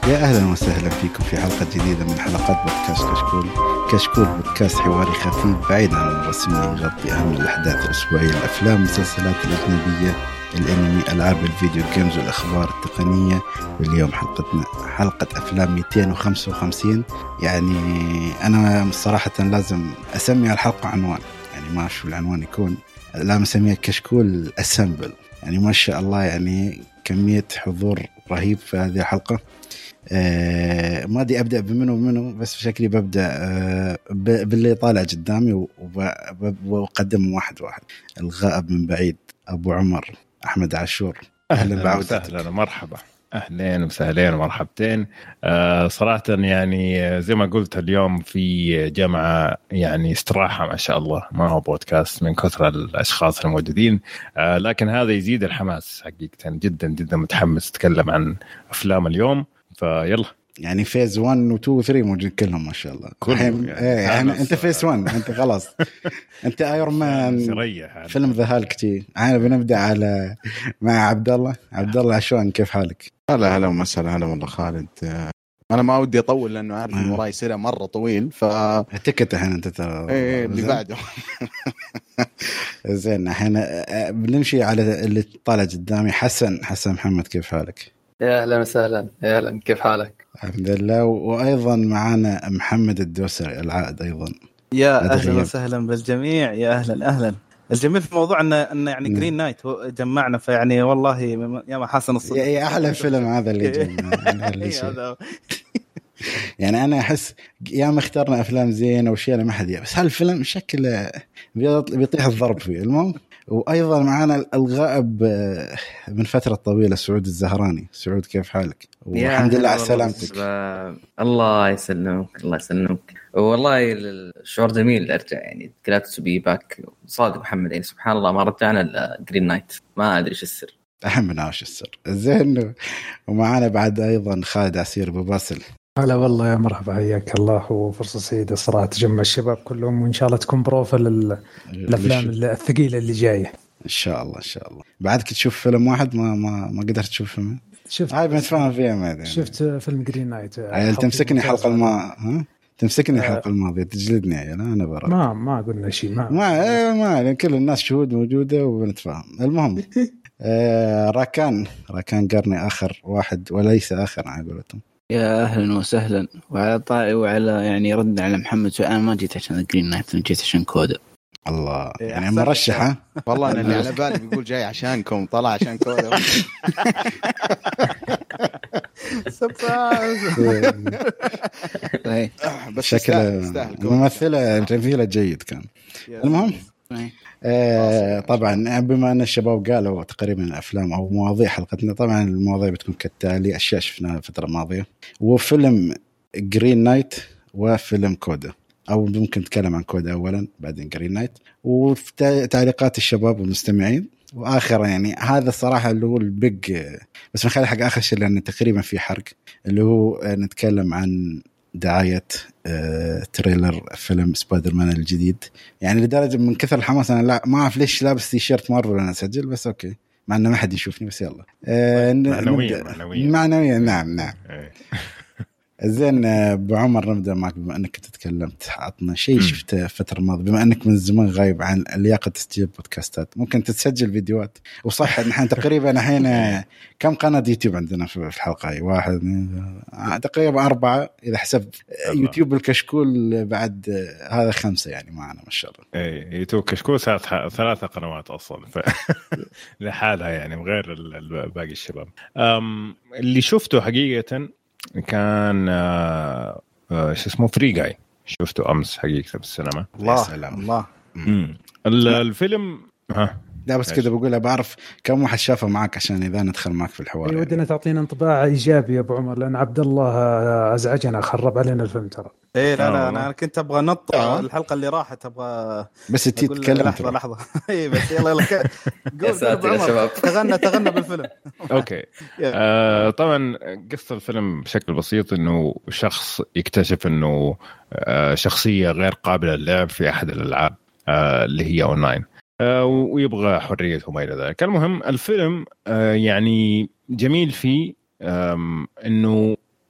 يا أهلا وسهلا فيكم في حلقة جديدة من حلقات بودكاست كشكول. كشكول بودكاست حواري خفيف بعيد عن الرسمي، يغطي أهم الأحداث الأسبوعية، الأفلام والمسلسلات الأجنبية، الأنمي، ألعاب الفيديو جيمز والأخبار التقنية. واليوم حلقتنا حلقة أفلام 255. يعني أنا صراحة لازم أسمي الحلقة عنوان، يعني ما شو العنوان يكون، لا مسميها كشكول أسمبل. يعني ما شاء الله، يعني كمية حضور رهيب في هذه الحلقة. ما دي أبدأ بمنو بس بشكلي ببدأ باللي طالع قدامي وأقدم واحد. الغائب من بعيد أبو عمر أحمد عاشور، أهلا بعودتك. أهلا مرحبا، أهلين وسهلين ومرحبتين. صراحة يعني زي ما قلت اليوم في جامعة، يعني استراحة ما شاء الله، ما هو بودكاست من كثرة الأشخاص الموجودين. لكن هذا يزيد الحماس حقيقة، جدا جدا متحمس أتكلم عن أفلام اليوم، فيلا. يعني فيز 1 و 2 و 3 موجود كلهم ما شاء الله. يعني انت فيز 1 انت خلاص انت ايرون مان. فيلم ذا هالك انا بنبدا على مع عبد الله عشان كيف حالك؟ هلا ومسهلا. هلا والله خالد. انا ما ودي اطول لانه عارف انه وراي سيره مره طويل، تكت الحين انت ترى اللي بعده. زين الحين بنمشي على اللي طالع قدامي. حسن محمد، كيف حالك؟ يا أهلا وسهلا. يا أهلا، كيف حالك؟ الحمد لله. وأيضا معنا محمد الدوسري العائد أيضا. يا أهلا وسهلا بالجميع. يا أهلا. الجميل في الموضوع أن يعني جرين نايت جمعنا، فيعني والله يا ما حسن الصدق. يا أحلى فيلم هذا اللي جمعنا. يعني أنا أحس يا ما اخترنا أفلام زينة وشيء ما حد، بس هالفيلم شكله بيطيح الضرب فيه. المهم، وأيضا معنا الغائب من فترة طويلة سعود الزهراني. سعود كيف حالك؟ والحمد لله على سلامتك. الله يسلمك. والله الشعور جميل أرجع، يعني كلات سبي باك صادق محمد. يعني سبحان الله ما رجعنا الجرين نايت، ما أدري إيش السر. أحمد إيش السر. زين. ومعنا بعد أيضا خالد عسير أبو باسل. هلا والله، يا مرحبا، حياك الله. وفرصة سعيدة صراحة تجمع الشباب كلهم، وإن شاء الله تكون بروفة الأفلام الثقيلة اللي جاية إن شاء الله. بعدك تشوف فيلم واحد ما قدرت تشوف فيلم. شفت هاي بنتفاهم فيها ما شفت فيلم جرين نايت. تمسكني حلقة تمسكني الحلقة الماضية تجلدني يا أنا برا. ما قلنا شيء. ما كل الناس شهود موجودة وبنتفاهم. المهم راكان قرني آخر واحد وليس آخر على قولتهم. يا أهلا وسهلا. وعلى طائي وعلى يعني رد على محمد سؤال، ما جيت عشان الجرين نايت، جيت عشان كودا. الله، يعني مرشحة والله. أنا اللي على بالي بيقول جاي عشانكم، طلع عشان كودا. بس شكله ممثلة جميلة جيد كان. المهم طبعا بما أن الشباب قالوا تقريبا الأفلام أو مواضيع حلقتنا، طبعا المواضيع بتكون كالتالي: أشياء شفناها الفترة الماضية، وفيلم جرين نايت، وفيلم كودا، أو ممكن نتكلم عن كودا أولا بعدين جرين نايت، وتعليقات الشباب والمستمعين، وآخر يعني هذا الصراحة اللي هو البيج، بس نخلي حق آخر شيء لأن تقريبا في حرق، اللي هو نتكلم عن دعاية تريلر فيلم سبايدر مان الجديد. يعني لدرجة من كثر الحماس أنا لا ما أعرف ليش لابس تيشيرت مارفل أنا أسجل، بس أوكي، مع أنه ما حد يشوفني، بس يلا. معنويا. نعم. زين أبو عمر، نبدأ معك بما أنك تتكلمت. عطنا شيء شفته الفترة الماضية، بما أنك من زمان غايب عن لياقة تسجيل بودكاستات، ممكن تسجل فيديوهات. وصح نحن تقريبا الحين كم قناة يوتيوب عندنا في الحلقة هاي؟ 1 تقريبا 4 إذا حسب يوتيوب الكشكول، بعد هذا 5 يعني معنا ما شاء الله. يوتيوب كشكول 3 قنوات أصلا لحالها، يعني غير باقي الشباب. اللي شفته حقيقة كان شو اسمه فري جاي، شفته أمس حقيقة بالسينما. الله. الفيلم لا بس كده بقولها، بعرف كم واحد شافه معك عشان إذا ندخل معك في الحوار. يعني ودنا تعطينا انطباع إيجابي يا أبو عمر، لأن عبد الله أزعجنا، خرب علينا الفيلم ترى. لا أنا كنت أبغى نط الحلقة اللي راحت، أبغى بس تتكلم لحظة. بس يلا قول شباب. تغنى بالفيلم. أوكي. طبعا قصة الفيلم بشكل بسيط إنه شخص يكتشف إنه شخصية غير قابلة للعب في أحد الألعاب اللي هي أونلاين، ويبغى حريته وما إلى ذلك. المهم الفيلم يعني جميل فيه إنه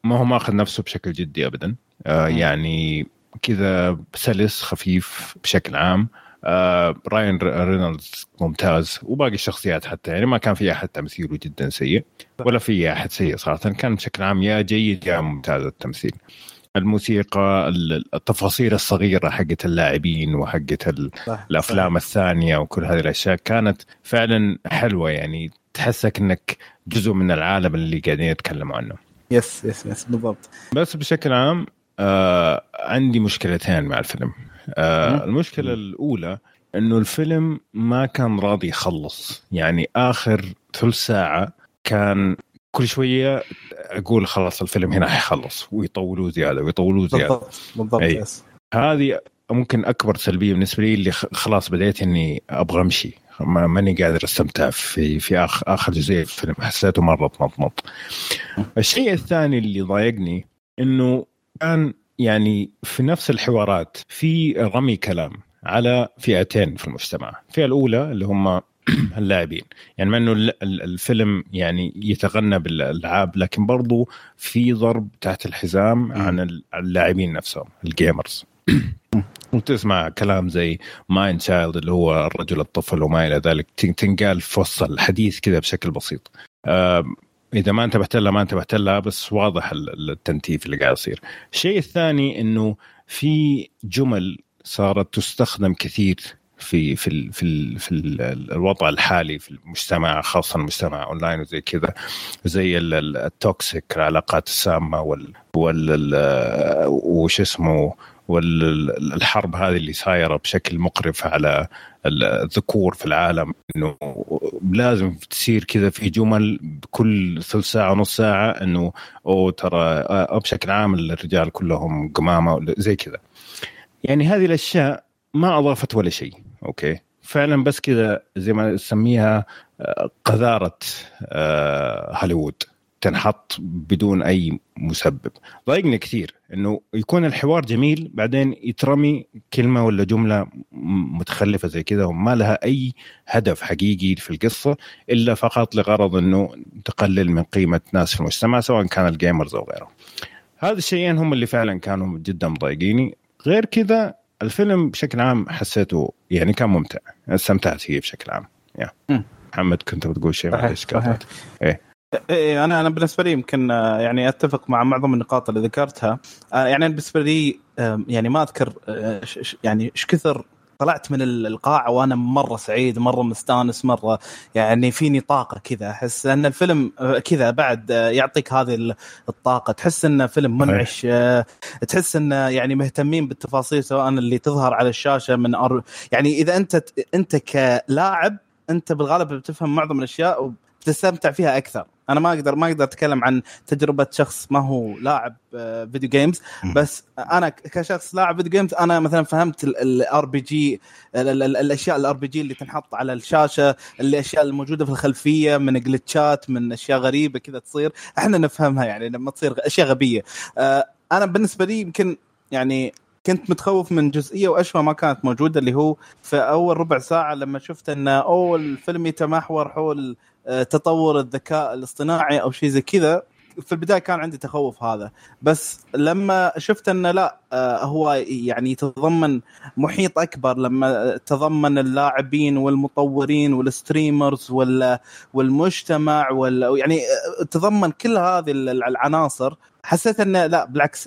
ما هو ماخذ نفسه بشكل جدي ابدا. يعني كذا سلس خفيف بشكل عام. راين رينولدز ممتاز، وباقي الشخصيات حتى يعني ما كان في احد تمثيله جدا سيء ولا في احد سيء صراحه، كان بشكل عام يا جيد يا ممتاز التمثيل. الموسيقى، التفاصيل الصغيره حقت اللاعبين وحقت الافلام الثانيه وكل هذه الاشياء كانت فعلا حلوه، يعني تحسك انك جزء من العالم اللي قاعدين يتكلموا عنه. يس بالضبط. بس بشكل عام عندي مشكلتين مع الفيلم. المشكلة الأولى إنه الفيلم ما كان راضي يخلص، يعني آخر ثلث ساعة كان كل شوية أقول خلاص الفيلم هنا حيخلص، ويطولوا زيادة ويطولوا زيادة. بالضبط. هذه ممكن أكبر سلبية بالنسبة لي، اللي خلاص بديت إني أبغى أمشي، ماني قادر أستمتع في آخر جزء الفيلم، حسيته مرة مطمط. الشيء الثاني اللي ضايقني إنه كان يعني في نفس الحوارات في رمي كلام على فئتين في المجتمع. الفئة الأولى اللي هم اللاعبين، يعني مع إنه الفيلم يعني يتغنى بالألعاب، لكن برضو في ضرب تحت الحزام عن اللاعبين نفسهم الجيمرز. وتسمع كلام زي ماين تشايلد اللي هو الرجل الطفل وما إلى ذلك، تنقال في وسط الحديث كذا بشكل بسيط. إذا ما انتبهت لها بس واضح التنتيف اللي قاعد يصير. الشيء الثاني إنه في جمل صارت تستخدم كثير في الوضع الحالي في المجتمع، خاصة المجتمع أونلاين وزي كذا، زي التوكسيك، العلاقات السامة وش اسمه، والحرب هذه اللي صايرة بشكل مقرف على الذكور في العالم، إنه لازم تصير كذا في جمل كل ثلث ساعة ونص ساعة إنه ترى بشكل عام الرجال كلهم قمامة زي كذا. يعني هذه الأشياء ما أضافت ولا شيء. أوكي فعلا بس كذا زي ما نسميها قذارة هوليوود تنحط بدون أي مسبب. ضايقني كثير إنه يكون الحوار جميل بعدين يترمي كلمة ولا جملة متخلفة زي كذا وما لها أي هدف حقيقي في القصة إلا فقط لغرض إنه تقلل من قيمة ناس في المجتمع سواء كان الجيمرز أو غيره. هذا الشيئين هم اللي فعلا كانوا جدا مضايقيني. غير كذا الفيلم بشكل عام حسيته يعني كان ممتع، استمتعت فيه بشكل عام. محمد كنت بتقول شيء معلش قاطعت. إيه أنا بالنسبة لي يمكن يعني أتفق مع معظم النقاط اللي ذكرتها. يعني بالنسبة لي يعني ما أذكر يعني إيش كثر طلعت من القاعة وأنا مرة سعيد، مرة مستانس، مرة يعني فيني طاقة كذا. أحس أن الفيلم كذا بعد يعطيك هذه الطاقة، تحس أنه فيلم منعش، تحس أنه يعني مهتمين بالتفاصيل سواء اللي تظهر على الشاشة من يعني إذا أنت كلاعب أنت بالغالب بتفهم معظم الأشياء وبتستمتع فيها أكثر. أنا ما أقدر أتكلم عن تجربة شخص ما هو لاعب فيديو جيمز، بس أنا كشخص لاعب فيديو جيمز أنا مثلا فهمت الار بي جي، الأشياء الار بي جي اللي تنحط على الشاشة، الأشياء الموجودة في الخلفية من جلتشات، من أشياء غريبة كذا تصير إحنا نفهمها يعني لما تصير أشياء غبية. أنا بالنسبة لي يمكن يعني كنت متخوف من جزئية وأشياء ما كانت موجودة، اللي هو في أول ربع ساعة لما شفت أن الفيلم يتمحور حول تطور الذكاء الاصطناعي أو شيء زي كذا. في البداية كان عندي تخوف هذا، بس لما شفت أنه لا، هو يعني يتضمن محيط أكبر، لما تضمن اللاعبين والمطورين والستريمرز والمجتمع يعني تضمن كل هذه العناصر، حسيت أنه لا بالعكس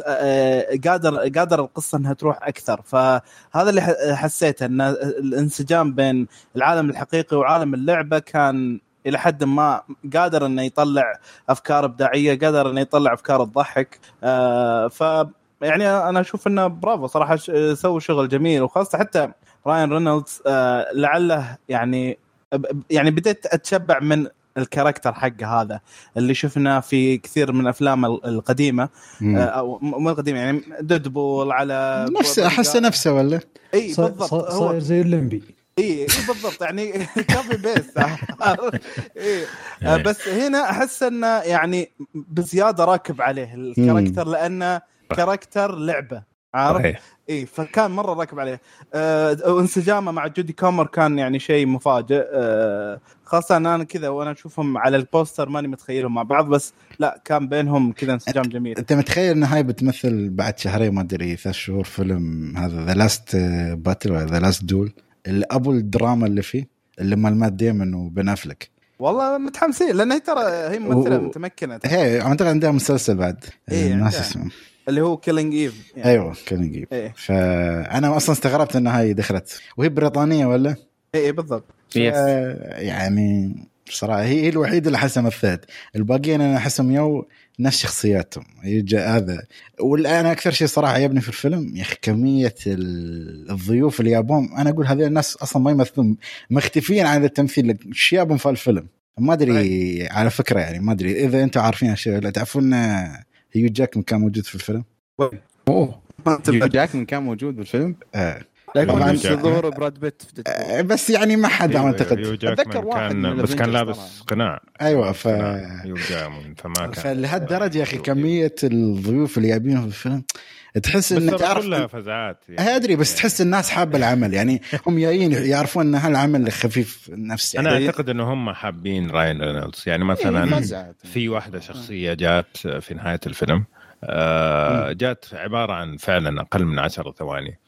قادر القصة أنها تروح أكثر. فهذا اللي حسيت أن الانسجام بين العالم الحقيقي وعالم اللعبة كان إلى حد ما قادر أنه يطلع أفكار إبداعية، قادر أنه يطلع أفكار تضحك. يعني أنا أشوف أنه برافو صراحة، سووا شغل جميل، وخاصة حتى راين رينولدز لعله يعني بديت أتشبع من الكاركتر حقه هذا اللي شفنا في كثير من الأفلام القديمة أو مو القديمة، يعني ديدبول على نفسه، أحس نفسه ولا إيه بالضبط، صاير زي الليمبي. إيه بالضبط، يعني كوبي بيست. بس هنا أحس أنه يعني بزيادة راكب عليه الكاركتر، لأنه كاركتر لعبة عارف اي فكان مره راكب عليه. وانسجامه مع جودي كومر كان يعني شيء مفاجئ، خاصه انا كذا وانا اشوفهم على البوستر ماني متخيلهم مع بعض، بس لا كان بينهم كذا انسجام جميل. انت متخيل ان هاي بتمثل بعد شهرين ما ادري 3 شهور فيلم هذا ذا لاست باتل ولا ذا لاست دول اللي ابو الدراما اللي فيه اللي مال مات ديمون وبن افلك؟ والله متحمسين لان هي ترى هي ممثله متمكنه. هي اعتقد عندها مسلسل بعد الناس اسمه اللي هو كيلينج ايف يعني. ايوه كيلينج ايف. فانا اصلا استغربت ان هاي دخلت وهي بريطانيه ولا ايه بالضبط. يعني بصراحه هي الوحيده اللي حسها مثلت، الباقيين انا احسهم نفس شخصياتهم يجي هذا. والان اكثر شيء صراحه عجبني في الفيلم يا اخي كميه الضيوف اللي جابهم. انا اقول هذول الناس اصلا ما يمثلون، مختفيين عن التمثيل، ايش جابهم في الفيلم ما ادري. على فكره يعني ما ادري اذا انتم عارفين هالشيء ولا تعرفون هيو جاكمان كان موجود في الفيلم. هيو جاكمان كان موجود بالفيلم لكن ظهور براد بيت بس يعني ما حد اعتقد اتذكر واحد بس كان لابس قناع. ايوه فما كان فلهالدرجه يا اخي كميه الضيوف اللي جايبينهم في الفيلم تحس ان تعرف كلها فزعات يعني. ادري بس تحس الناس حابه العمل يعني هم جايين يعرفون ان هالعمل خفيف النفس يعني. انا اعتقد انه هم حابين راين رينولدز يعني مثلا في واحدة شخصيه جات في نهايه الفيلم جات عباره عن فعلا اقل من 10 ثواني.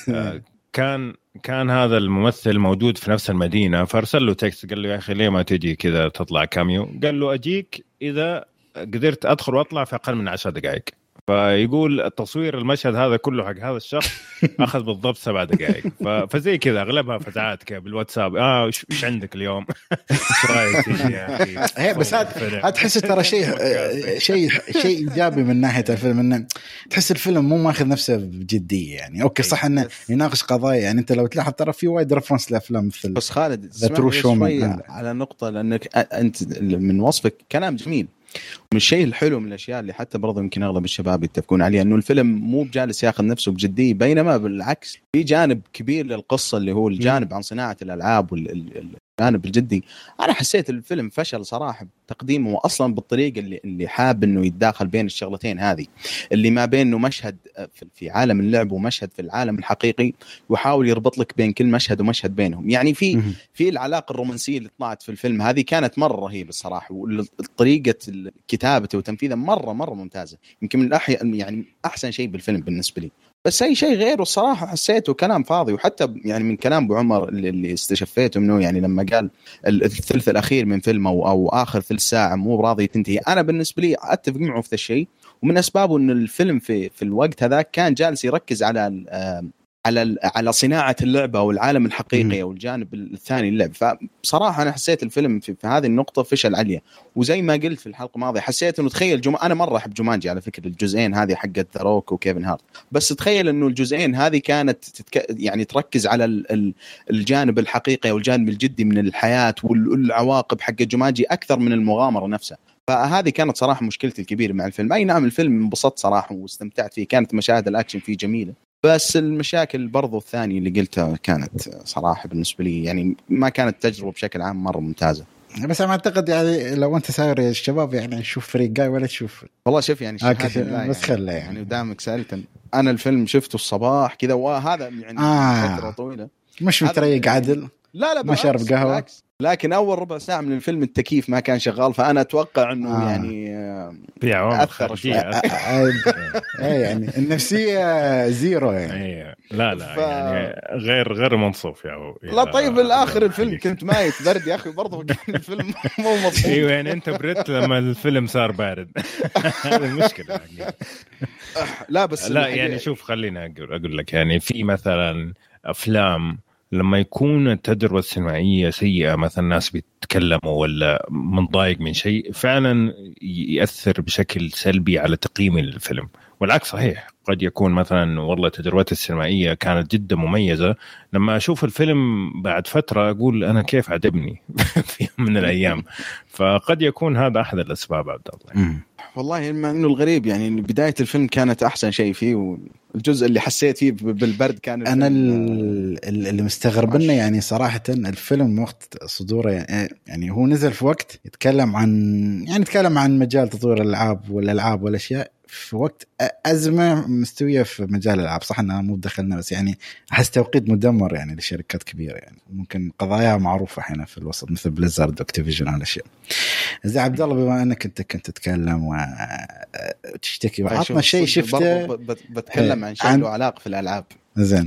كان هذا الممثل موجود في نفس المدينة فارسل له تكست قال له يا أخي ليه ما تجي كذا تطلع كاميو؟ قال له أجيك إذا قدرت أدخل وأطلع في أقل من 10 دقائق. فيقول التصوير المشهد هذا كله حق هذا الشخص أخذ بالضبط 7 دقائق. فزي كذا أغلبها فزعات كذا بالواتساب إيش عندك اليوم؟ إيش رأيك يا أخي؟ هي بس هتحس ترى شيء إيجابي من ناحية الفيلم إنه تحس الفيلم مو ماخذ نفسه بجدية يعني. أوكي صح إنه يناقش قضايا يعني أنت لو تلاحظ ترى في وايد ريفرنس لأفلام مثل بس خالد اسمعني على نقطة لأنك أنت من وصفك كلام جميل ومن الشيء الحلو من الأشياء اللي حتى برضه يمكن أغلب الشباب يتفقون عليها إنه الفيلم مو بجالس ياخذ نفسه بجدية بينما بالعكس في جانب كبير للقصة اللي هو الجانب عن صناعة الألعاب والجانب الجدي. أنا حسيت الفيلم فشل صراحة تقديمه أصلا بالطريقة اللي حاب إنه يتداخل بين الشغلتين هذه اللي ما بين إنه مشهد في عالم اللعب ومشهد في العالم الحقيقي ويحاول يربط لك بين كل مشهد ومشهد بينهم. يعني في العلاقة الرومانسية اللي طلعت في الفيلم هذه كانت مرة رهيبة الصراحة وطريقة كتابته وتنفيذه مرة ممتازة يمكن من يعني أحسن شيء بالفيلم بالنسبة لي. بس أي شيء غيره الصراحة حسيته كلام فاضي. وحتى يعني من كلام أبو عمر اللي استشفيته منه يعني لما قال الثلث الأخير من فيلمه أو آخر ثلث ساعة مو راضي تنتهي. أنا بالنسبة لي أتفق معه في الشيء ومن أسبابه إن الفيلم في الوقت هذا كان جالس يركز على صناعة اللعبة والعالم الحقيقي والجانب الثاني اللعب. فبصراحة أنا حسيت الفيلم في هذه النقطة فشل عالية. وزي ما قلت في الحلقة الماضية حسيت إنه تخيل أنا مرة أحب جومانجي على فكرة الجزئين هذه حقت ذا روك وكيفن هارت بس تخيل إنه الجزئين هذه كانت يعني تركز على الجانب الحقيقي والجانب الجدي من الحياة والعواقب حق جومانجي أكثر من المغامرة نفسها. فهذه كانت صراحة مشكلتي الكبيرة مع الفيلم. أي نعم الفيلم انبسطت صراحة واستمتعت فيه كانت مشاهد الأكشن فيه جميلة بس المشاكل برضو الثانية اللي قلتها كانت صراحة بالنسبة لي يعني ما كانت تجربة بشكل عام مرة ممتازة. بس أنا أعتقد يعني لو أنت ساير يا الشباب يعني نشوف فريق جاي ولا تشوف والله شوف يعني بس خله يعني ودامك سألتن أنا الفيلم شفته الصباح كذا وهذا يعني فترة طويلة مش متريق عدل لا ما شرب قهوة لكن أول ربع ساعة من الفيلم التكييف ما كان شغال فأنا أتوقع إنه يعني في عوامل خارجية يعني النفسية زيرو يعني لا يعني غير منصوف يا لا طيب الآخر الفيلم كنت مايت برد يا أخي برضه كان الفيلم مو مضبوط. أيوة يعني أنت بردت لما الفيلم صار بارد هذه المشكلة لا بس لا يعني شوف خلينا أقول لك يعني في مثلا أفلام لما يكون التجربة السينمائية سيئة مثلا الناس بيتكلموا ولا منضايق من شيء فعلا يأثر بشكل سلبي على تقييم الفيلم. والعكس صحيح قد يكون مثلا والله تجربتي السينمائية كانت جدا مميزة لما أشوف الفيلم بعد فترة أقول أنا كيف عجبني في يوم من الأيام. فقد يكون هذا أحد الأسباب عبد الله. والله مع إنه الغريب يعني بداية الفيلم كانت أحسن شيء فيه الجزء اللي حسيت فيه بالبرد كان انا اللي مستغرب لنا يعني صراحه الفيلم وقت صدوره يعني هو نزل في وقت يتكلم عن مجال تطوير الالعاب والالعاب والاشياء في وقت ازمه مستويه في مجال الالعاب. صح انها مو دخلنا، بس يعني احس توقيت مدمر يعني لشركات كبيره، يعني ممكن قضاياها معروفه هنا في الوسط مثل بليزرد واكتيفيجن على الاشياء. زي عبد الله بما انك انت كنت تتكلم وتشتكي وعطنا شيء شفته، بتكلم عن شيء له علاقه في الالعاب. زين.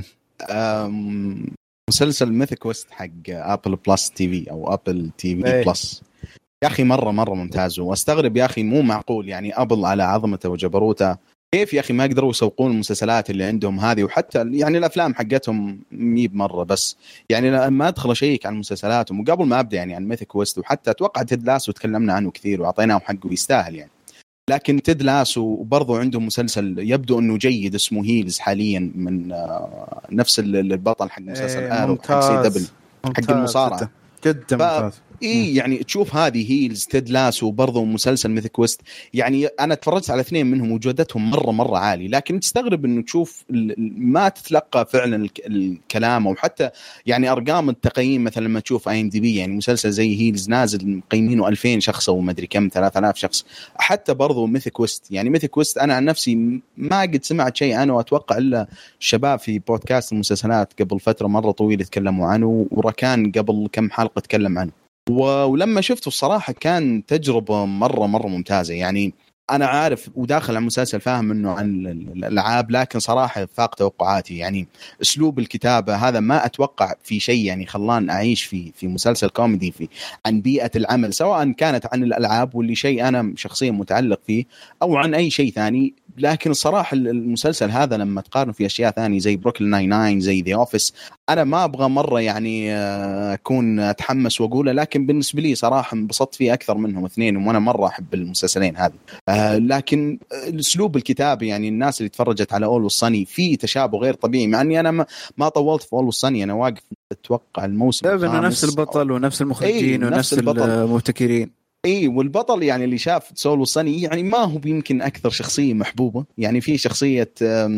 مسلسل ميثيك كويست حق ابل بلس تي في او ابل تي في بلس يا اخي مره ممتاز. واستغرب يا اخي مو معقول يعني ابل على عظمته وجبروته كيف يا اخي ما قدروا يسوقون المسلسلات اللي عندهم هذه، وحتى يعني الافلام حقتهم ميب مره. بس يعني لما ادخل اشيك عن مسلسلاتهم وقبل ما ابدا يعني عن ميثيك كويست، وحتى اتوقع تيد لاسو وتكلمنا عنه كثير واعطيناه حقه يستاهل يعني، لكن تيد لاسو وبرضه عندهم مسلسل يبدو انه جيد اسمه هيلز حاليا من نفس البطل حق مسلسل آرو حق سي دبل حق المصارعه جدا ممتاز. يعني تشوف هذه هيلز تيد لاسو وبرضه مسلسل ميثيك كويست، يعني انا تفرجت على اثنين منهم وجودتهم مره عالي، لكن تستغرب انه تشوف ما تتلقى فعلا الكلام او حتى يعني ارقام التقييم. مثلا لما تشوف IMDb يعني مسلسل زي هيلز نازل مقيمينه 2000 شخص او ما ادري كم 3000 شخص. حتى برضه ميثيك كويست يعني ميثيك كويست انا عن نفسي ما قد سمعت شيء عنه، واتوقع الا الشباب في بودكاست المسلسلات قبل فتره مره طويله تكلموا عنه، وركان قبل كم حلقه تكلم عنه. ولما شفته الصراحة كان تجربة مرة ممتازة. يعني أنا عارف وداخل على المسلسل فاهم إنه عن الألعاب، لكن صراحة فاق توقعاتي. يعني أسلوب الكتابة هذا ما أتوقع في شيء يعني خلان أعيش في مسلسل كوميدي عن بيئة العمل، سواء كانت عن الألعاب واللي شيء أنا شخصيا متعلق فيه أو عن أي شيء ثاني. لكن الصراحة المسلسل هذا لما تقارن في أشياء ثانية زي بروكلين 99 زي ذا أوفيس، أنا ما أبغى مرة يعني أكون أتحمس وأقوله، لكن بالنسبة لي صراحة انبسطت فيه أكثر منهم اثنين، وأنا مرة أحب المسلسلين هذه. لكن أسلوب الكتاب يعني الناس اللي تفرجت على أول والصني في تشابه غير طبيعي، مع أني أنا ما طولت في أول والصني، أنا واقف أتوقع الموسم الخامس. نفس البطل ونفس المخرجين ونفس المبتكرين. والبطل يعني اللي شاف سول وصني يعني ما هو يمكن أكثر شخصية محبوبة. يعني في شخصية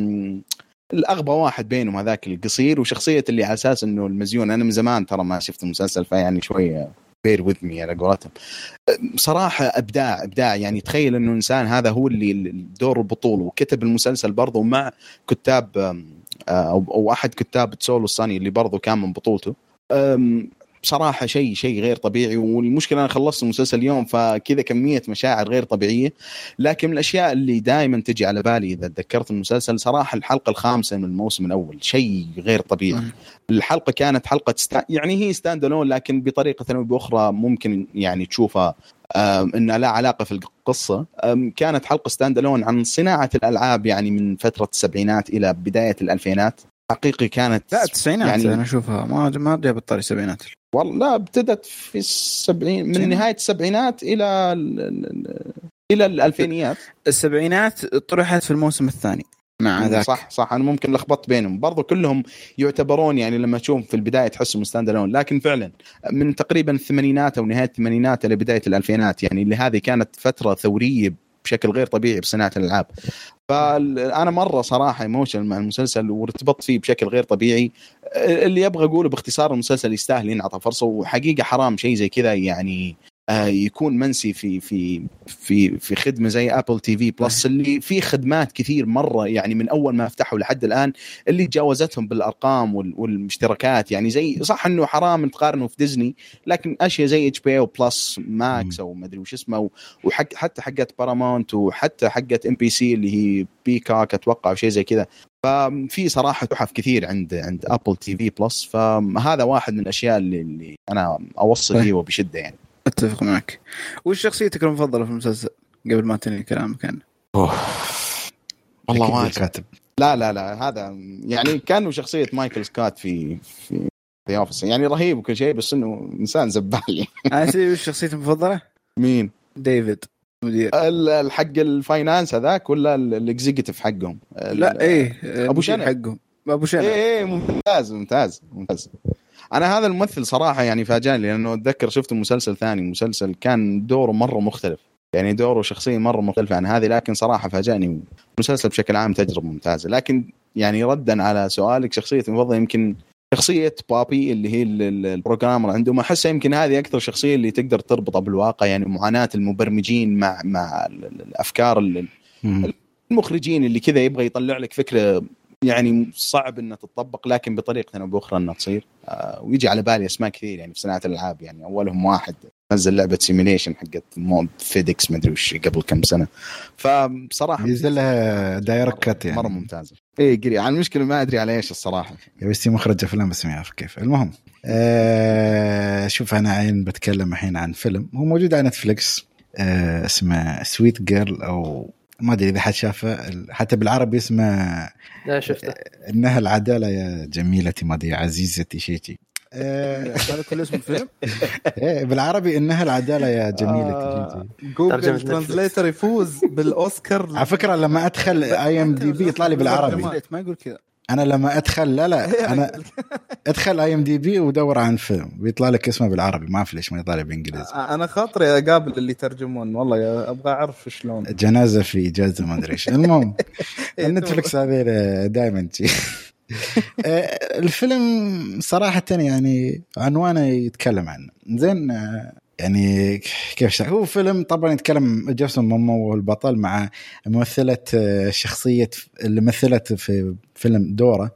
الأغبى واحد بينهم هذاك القصير، وشخصية اللي على أساس إنه المزيون. أنا من زمان ترى ما شفت المسلسل فيعني شوية bear with me على قولتهم. صراحة إبداع يعني. تخيل إنه إنسان هذا هو اللي دور البطولة وكتب المسلسل برضو مع كتاب أو أحد كتاب سول وصني اللي برضو كان من بطولته. بصراحة شيء غير طبيعي. والمشكلة أنا خلصت المسلسل اليوم فكذا كمية مشاعر غير طبيعية. لكن من الأشياء اللي دائما تجي على بالي إذا تذكرت المسلسل صراحة الحلقة الخامسة من الموسم الأول شيء غير طبيعي. الحلقة كانت حلقة يعني هي ستاند ألون، لكن بطريقة أو بأخرى ممكن يعني تشوفها إنها لا علاقة في القصة. كانت حلقة ستاند ألون عن صناعة الألعاب يعني من فترة السبعينات إلى بداية الألفينات. حقيقي كانت لا التسعينات يعني أنا أشوفها ما جاب بالطريق السبعينات. والله لا ابتدت في السبعين من نهاية السبعينات إلى الألفينيات. السبعينات طرحت في الموسم الثاني مع ذاك. صح أنا ممكن لخبطت بينهم برضو. كلهم يعتبرون يعني لما تشوف في البداية تحسهم ستاند ألون، لكن فعلا من تقريبا الثمانينات أو نهاية الثمانينات إلى بداية الألفينات يعني اللي هذه كانت فترة ثورية بشكل غير طبيعي بصناعة الألعاب. فأنا مرة صراحة إيموشن مع المسلسل وارتبطت فيه بشكل غير طبيعي. اللي يبغى أقوله باختصار المسلسل يستاهل ينعطى فرصة، وحقيقة حرام شيء زي كذا يعني يكون منسي في خدمة زي أبل تي في بلس اللي فيه خدمات كثير مرة يعني من أول ما فتحوا لحد الآن اللي تجاوزتهم بالأرقام والاشتراكات. يعني زي صح إنه حرام نقارنه في ديزني، لكن أشياء زي HBO بلس ماكس أو ما أدري وش اسمه، وحتى حقت بارامونت وحتى حقت MPC اللي هي بيكاك أتوقع وشيء زي كذا. ففي صراحة تحف كثير عند أبل تي في بلس. فهذا واحد من الأشياء اللي أنا أوصل فيه وبشدة يعني. اتفق معك. وش شخصيتك المفضله في المسلسل قبل ما تنهي كلامك؟ كان والله ما كاتب. لا هذا يعني كانوا شخصيه مايكل سكوت في ذا اوفيس يعني رهيب وكل شيء، بس انه انسان زبال. وش شخصيتك المفضله؟ مين؟ ديفيد مدير الحق الفاينانس هذاك ولا الاكزيكتيف حقهم؟ لا ابو شنب حقهم. ابو شنب ممتاز. أنا هذا الممثل صراحة يعني فاجأني، لأنه أتذكر شفت مسلسل ثاني مسلسل كان دوره مرة مختلف، يعني دوره شخصية مرة مختلفة عن هذه، لكن صراحة فاجأني المسلسل بشكل عام تجربة ممتازة. لكن يعني ردا على سؤالك، شخصية المفضلة يمكن شخصية بابي اللي هي البروجرامر عندهم. أحسها يمكن هذه أكثر شخصية اللي تقدر تربطها بالواقع، يعني معاناة المبرمجين مع الأفكار المخرجين اللي كذا يبغى يطلع لك فكرة يعني صعب انها تطبق لكن بطريقه او باخرى انها تصير. ويجي على بالي اسماء كثير يعني في صناعه الالعاب، يعني اولهم واحد نزل لعبه سيميليشن حقت فيديكس ما ادري وش قبل كم سنه، فبصراحه ينزل لها دايركت يعني مره ممتازه. ايه قري عن المشكله ما ادري على ايش الصراحه، يبي مخرج افلام بس ما يعرف كيف. المهم شوف انا عين بتكلم الحين عن فيلم هو موجود على نتفليكس اسمه سويت جيرل، او ما ادري اذا حد شافه، حتى بالعربي اسمه لا شفته، انها العداله يا جميلتي ما ادري عزيزتي شيء هذا كل اسم الفيلم. بالعربي انها العداله يا جميلتي. جوجل ترانزليتر يفوز بالاوسكار. على فكره لما ادخل IMDb يطلع لي بالعربي، ما يقول كذا. انا لما ادخل لا انا ادخل IMDb ودور عن فيلم بيطلع لك اسمه بالعربي، ما اعرف ليش ما يطلع بالانجليزي. انا خاطري اقابل اللي يترجمون والله ابغى اعرف شلون جنازه في اجازه ما ادري ايش. المهم نتفلكس هذه دائما شيء. الفيلم صراحه يعني عنوانه يتكلم عنه زين، يعني كيف هو فيلم طبعا يتكلم جيسون مومو البطل مع ممثلة شخصية اللي مثلت في فيلم دورة،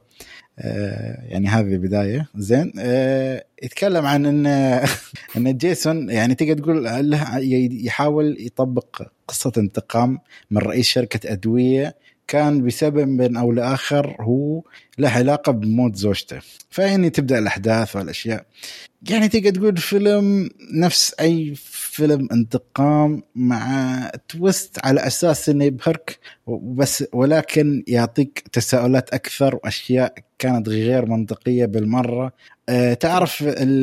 يعني هذه بداية زين. يتكلم عن ان جيسون يعني تقدر تقول يحاول يطبق قصة انتقام من رئيس شركة أدوية كان بسبب من أو لآخر هو له علاقة بموت زوجته. فيعني تبدأ الأحداث والأشياء، يعني تقدر تقول فيلم نفس أي فيلم انتقام مع تويست على أساس إنه يبهرك بس، ولكن يعطيك تساؤلات أكثر وأشياء كانت غير منطقية بالمرة. تعرف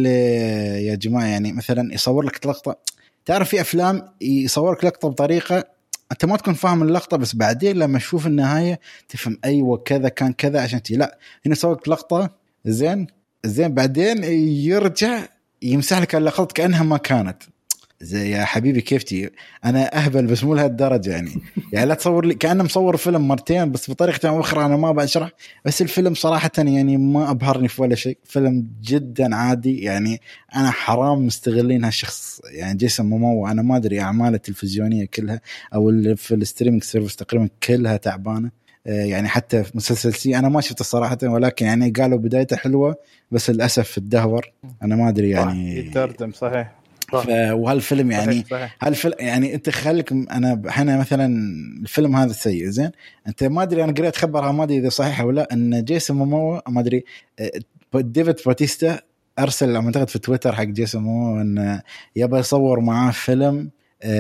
يا جماعة يعني مثلا يصور لك لقطة، تعرف في أفلام يصور لك لقطة بطريقة أنت ما تكون فاهم اللقطة بس بعدين لما تشوف النهاية تفهم أيوة كذا كان كذا عشان لا، هنا يصور لك لقطة زين بعدين يرجع يمسح لك اللقطة كأنها ما كانت. زي يا حبيبي كيفتي أنا أهبل بس مو لهالدرجة يعني لا تصور لي كأنه مصور فيلم مرتين بس بطريقة أخرى أنا ما بشرح. بس الفيلم صراحة يعني ما أبهرني في ولا شيء، فيلم جدا عادي يعني. أنا حرام مستغلين هالشخص يعني جيسون مومو، أنا ما أدري أعماله التلفزيونية كلها أو في الستريمينج سيرفيس تقريبا كلها تعبانة يعني. حتى في مسلسل سي أنا ما شفته صراحة، ولكن يعني قالوا بدايته حلوة بس للأسف الدهور أنا ما أدري يعني يترجم صحيح. وهالفيلم يعني صحيح. هالفيلم يعني انت خليك انا هنا مثلا الفيلم هذا سيء زين، انت ما ادري انا قريت خبرها ما ادري اذا صحيح ولا ان جيسون مومو ما ادري ديفيد باتيستا ارسل اعتقد في تويتر حق جيسون مومو ان يبغى يصور معاه فيلم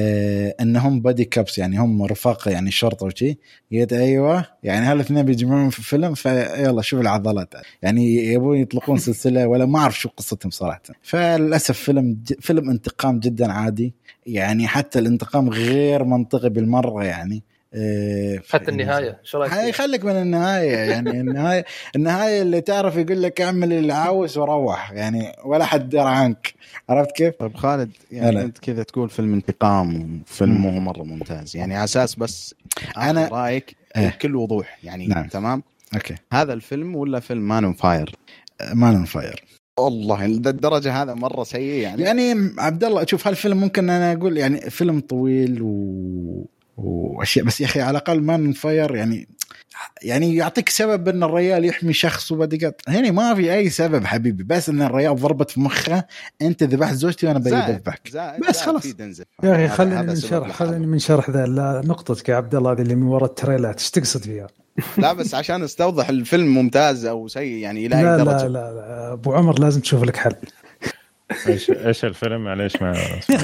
انهم بادي كابس يعني هم رفاقه يعني شرطه وشي ايوه يعني هالاثنين بيجمعون في فيلم فيلا شوف العضلات يعني يبون يطلقون سلسله ولا ما اعرف شو قصتهم صراحه. فللاسف فيلم انتقام جدا عادي يعني، حتى الانتقام غير منطقي بالمره يعني. حتى النهايه شو رايك؟ خليك من النهايه يعني النهايه اللي تعرف يقول لك اعمل اللي عاوز وروح يعني ولا حد درى عنك، عرفت كيف؟ طيب خالد يعني انت كذا تقول فيلم انتقام فيلم مو مره ممتاز يعني على اساس بس انا رايك بكل وضوح يعني نعم. تمام اوكي هذا الفيلم ولا فيلم مان اون فاير؟ مان اون فاير والله الدرجه هذا مره سيء يعني عبد الله شوف هالفيلم ممكن انا اقول يعني فيلم طويل واشياء بس يا اخي على الاقل مان فاير يعني يعطيك سبب ان الرجال يحمي شخص وبدقات. هنا ما في اي سبب حبيبي، بس ان الرجال ضربت في مخه انت ذبحت زوجتي وانا بذبحك بس خلاص يا اخي خليني من شرح ذا نقطتك يا عبد الله اللي من وراء التريلات ايش تقصد فيها؟ لا بس عشان استوضح الفيلم ممتاز او سيء يعني الى اي درجه. لا ابو عمر لازم تشوف لك حل. ايش الفيلم معليش ما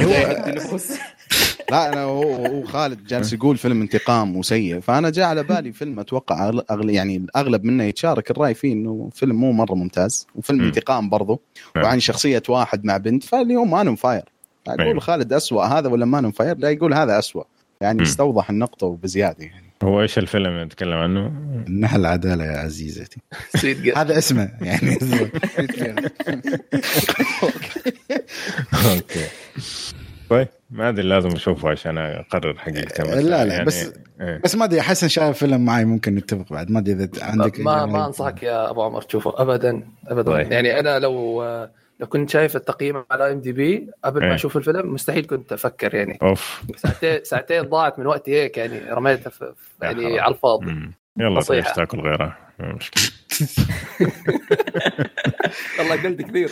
لا انا هو خالد جالس يقول فيلم انتقام وسيء، فانا جاء على بالي فيلم اتوقع يعني الاغلب منا يتشارك الراي فيه انه فيلم مو مره ممتاز وفيلم انتقام برضو وعن شخصيه واحد مع بنت. فاليوم مان اون فاير اقول خالد اسوأ هذا ولا مان اون فاير؟ لا يقول هذا اسوأ يعني استوضح النقطه وبزياده يعني. هو ايش الفيلم اللي نتكلم عنه؟ انها العداله يا عزيزتي هذا اسمه يعني اوكي طيب ما ادري لازم اشوفه عشان اقرر حقيقه. لا يعني بس ما ادري حسن شايف فيلم معي ممكن نتفق بعد. ما ادري اذا عندك ما انصحك يا ابو عمر تشوفه ابدا. طيب. يعني انا لو كنت شايف التقييم على IMDb قبل ما اشوف الفيلم مستحيل كنت افكر يعني. ساعتين ضاعت من وقتي هيك يعني رميتها يعني على الفاضي. يلا تعيش تاكل غيرها مشكله. والله قلت كثير.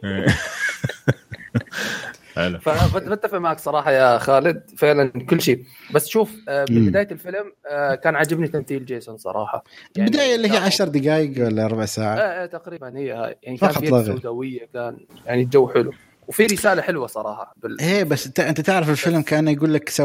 فبتفق معك صراحة يا خالد فعلا كل شيء. بس شوف بداية الفيلم كان عجبني تمثيل جيسون صراحة. يعني البداية اللي هي 10 دقائق ولا ربع ساعة تقريبا هي هاي يعني كان فيها سوداوية كان يعني الجو حلو وفي رسالة حلوة صراحة ايه بس انت تعرف الفيلم كان يقول لك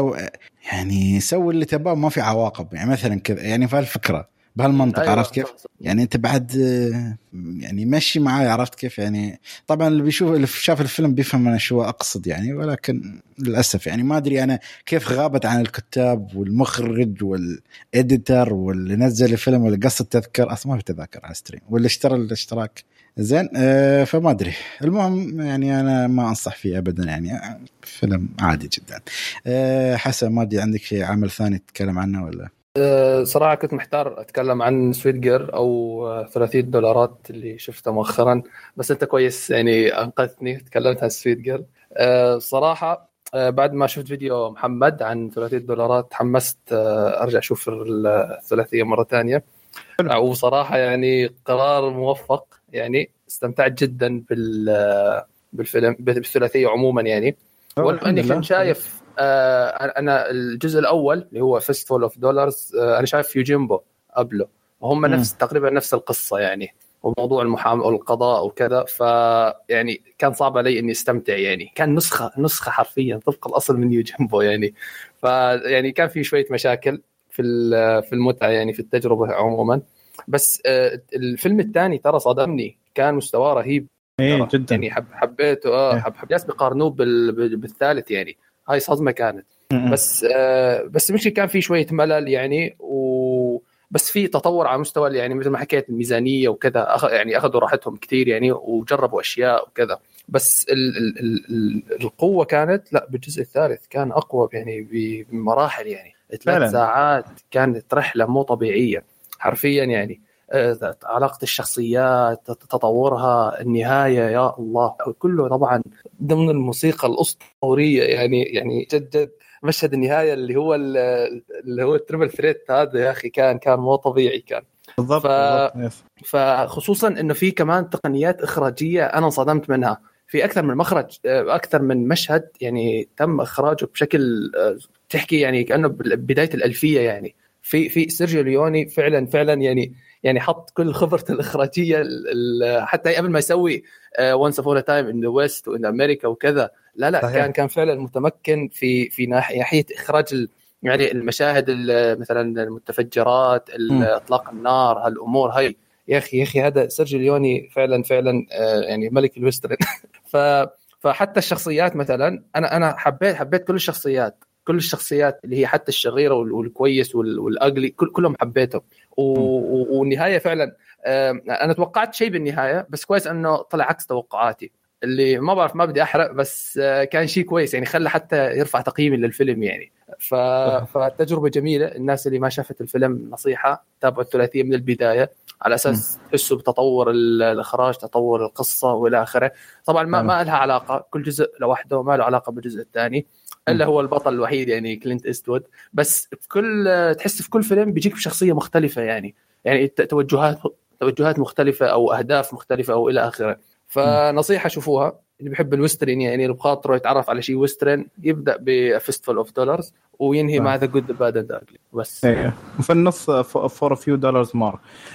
سوي اللي تبغاه ما في عواقب يعني مثلا كذا يعني في الفكرة بهالمنطق. أيوة عرفت كيف يعني انت بعد يعني مشي معاي عرفت كيف يعني. طبعا اللي شاف الفيلم بيفهم انا شو اقصد يعني ولكن للاسف يعني ما ادري انا كيف غابت عن الكتاب والمخرج والاديتور واللي نزل الفيلم واللي قص التذكر اصلا ما في تذاكر على ستريم واللي اشترى الاشتراك زين. فما ادري المهم يعني انا ما انصح فيه ابدا يعني فيلم عادي جدا. حسن ما ادري عندك شيء عمل ثاني تتكلم عنه ولا؟ صراحة كنت محتار أتكلم عن سويت جير أو $30 اللي شفته مؤخرا بس أنت كويس يعني أنقذتني تكلمت عن سويت جير. صراحة بعد ما شفت فيديو محمد عن $30 تحمست أرجع أشوف الثلاثية مرة تانية. وصراحة يعني قرار موفق يعني استمتعت جدا بالفيلم بالثلاثية عموما يعني. وأني كنت شايف أنا الجزء الأول اللي هو Fistful of Dollars أنا شايف يوجيمبو قبله وهم نفس تقريبا نفس القصة يعني وموضوع المحاماة والقضاء وكذا. فيعني كان صعب علي إني استمتع يعني كان نسخة حرفيا طبق الأصل من يوجيمبو يعني. فيعني كان في شوية مشاكل في المتعة يعني في التجربة عموما. بس الفيلم الثاني ترى صدمني كان مستواه رهيب جدا يعني حبيته حب ناس بيقارنوه بالثالث يعني هاي صدمة كانت. بس مش كان في شوية ملل يعني بس في تطور على مستوى يعني مثل ما حكيت الميزانية وكذا يعني أخذوا راحتهم كتير يعني وجربوا أشياء وكذا. بس القوة كانت لا بالجزء الثالث كان أقوى يعني بمراحل يعني 3 ساعات كانت رحلة مو طبيعية حرفيا يعني. علاقة الشخصيات تطورها النهاية يا الله كله طبعا ضمن الموسيقى الأسطورية يعني جد مشهد النهاية اللي هو التريبل ثريت هذا يا أخي كان مو طبيعي كان بالضبط. فخصوصا إنه في كمان تقنيات إخراجية أنا انصدمت منها في أكثر من مخرج أكثر من مشهد يعني تم إخراجه بشكل تحكي يعني كأنه بداية الألفية يعني في سيرجيو ليوني فعلا يعني حط كل خبرته الإخراجية حتى قبل ما يسوي Once Upon a Time in the West وإن أمريكا وكذا لا كان فعلا متمكن في ناحية إخراج يعني المشاهد مثلا المتفجرات إطلاق النار هالأمور هاي يا أخي هذا سيرجيو ليوني فعلا يعني ملك الويسترن. فحتى الشخصيات مثلا أنا حبيت كل الشخصيات اللي هي حتى الشريرة والكويس والأقلي كلهم حبيتهم. والنهاية فعلا أنا توقعت شيء بالنهاية بس كويس أنه طلع عكس توقعاتي اللي ما بعرف ما بدي أحرق بس كان شيء كويس يعني خلى حتى يرفع تقييمي للفيلم يعني. فالتجربة جميلة. الناس اللي ما شافت الفيلم نصيحة تابعوا الثلاثية من البداية على أساس تحسوا بتطور الإخراج تطور القصة وإلى آخره. طبعا ما لها علاقة كل جزء لوحده ما له علاقة بالجزء الثاني إلا هو البطل الوحيد يعني كلينت إيستوود. بس تحس في كل فيلم بيجيك بشخصية مختلفة يعني توجهات مختلفة أو أهداف مختلفة أو إلى آخره. فنصيحة شوفوها اللي بيحب الويسترن يعني اللي بخاطره يتعرف على شيء ويسترن يبدأ بفيستفول أوف دولارز وينهي مع ذا جود ذا باد اند اجلي بس في النص فور فيو دولارز مار.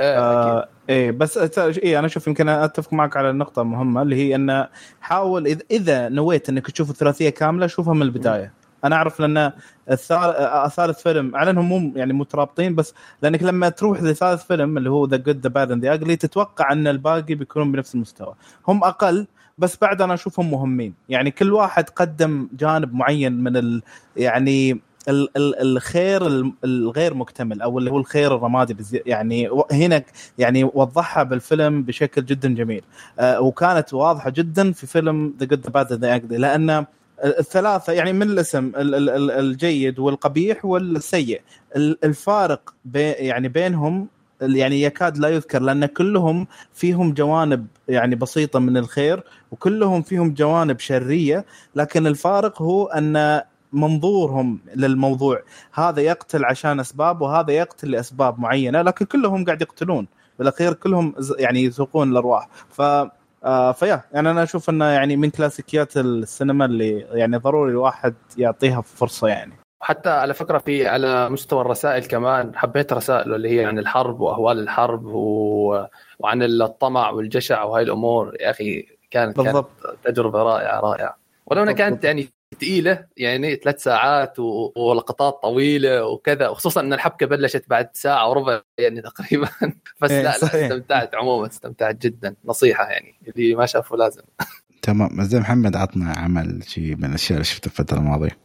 بس انا اشوف يمكن اتفق معك على النقطه مهمه اللي هي ان حاول اذا نويت انك تشوف الثلاثيه كامله شوفها من البدايه. انا اعرف لان الثالث فيلم اعلنهم مو يعني مترابطين بس لانك لما تروح لثالث فيلم اللي هو ذا جود ذا باد اند اجلي تتوقع ان الباقي بيكونون بنفس المستوى. هم اقل بس بعد انا اشوفهم مهمين يعني كل واحد قدم جانب معين من يعني الخير الغير مكتمل او اللي هو الخير الرمادي يعني هنا يعني وضحها بالفيلم بشكل جدا جميل. وكانت واضحه جدا في فيلم ذا جود ذا باد ذا اجلي لان الثلاثه يعني من الاسم الجيد والقبيح والسيء، الفارق يعني بينهم يعني يكاد لا يذكر، لأن كلهم فيهم جوانب يعني بسيطة من الخير وكلهم فيهم جوانب شرية، لكن الفارق هو أن منظورهم للموضوع، هذا يقتل عشان أسباب وهذا يقتل لأسباب معينة، لكن كلهم قاعد يقتلون بالأخير، كلهم يعني يسوقون الأرواح. فيا يعني أنا أشوف أنه يعني من كلاسيكيات السينما اللي يعني ضروري الواحد يعطيها فرصة يعني. حتى على فكرة على مستوى الرسائل كمان حبيت رسائله اللي هي عن الحرب وأهوال الحرب وعن الطمع والجشع وهاي الأمور. يا أخي كانت تجربة رائعة ولو أنها كانت يعني ثقيلة، يعني 3 ساعات ولقطات طويلة وكذا، وخصوصا أن الحبكة بلشت بعد ساعة وربع يعني تقريبا. بس لا استمتعت عموما، استمتعت جدا. نصيحة يعني اللي ما شافه لازم. تمام. زي محمد عطنا عمل شيء من الأشياء اللي شفتها الفترة الماضية.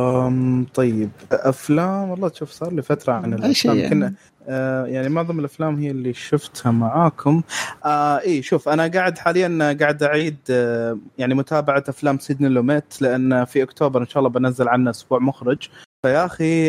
طيب أفلام والله تشوف صار لي فترة عن الأفلام يعني. يعني معظم الأفلام هي اللي شفتها معاكم. إيه شوف أنا قاعد حاليا قاعد أعيد يعني متابعة أفلام سيدني لوميت، لأن في أكتوبر إن شاء الله بنزل عنه أسبوع مخرج. فيا أخي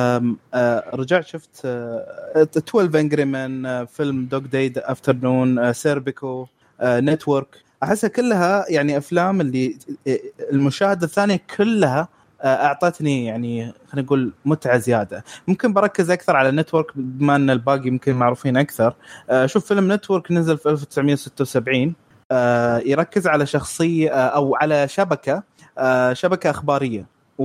رجعت شفت 12 Angry Men، فيلم دوغ داي أفترنون، سيربيكو، نتورك. أحسها كلها يعني أفلام اللي المشاهدة الثانية كلها أعطتني يعني خلينا نقول متعة زيادة. ممكن بركز أكثر على نتورك بما أن الباقي يمكن معروفين أكثر. شوف فيلم نتورك نزل في 1976، يركز على شخصية أو على شبكة أخبارية،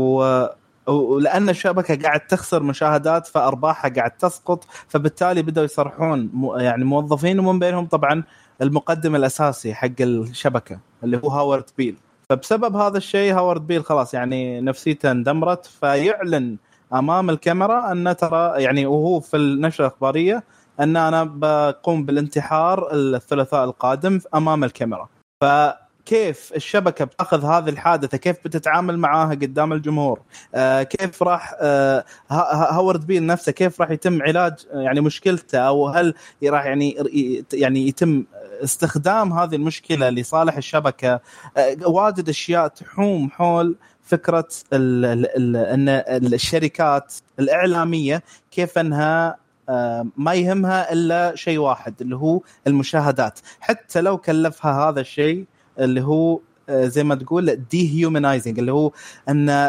ولأن الشبكة قاعد تخسر مشاهدات فأرباحها قاعد تسقط، فبالتالي بدأوا يصرحون يعني موظفين، ومن بينهم طبعا المقدم الأساسي حق الشبكة اللي هو هاورد بيل. فبسبب هذا الشيء هاورد بيل خلاص يعني نفسيته اندمرت، فيعلن أمام الكاميرا أن ترى يعني وهو في النشرة الأخبارية أن أنا بقوم بالانتحار الثلاثاء القادم أمام الكاميرا. فكيف الشبكة بتأخذ هذه الحادثة، كيف بتتعامل معاها قدام الجمهور، كيف راح هاورد بيل نفسه كيف راح يتم علاج يعني مشكلته، أو هل راح يعني يتم استخدام هذه المشكلة لصالح الشبكة. واجد أشياء تحوم حول فكرة أن الشركات الإعلامية كيف أنها ما يهمها إلا شيء واحد اللي هو المشاهدات، حتى لو كلفها هذا الشيء اللي هو زي ما تقول dehumanizing، اللي هو أن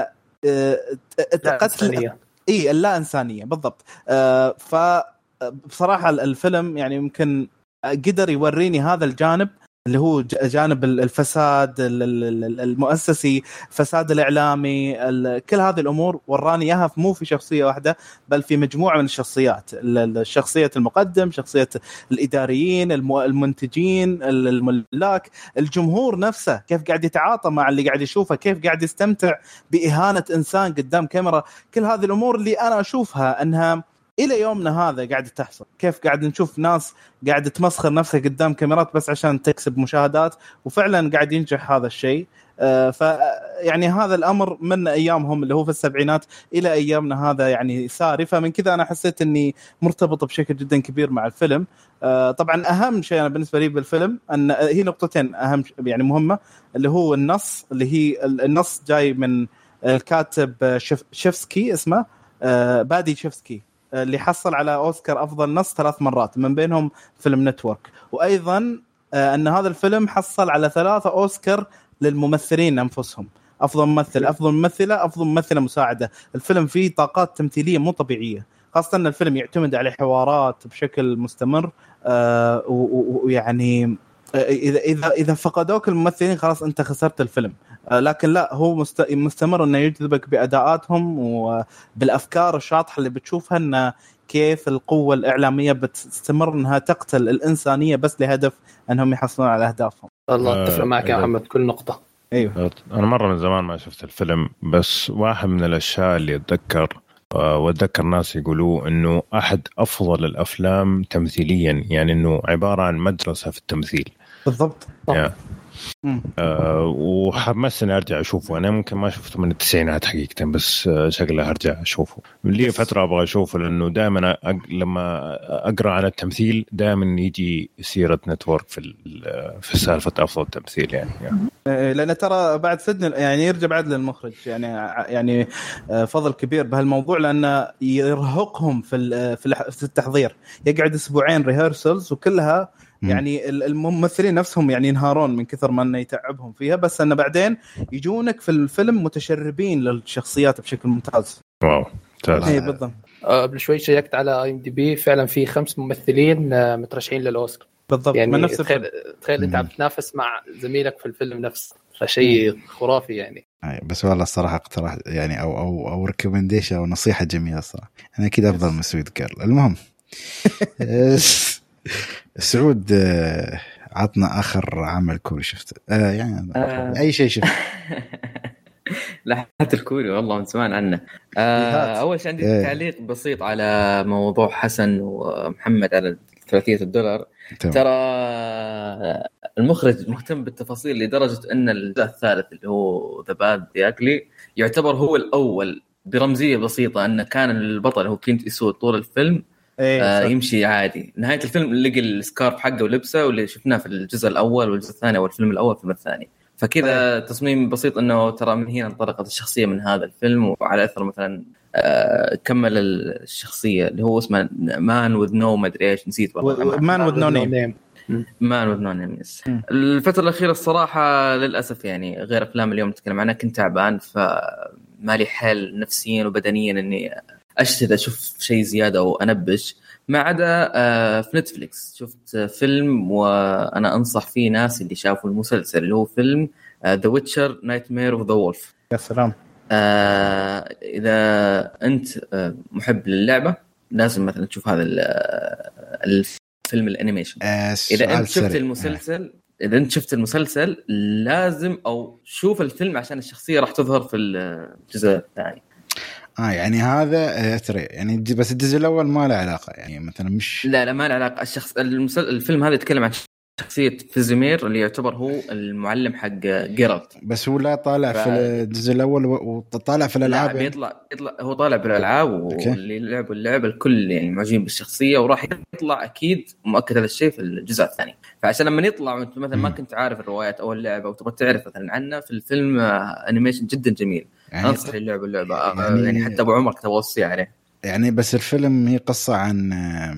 القتل اللا إنسانية بالضبط. فبصراحة الفيلم يعني يمكن قدر يوريني هذا الجانب اللي هو جانب الفساد المؤسسي، فساد الإعلامي، كل هذه الأمور وراني إياها مو في شخصية واحدة بل في مجموعة من الشخصيات، شخصية المقدم، شخصية الإداريين، المنتجين، الملاك، الجمهور نفسه كيف قاعد يتعاطى مع اللي قاعد يشوفه، كيف قاعد يستمتع بإهانة إنسان قدام كاميرا. كل هذه الأمور اللي أنا أشوفها أنها إلى يومنا هذا قاعد تحصل، كيف قاعد نشوف ناس قاعد تمسخر نفسها قدام كاميرات بس عشان تكسب مشاهدات، وفعلا قاعد ينجح هذا الشيء. يعني هذا الأمر من أيامهم اللي هو في السبعينات إلى أيامنا هذا يعني ساري. فمن كذا أنا حسيت أني مرتبط بشكل جدا كبير مع الفيلم. طبعا أهم شيء أنا بالنسبة لي بالفيلم أن هي نقطتين أهم يعني مهمة، اللي هو النص، اللي هي النص جاي من الكاتب شيفسكي، اسمه بادي شيفسكي، اللي حصل على أوسكار أفضل نص 3 مرات من بينهم فيلم نتورك. وأيضا أن هذا الفيلم حصل على 3 أوسكار للممثلين أنفسهم، أفضل ممثل، أفضل ممثلة، أفضل ممثلة مساعدة. الفيلم فيه طاقات تمثيلية مو طبيعية، خاصة أن الفيلم يعتمد على حوارات بشكل مستمر. ويعني إذا فقدوك الممثلين خلاص أنت خسرت الفيلم. لكن لا، هو مستمر أنه يجذبك بأداءاتهم وبالأفكار الشاطحة اللي بتشوفها، أن كيف القوة الإعلامية بتستمر أنها تقتل الإنسانية بس لهدف أنهم يحصلون على أهدافهم. الله أتفق معك يا محمد كل نقطة. أيوه. أنا مرة من زمان ما شفت الفيلم، بس واحد من الأشياء اللي وأتذكر ناس يقولوا إنه أحد أفضل الأفلام تمثيليا، يعني إنه عبارة عن مدرسة في التمثيل. بالضبط. وحمسني ارجع اشوفه. انا ممكن ما شفته من التسعينات حقيقه، بس شكله ارجع اشوفه. لي فتره ابغى اشوفه، لانه دائما لما اقرا عن التمثيل دائما يجي سيره نتورك في سالفه افضل تمثيل يعني. لان ترى بعد سجن يعني يرجع بعد للمخرج يعني فضل كبير بهالموضوع، لانه يرهقهم في التحضير. يقعد اسبوعين ريهرسلز وكلها يعني الممثلين نفسهم يعني ينهارون من كثر ما انه يتعبهم فيها، بس انه بعدين يجونك في الفيلم متشربين للشخصيات بشكل ممتاز. واو اي بالضبط. قبل شوي شيكت على IMDb، فعلا في 5 ممثلين مترشحين للأوسكار بالضبط يعني. من نفس تخيل انت عم تنافس مع زميلك في الفيلم نفسه، فشيء خرافي يعني. بس والله الصراحه اقتراح يعني او ريكومنديشن او نصيحه جميله الصراحه. انا اكيد افضل من سويت جيرل. المهم سعود عطنا آخر عمل كوري شفته يعني أي شيء شفته. لا حتى الكوري والله من زمان عنه. أول شيء عندي تعليق بسيط على موضوع حسن ومحمد على $30. ترى المخرج مهتم بالتفاصيل لدرجة أن الجزء الثالث اللي هو The Bad The Ugly يعتبر هو الأول، برمزية بسيطة أن كان البطل هو كلينت إيستوود طول الفيلم يمشي عادي. نهاية الفيلم لقى السكارف حقه ولبسه، واللي شفناه في الجزء الأول والجزء الثاني والفيلم الأول والفيلم الثاني. فكذا تصميم بسيط أنه ترى من هنا انطلقت الشخصية من هذا الفيلم، وعلى أثر مثلا كمل الشخصية اللي هو اسمه مان with no مدري إيش، نسيت والله. مان with no name. مان with no name. الفترة الأخيرة الصراحة للأسف يعني غير أفلام اليوم نتكلم عنها كنت تعبان، فمالي حال نفسيا وبدنيا إني أشتهي أشوف شيء زيادة وأنبش. ما عدا في نتفليكس شفت فيلم وأنا أنصح فيه ناس اللي شافوا المسلسل اللي هو فيلم The Witcher Nightmare of the Wolf. يا سلام. إذا أنت محب للعبة لازم مثلا تشوف هذا الفيلم الأنيميشن. إذا أنت شفت المسلسل إذا أنت شفت المسلسل لازم أو شوف الفيلم عشان الشخصية راح تظهر في الجزء الثاني. يعني هذا ترى يعني بس الجزء الأول ما له علاقة يعني مثلا مش لا ما له علاقة. الفيلم هذا يتكلم عن شخصية فيزيمير اللي يعتبر هو المعلم حق جيرالت، بس هو لا طالع في الجزء الأول وطالع في الألعاب يعني. بيطلع هو طالع بالألعاب، واللي لعبوا اللعبة الكل يعني معجبين بالشخصية، وراح يطلع أكيد مؤكد هذا الشيء في الجزء الثاني. فعشان لما يطلع وانت مثلا ما كنت عارف الروايات أو اللعبة وتبغى تعرف مثلا عنه، في الفيلم أنيميشن جدا جميل يعني. أنصح اللعبة يعني حتى أبو عمر توصي عليه يعني. بس الفيلم هي قصة عن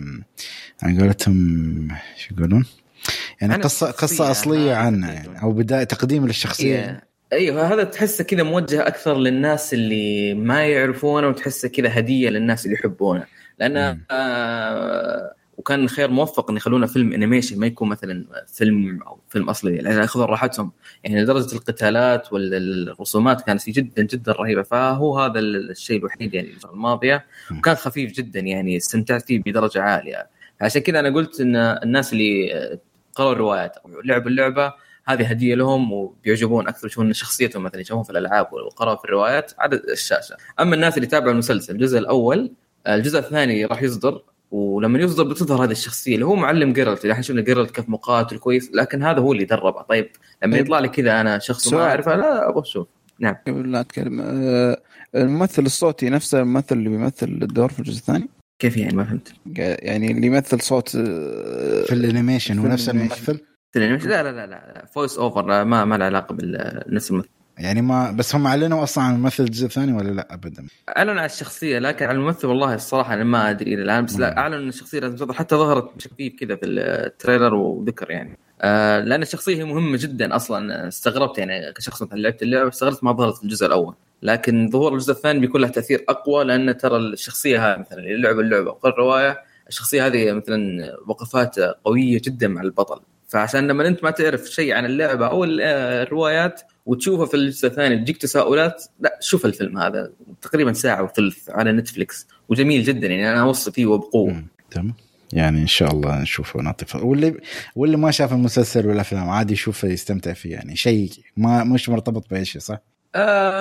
قولتهم شو يقولون يعني قصة أصلية عنه يعني، أو بداية تقديم للشخصية. أيوة هذا تحسه كذا موجه أكثر للناس اللي ما يعرفونه، وتحسه كذا هدية للناس اللي يحبونه، لأنه وكان خير موفق إن يخلونه فيلم أنيميشن، ما يكون مثلا فيلم أو فيلم أصلي، لأن يأخذون راحتهم يعني. لدرجة القتالات والرسومات كانت جدا جدا رهيبة. فهو هذا الشيء الوحيد يعني الماضية، وكان خفيف جدا يعني استمتعت فيه بدرجة عالية. عشان كذا أنا قلت إن الناس اللي قرأوا الروايات أو لعبوا اللعبة هذه هدية لهم، وبيعجبون أكثر يشوفون شخصيتهم مثلا يشوفون في الألعاب وقرأوا في الروايات عدد الشاشة. أما الناس اللي تابعوا المسلسل الجزء الأول، الجزء الثاني راح يصدر، ولما يصدر بتظهر هذه الشخصية اللي هو معلم جيرالت اللي حنشوف جيرالت كيف مقاتل كويس، لكن هذا هو اللي دربه. طيب لما يطلع لي كذا أنا شخص ما أعرفه، لا أبغى أشوف. نعم لا أتكلم. الممثل الصوتي نفسه الممثل اللي بيمثل الدور في الجزء الثاني. كيف يعني؟ ما فهمت. يعني اللي يمثل صوت في الانيميشن هو نفس الممثل؟ لا فويس اوفر ما له علاقه بالنفس الممثل يعني. ما بس هم اعلنوا اصلا عن الممثل الجزء الثاني ولا لا؟ ابدا اعلنوا عن الشخصيه، لكن عن الممثل والله الصراحه انا ما ادري الى الان. بس لا اعلنوا ان الشخصيه لازم تظهر، حتى ظهرت بشكل كذا في التريلر وذكر يعني. لان الشخصيه هي مهمه جدا اصلا. استغربت يعني كشخص مثلا لعبت اللعبه استغربت ما ظهرت في الجزء الاول، لكن ظهور الجزء الثاني بيكون له تاثير اقوى، لان ترى الشخصيه هذه مثلا اللي لعب اللعبه وقرأ الروايه، الشخصيه هذه مثلا وقفات قويه جدا مع البطل. فعشان لما انت ما تعرف شيء عن اللعبه او الروايات وتشوفها في الجزء الثاني تجيك تساؤلات، لا شوف الفيلم هذا تقريبا ساعه وثلث على نتفليكس وجميل جدا يعني. انا اوصي فيه وبقوه. تمام يعني ان شاء الله نشوفه ونعطيه. واللي ما شاف المسلسل والافلام عادي يشوفه يستمتع فيه يعني. شيء ما مش مرتبط باي شيء صح؟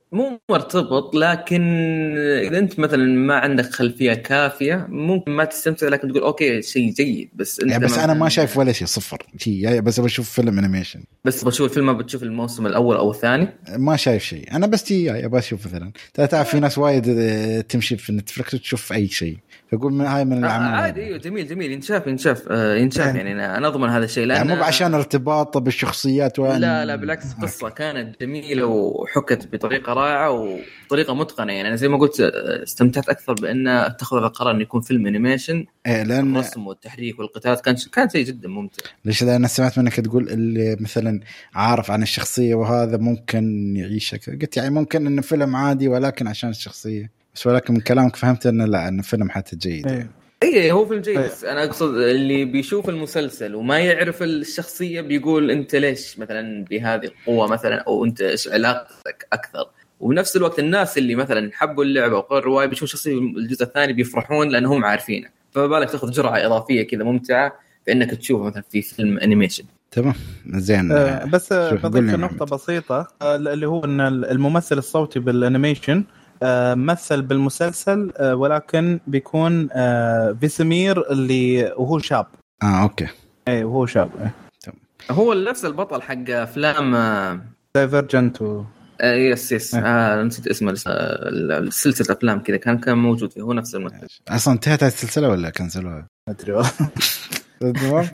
مو مرتبط، لكن اذا انت مثلا ما عندك خلفيه كافيه ممكن ما تستمتع، لكن تقول اوكي شيء جيد. بس انت يعني بس انا ما شايف ولا شيء، صفر شيء، بس بشوف فيلم انيميشن، بس بشوف الفيلم، ما بتشوف الموسم الاول او الثاني. ما شايف شيء انا، بس تي بشوف مثلا تعرف في ناس وايد تمشي في نتفلكس تشوف اي شيء، فاقول من هاي من الاعمال عادي. ايوه جميل ينشاف يعني انا اضمن هذا الشيء، يعني مو عشان ارتباطه بالشخصيات لا بالعكس، قصه كانت جميله وحكت بطريقه رائعه وطريقه متقنه. يعني انا زي ما قلت استمتعت اكثر بان اتخذ القرار انه يكون فيلم انيميشن، لان الرسم والتحريك والقتالات كان شيء جدا ممتع. ليش انا سمعت منك تقول اللي مثلا عارف عن الشخصيه وهذا ممكن يعيش، قلت يعني ممكن انه فيلم عادي ولكن عشان الشخصيه بس، ولكن من كلامك فهمت انه لا، انه فيلم حتى جيد. ايه هو فيلم جيد. انا اقصد اللي بيشوف المسلسل وما يعرف الشخصيه بيقول انت ليش مثلا بهذه القوه مثلا، او انت ايش علاقتك اكثر. وبنفس الوقت الناس اللي مثلا حبوا اللعبه وقروا الروايه بيشوفوا شخصيه الجزء الثاني بيفرحون لانهم عارفينه، فما بالك تاخذ جرعه اضافيه كذا ممتعه بانك تشوفه مثلا في فيلم انيميشن. تمام زين. بس بضيف نقطه بسيطه، اللي هو ان الممثل الصوتي بالانيميشن مثل بالمسلسل، ولكن بيكون فيسمير اللي وهو شاب. اوكي. اي وهو شاب. هو نفس البطل حق افلام دايفرجنت يس نسيت اسمه، السلسله افلام كذا كان موجود فيه، هو نفس الممثل. اصلا انتهت السلسله ولا كنسلوها؟ ادري والله. تمام.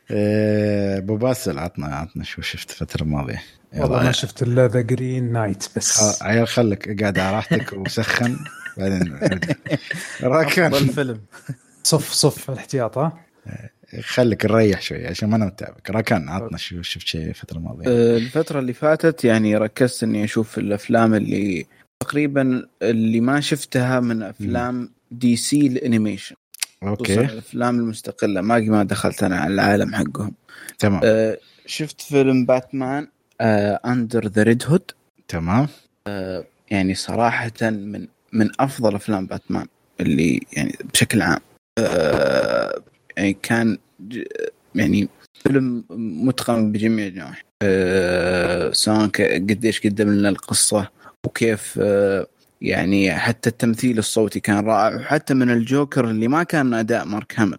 ابو باسل عطنا شو شفت الفتره الماضيه؟ والله ما شفت الا ذا جرين نايت بس. عيال خلك قاعد على راحتك وسخن بعدين راكان الفيلم صف الاحتياط. خليك نريح شوي عشان ما نتعبك. راكان عطنا شو شفت شيء الفتره الماضيه؟ الفتره اللي فاتت يعني ركزت اني اشوف الافلام اللي تقريبا اللي ما شفتها من افلام دي سي الانيميشن. اوكي. الافلام المستقله ما دخلت انا على العالم حقهم. تمام. شفت فيلم باتمان اندر ذا ريد هود. تمام. يعني صراحه من افضل افلام باتمان اللي يعني بشكل عام. يعني كان يعني فيلم متقن بجميع النواحي، سواء قديش قدم لنا القصة وكيف يعني حتى التمثيل الصوتي كان رائع، وحتى من الجوكر اللي ما كان أداء مارك هامل،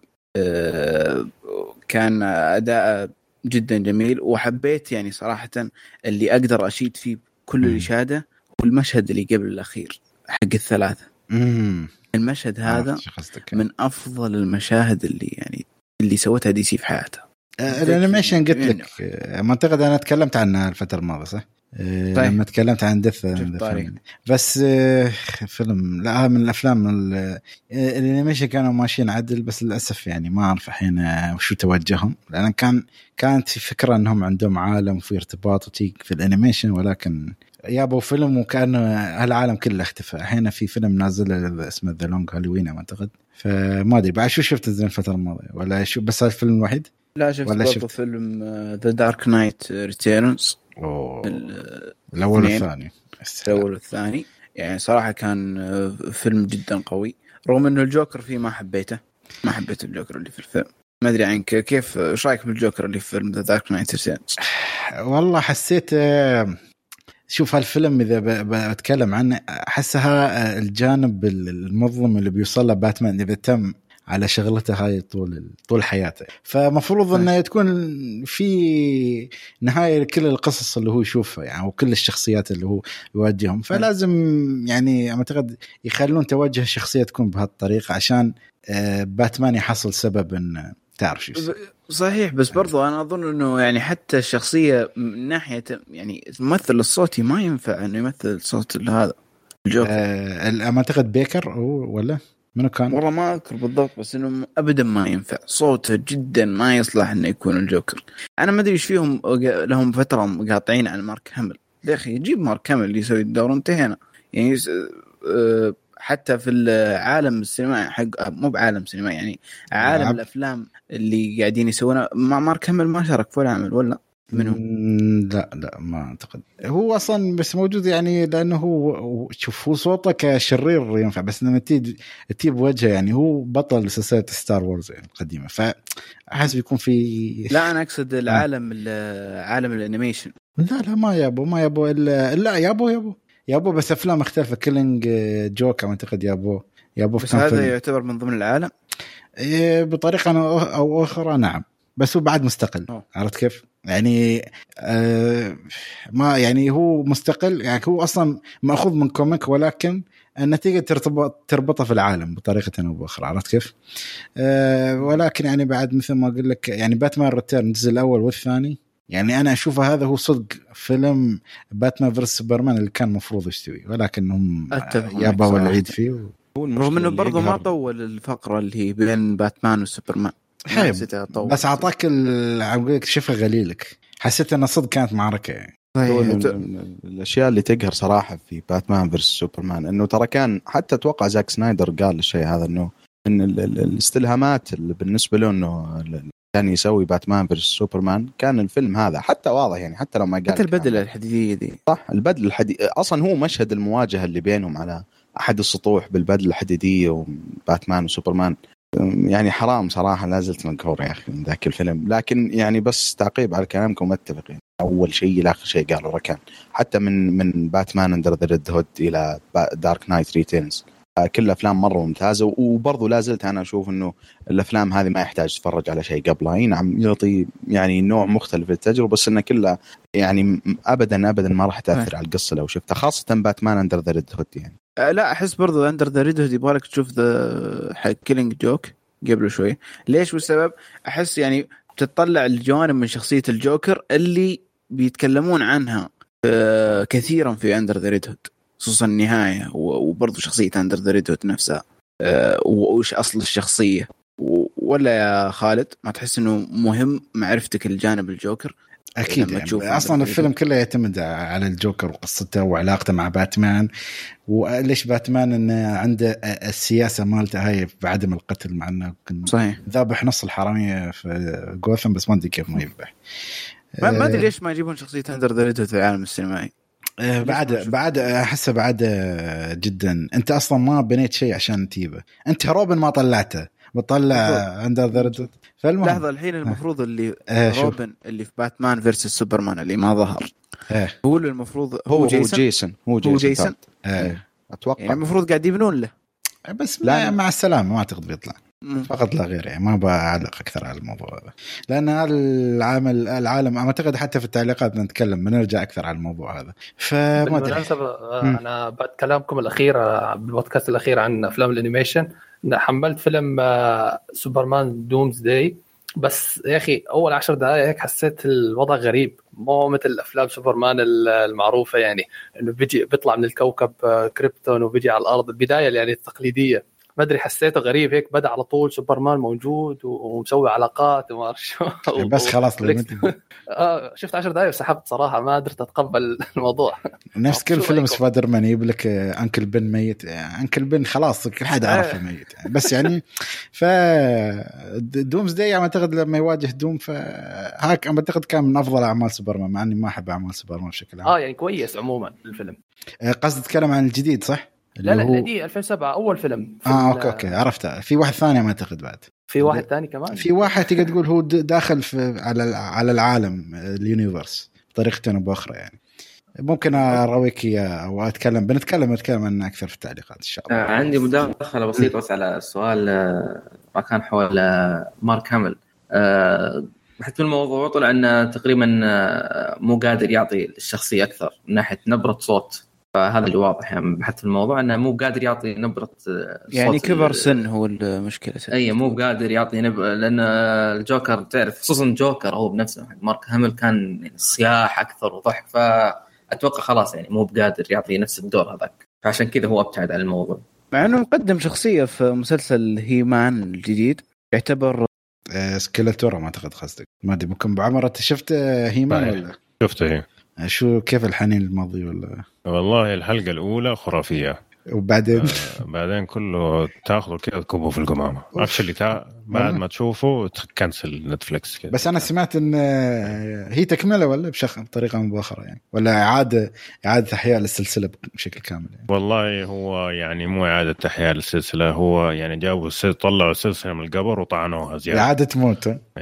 كان أداء جدا جميل. وحبيت يعني صراحة اللي أقدر أشيد فيه كل الإشادة والمشهد اللي قبل الأخير حق الثلاثة. المشهد هذا من أفضل المشاهد اللي سوتها دي سي في حياتها. الانيميشن قلت لك منطقة أنا تكلمت عنها الفترة الماضية صح؟ لما تكلمت عن دث بس فيلم لا من الأفلام الانيميشن كانوا ماشيين عدل، بس للأسف يعني ما أعرف الحين وشو توجههم، لأن كانت في فكرة أنهم عندهم عالم وفي ارتباط وتيك في الانيميشن، ولكن يابو فيلم وكان هالعالم كله اختفى. هنا في فيلم نازل اسمه ذا لونج هالوين أعتقد، فما أدري بعد شو شفت زين الفترة الماضية ولا شو بس الفيلم الوحيد؟ لا شفت برضو فيلم ذا دارك نايت ريتيرنز، الأول والثاني. الأول والثاني يعني صراحة كان فيلم جدا قوي، رغم إنه الجوكر فيه ما حبيت الجوكر اللي في الفيلم. ما أدري عنك كيف، إيش رأيك بالجوكر اللي في فيلم ذا دارك نايت ريتيرنز؟ والله حسيت شوف هالفيلم إذا بتكلم عنه أحسها الجانب المظلم اللي بيوصل له باتمان إذا تم على شغلته هاي طول حياته، فمفروض انه تكون في نهاية لكل القصص اللي هو يشوفها يعني، وكل الشخصيات اللي هو يواجههم، فلازم يعني اعتقد يخلون توجه الشخصية تكون بهالطريقة عشان باتمان يحصل سبب ان تعرف شو صحيح. بس برضو انا اظن انه يعني حتى الشخصية من ناحية يعني الممثل الصوتي ما ينفع انه يمثل صوت هذا الجوكر. اعتقد بيكر ولا منو كان؟ والله ما أذكر بالضبط، بس إنه أبدا ما ينفع، صوته جدا ما يصلح إنه يكون الجوكر. أنا ما أدري إيش فيهم لهم فترة قاطعين عن مارك هامل. يا أخي يجيب مارك هامل اللي يسوي الدور انتهينا يعني. حتى في العالم السينمائي حق مو بعالم سينمائي يعني عالم الأفلام اللي قاعدين يسوونه مع مارك هامل ما شارك في ولا عمل ولا منهم. لا ما أعتقد هو أصلا بس موجود يعني، لأنه هو شوف هو صوته كشرير ينفع، بس لما تجيب وجهه يعني هو بطل سلسلة ستار وورز يعني القديمة، فأحس بيكون في لا أنا أقصد العالم الأنيميشن. لا ما يابو إلا لا يابو يا ابو بس افلام مختلفه. كيلينج جوك اعتقد يا ابو بس هذا يعتبر من ضمن العالم بطريقه او اخرى. نعم بس هو بعد مستقل. عرفت كيف يعني ما يعني هو مستقل يعني هو اصلا ماخوذ من كوميك ولكن النتيجه تربطه في العالم بطريقه او باخرى. عرفت كيف ولكن يعني بعد مثل ما اقول لك يعني باتمان ريتيرن الجزء الاول والثاني يعني انا اشوفه هذا هو صدق فيلم باتمان فيرس سوبرمان اللي كان مفروض يستوي ولكن هم يابوا العيد فيه رغم انه برضه ما طول الفقره اللي هي بين باتمان وسوبرمان بس اعطاك شفه غليلك حسيت ان صدق كانت معركه يعني. الاشياء اللي تقهر صراحه في باتمان فيرس سوبرمان انه ترى كان حتى اتوقع زاك سنايدر قال الشيء هذا انه ان الاستلهامات اللي بالنسبه له انه كان يسوي باتمان فيرس سوبرمان كان الفيلم هذا حتى واضح يعني حتى لو ما قال حتى البدله الحديديه دي صح. البدله الحديديه اصلا هو مشهد المواجهه اللي بينهم على احد السطوح بالبدله الحديديه وباتمان وسوبرمان يعني حرام صراحه لازلت مقهور يا اخي من ذاك الفيلم. لكن يعني بس تعقيب على كلامكم متفقين اول شيء الى اخر شيء قالوا ركان حتى من باتمان اندر ذا ريد هود الى دارك نايت ريتيرنز كل افلام مره ممتازه. وبرضه لازلت انا اشوف انه الافلام هذه ما يحتاج تتفرج على شيء قبلها. نعم يعطي يعني نوع مختلف للتجربه بس انه كلها يعني ابدا ما راح تاثر على القصه لو شفتها خاصه باتمان اندر ذا ريد هود يعني. لا احس برضو اندر ذا ريد هود يبغالك تشوف ذا حق كيلينج جوك قبله شوي. ليش والسبب احس يعني تطلع الجوانب من شخصيه الجوكر اللي بيتكلمون عنها كثيرا في اندر ذا ريد هود خصوصا النهايه وبرضو شخصيه اندر ذا ريد هود نفسها وش اصل الشخصيه. ولا يا خالد ما تحس انه مهم معرفتك الجانب الجوكر؟ اكيد يعني اصلا الفيلم كله يعتمد على الجوكر وقصته وعلاقته مع باتمان وليش باتمان انه عنده السياسه مالته هاي بعدم القتل مع انه صحيح ذابح نص الحراميه في غوثم بس ما ادري كيف ما يذبح. ما ادري ليش ما يجيبون شخصيه اندر ذا ريد في العالم السينمائي. بعد احسه بعد جدا انت اصلا ما بنيت شيء عشان تجيبه. انت روبن ما طلعته بطلع اندر ذا ريد. لحظه الحين المفروض اللي روبن اللي في باتمان فيرسس سوبرمان اللي ما ظهر هو اللي المفروض هو جيسون اتوقع يعني المفروض قاعد يبنون له بس مع السلامه ما اعتقد بيطلع فقط لا غير يعني. ما بعلق اكثر على الموضوع هذا لان العالم اعتقد حتى في التعليقات نتكلم بنرجع اكثر على الموضوع هذا. فما ادري انا بعد كلامكم الاخير بالبودكاست الاخير عن افلام الانيميشن حملت فيلم سوبرمان دومز داي بس يا اخي اول 10 دقائق هيك حسيت الوضع غريب مو مثل افلام سوبرمان المعروفه يعني انه بيطلع من الكوكب كريبتون وبيجي على الارض البدايه يعني التقليديه. ما ادري حسيته غريب هيك بدا على طول سوبرمان موجود ومسوي علاقات وما اعرف شو بس خلاص شفت 10 دقائق وسحبت صراحه ما قدرت اتقبل الموضوع. نفس كل فيلم سبايدر مان يجيب لك انكل بن ميت انكل بن خلاص كل حد عارفه ميت يعني. بس يعني ف دومز داي اعتقد لما يواجه دوم فهاك اعتقد كان من افضل اعمال سوبرمان مع اني ما احب اعمال سوبرمان بشكل عام. يعني كويس عموما الفيلم. قصد تتكلم عن الجديد صح؟ لا دي 2007 اول فيلم اوكي عرفته. في واحد ثاني ما اعتقد بعد في واحد ثاني كمان في واحد تقدر تقول هو داخل على العالم اليونيفرس بطريقه او باخرى يعني. ممكن ارويك او بنتكلم عنه اكثر في التعليقات ان شاء الله. عندي مداخله بسيطه بس على السؤال ما كان حول مارك هامل. بحثت في الموضوع طلع انه تقريبا مو قادر يعطي الشخصيه اكثر من ناحيه نبره صوت. فهذا اللي واضح يعني بحث الموضوع انه مو قادر يعطي نبره يعني كبر سن هو المشكله. اي مو قادر يعطي لان الجوكر تعرف خصوصا جوكر هو بنفسه مارك هامل كان يعني صياح اكثر وضحك فاتوقع خلاص يعني مو بقادر يعطي نفس الدور هذاك فعشان كذا هو ابتعد عن الموضوع. مع انه مقدم شخصيه في مسلسل هيمان الجديد يعتبر سكيلتورا ما اعتقد قصدك ما ادري ممكن بعمره شفت هيمان ولا شفته شو كيف الحنين الماضي ولا والله الحلقة الأولى خرافية وبعدين بعدين كله تاخذه كذا تكبه في القمامة اكشلي بعد ما تشوفه تكنسل نتفليكس كده. بس أنا سمعت إن هي تكملة ولا بطريقة مباشرة يعني ولا إعادة تحية للسلسلة بشكل كامل يعني. والله هو يعني مو إعادة تحية للسلسلة هو يعني جابوا طلعوا السلسلة من القبر وطعنوها زيادة إعادة موت.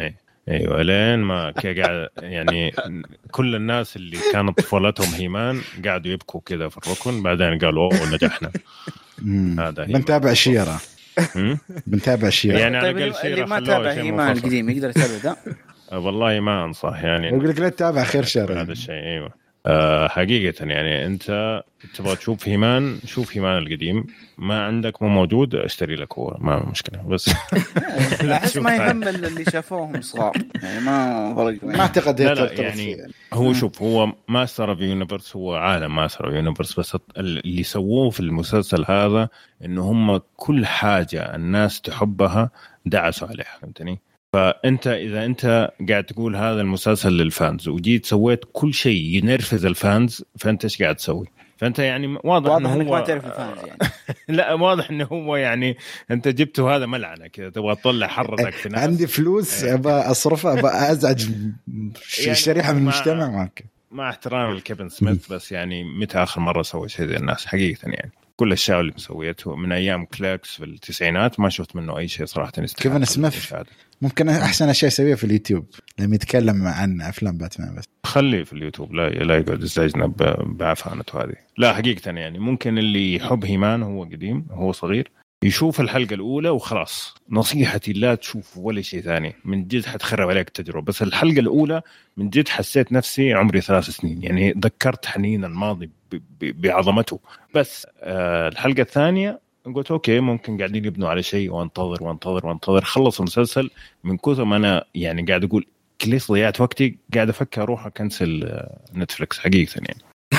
ايوه لين ما قاعد يعني كل الناس اللي كانت طفولتهم هيمان قاعدوا يبكوا كذا في الركن، بعدين قالوا اوه نجحنا. هذا بنتابع شيرة. بنتابع شيرة يعني طيب على الاقل شيرة اللي ما تابع هيمان القديم يقدر يتابع ده؟ والله ما انصح يعني. يقول لك لا تتابع خير شر هذا الشيء. ايوه حقيقة يعني أنت تبغى تشوف هيمان، شوف هيمان القديم. ما عندك مو موجود اشتري لك هو، ما مشكلة. بس أحس ما يهم اللي شافوهم صغار يعني ما فرق. ما أعتقد لا يعني هو شوف هو ماستر اوف يونيفرس، هو عالم ماستر اوف يونيفرس، بس اللي سووه في المسلسل هذا إنه هم كل حاجة الناس تحبها دعسوا عليها، فهمتني؟ فأنت إذا أنت قاعد تقول هذا المسلسل للفانز وجيت سويت كل شيء ينرفز الفانز، فأنت إيش قاعد تسوي؟ فأنت يعني واضح إنه إنك هو ما تعرف الفانز يعني. لا واضح إنه هو يعني أنت جبته هذا ملعنة كذا، تبغى تطلع حرتك في ناس. عندي فلوس أبى أصرفها، أبى أزعج يعني شريحة من المجتمع معك. مع احترام لكيفن سميث، بس يعني متى آخر مرة سوى شيء زي الناس حقيقة يعني. كل الأشياء اللي مسويته من أيام كلاكس في التسعينات ما شفت منه أي شيء صراحة. كيفن سميث ممكن أحسن أشياء يسويها في اليوتيوب لما يتكلم عن أفلام باتمان، بس خليه في اليوتيوب لا يقعد يزعجنا بعفانته هذه. لا حقيقة يعني ممكن اللي يحب هيمان هو قديم هو صغير يشوف الحلقة الأولى وخلاص. نصيحتي لا تشوف ولا شيء ثاني، من جد حتخرب عليك التجربة. بس الحلقة الأولى من جد حسيت نفسي عمري 3 سنين، يعني ذكرت حنين الماضي بعظمته. بس الحلقة الثانية قلت أوكي ممكن قاعدين يبنوا على شيء، وانتظر خلص المسلسل. من كثر ما أنا يعني قاعد أقول كليس ضيعت وقتي، قاعد أفكر أروح أكنسل نتفليكس حقيقة يعني.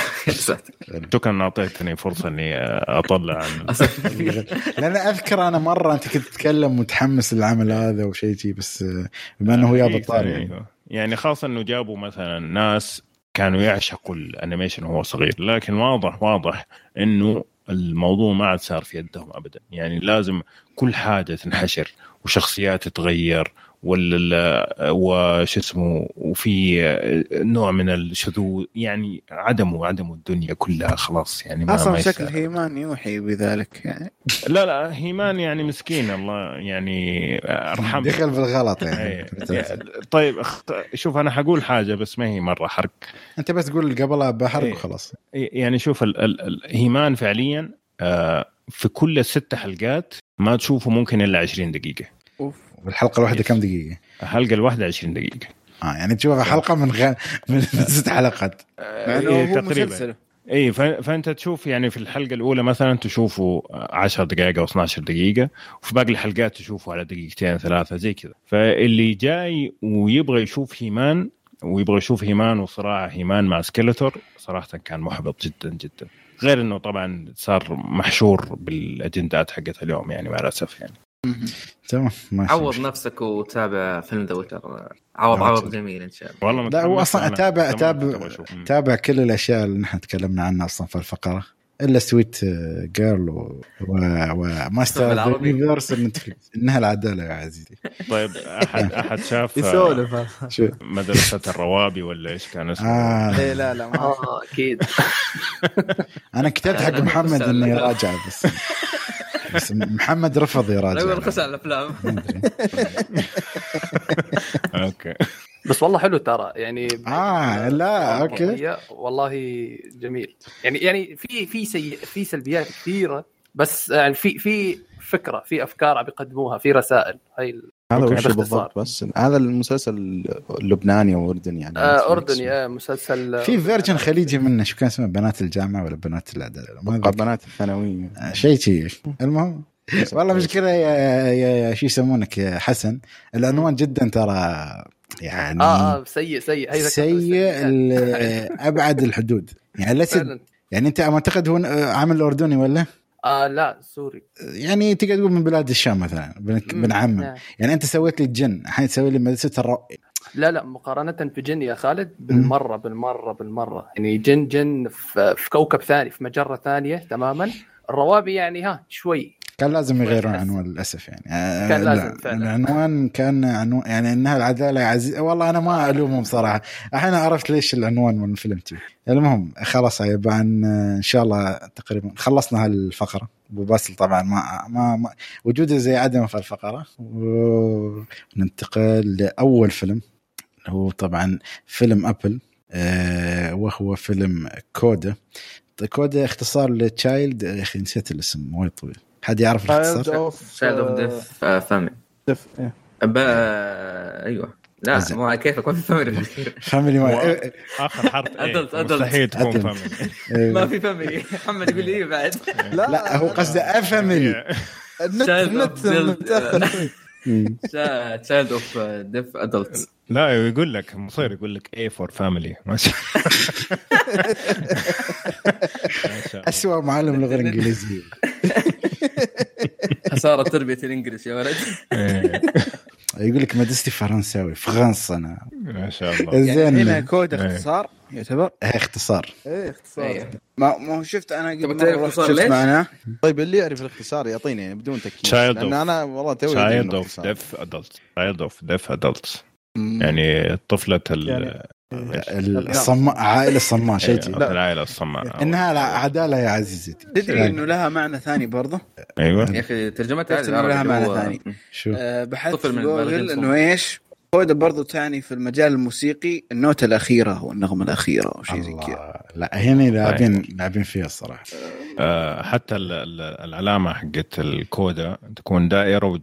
شكرا أعطيتني فرصة إني أطلع عن لأن أذكر أنا مرة أنت كنت تتكلم متحمس للعمل هذا وشيء شيء، بس بما أنه هو يا بطاري يعني خاصة إنه جابوا مثلا ناس كانوا يعشقوا الأنيميشن وهو صغير، لكن واضح إنه الموضوع ما عاد صار في يدهم أبدا. يعني لازم كل حاجة تنحشر وشخصيات تتغير وش اسمه، وفي نوع من الشذوذ، يعني عدموا الدنيا كلها خلاص يعني. ما أصلا شكل هيمان يوحي بذلك يعني. لا هيمان يعني مسكين الله يعني أرحم، دخل بالغلط يعني. طيب شوف أنا حقول حاجة بس ما هي مرة حرق، أنت بس تقول قبلها بحرق وخلاص. يعني شوف هيمان فعليا في كل 6 حلقات ما تشوفه ممكن إلا 20 دقيقة. والحلقة الواحدة كم دقيقة؟ الحلقة الواحدة 20 دقيقة. يعني تشوفها حلقة من 6 حلقات تقريبا. اي فانت تشوف يعني في الحلقة الأولى مثلا تشوفه 10 دقائق أو 12 دقيقة، وفي باقي الحلقات تشوفه على 2-3 زي كذا. فاللي جاي ويبغى يشوف هيمان وصراع هيمان مع سكيلتور صراحة كان محبط جدا جدا. غير انه طبعا صار محشور بالاجندات حقت اليوم يعني مع الاسف يعني. تمام عوض نفسك وتابع فيلم ذا ويتر. عوض جميل ان شاء الله. والله لا هو اصلا اتابع كل الاشياء اللي نحن تكلمنا عنها اصلا في الفقره، الا سويت جيرل وماستر يونيفرس نتفلكس. انها العداله يا عزيزي. طيب احد شاف يسولف مدرسه الروابي ولا ايش كان اسمه؟ لا اكيد. انا كتبت حق محمد انه يراجع بس محمد رفض يراجع. لا يرخص على الافلام. اوكي بس والله حلو ترى يعني. لا اوكي والله جميل يعني في سلبيات كثيره، بس يعني في فكره، في افكار بيقدموها، في رسائل. هاي هذا وش بالضبط؟ بس هذا المسلسل اللبناني او اردني يعني؟ اردني. مسلسل في فيرجن خليجي منه، شو كان اسمه؟ بنات الجامعه ولا بنات العداله؟ بنات الثانويه شيء. المهم والله مشكلة يا شو يسمونك يا حسن، العنوان جدا ترى يعني سيء أبعد الحدود يعني. يعني أنت أعتقد هو عامل أردني ولا؟ لا سوري. يعني تقدر تقول من بلاد الشام مثلا بنعمم. يعني أنت سويت لي الجن، الحين تسوي لي مدرسة لا مقارنة في جن يا خالد بالمرة يعني جن في كوكب ثاني، في مجرة ثانية تماما. الروابي يعني شوي كان لازم يغيرون عنوان للاسف يعني. كان لازم فعلا. العنوان كان عنوان يعني انها العداله يا عزيز. والله انا ما الومهم صراحه. الحين عرفت ليش العنوان من الفيلم تي. المهم خلاص يبقى ان شاء الله تقريبا خلصنا هالفقره. ابو باسل طبعا ما وجوده زي عدمه في الفقره. وننتقل لاول فيلم هو طبعا فيلم ابل وهو فيلم كودا. كودا اختصار لتشايلد يا اخي نسيت الاسم وايد طويل. حد يعرف الاختصار؟ تشايلد اوف ديث فاميلي. ايوه لا ما كيفك ما في فاميلي ما اخر حرف مستحيل تكون فاميلي. ما في فاميلي. محمد يقول لي بعد لا هو قصده افاميلي. تشايلد اوف ديث ادلت. لا يقول لك مصير يقول لك A for family. أسوأ معلم لغة إنجليزية. خسارة تربية الإنجليزي يا ولد. يقول لك مدرستي فرنساوي فرنسا أنا ما شاء الله. يعني هنا كود اختصار يعتبر اختصار. اختصار. ما شفت أنا قبل شفت معنا. طيب اللي يعرف الاختصار يعطيني يعني بدون تكييف. لأن أنا والله توي. Child of Deaf Adults. Child of Deaf Adults. يعني طفلة الصماء. عائلة الصماء شيء. لا العائلة الصماء. إنها عدالة يا عزيزتي. تدري إنه لها معنى ثاني برضه. أيوة. يا أخي ترجمتها لها معنى ثاني. شو؟ بحثت جوجل إنه إيش كودا برضو تعني في المجال الموسيقي النوتة الأخيرة والنغمة الأخيرة أو شيء زي كذا. لا هنا لاعبين فيها الصراحة. حتى العلامة حقت الكودا تكون دائرة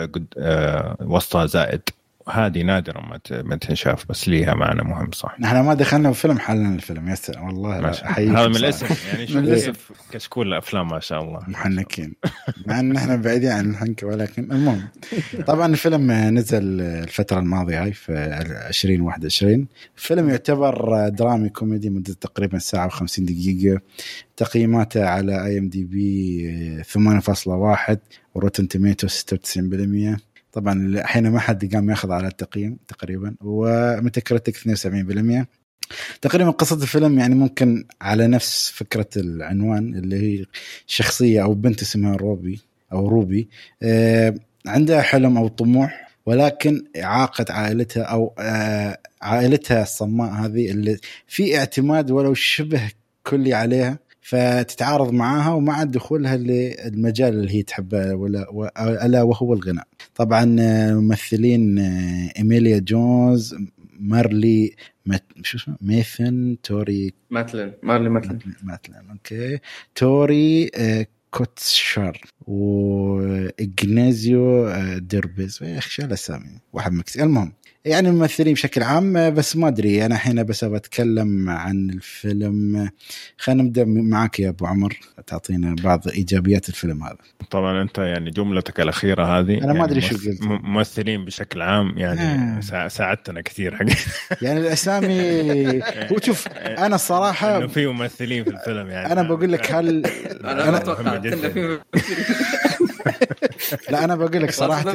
وسطها زائد. هذه نادرة ما تنشاف بس ليها معنى مهم صح. نحن ما دخلنا في فيلم حلنا الفيلم يا سلام والله. هذا من الاسم يعني شوف كشكول الأفلام ما شاء الله محنكين مع أن احنا بعيدين عن الحنكة. ولكن المهم طبعا الفيلم نزل الفترة الماضية هاي في 2021. الفيلم يعتبر درامي كوميدي مدة تقريبا ساعة و50 دقيقة. تقييماته على IMDb 8.1 وروتن توميتو 96%. طبعا الحين ما حد قام ياخذ على التقييم تقريبا. وميتاكريتيك 72%. تقريبا قصة الفيلم يعني ممكن على نفس فكرة العنوان اللي هي شخصية أو بنت اسمها روبي عندها حلم أو طموح ولكن إعاقة عائلتها أو عائلتها الصماء هذه اللي في اعتماد ولو شبه كلي عليها. فتتعارض معها ومع دخولها للمجال اللي هي تحبه ألا وهو الغناء. طبعا ممثلين إيميليا جونز مارلي ميثن توري مارلي أوكي توري كوتشار وإغنازيو ديربيز. يا أخي شو الأسامي واحد مكسي. المهم يعني الممثلين بشكل عام بس ما أدري أنا حين بس بتكلم عن الفيلم. خلينا نبدأ معك يا أبو عمر تعطينا بعض إيجابيات الفيلم هذا. طبعا أنت يعني جملتك الأخيرة هذه أنا ما أدري شو قلت. ممثلين بشكل عام يعني ساعدتنا كثير حقيقة. يعني الأسامي وشوف أنا صراحة إنه في ممثلين في الفيلم يعني أنا بقول لك هل أنا أتوقع لا أنا بقول لك صراحة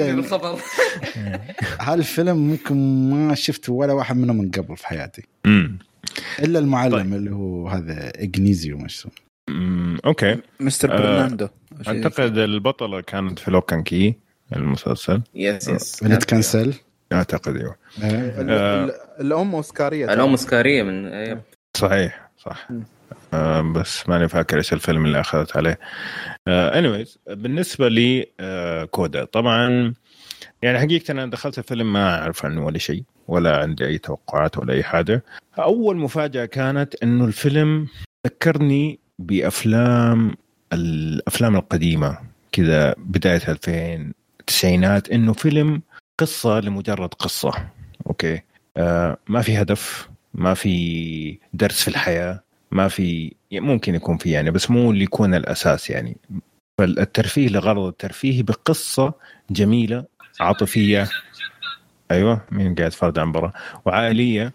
هالفيلم ممكن ما شفت ولا واحد منهم من قبل في حياتي إلا المعلم طيب. اللي هو هذا إغنيزيو مشهور. أوكي مستر برناندو. أعتقد البطلة كانت في لوك أند كي المسلسل. يس نتكنسل أعتقد أيوه. الأم أوسكارية من صحيح صح. بس ماني فاكر إيش الفيلم اللي أخذت عليه. anyways بالنسبة لي كودا طبعا يعني حقيقة أنا دخلت الفيلم ما أعرف عنه ولا شيء ولا عندي أي توقعات ولا أي حاجة. أول مفاجأة كانت إنه الفيلم ذكرني بأفلام القديمة كذا بداية 2000 إنه فيلم قصة لمجرد قصة. أوكي ما في هدف ما في درس في الحياة ما في ممكن يكون في يعني بس مو اللي يكون الأساس يعني. فالترفيه لغرض الترفيه بقصة جميلة عاطفية أيوة مين قاعد فرد عن برا وعائلية.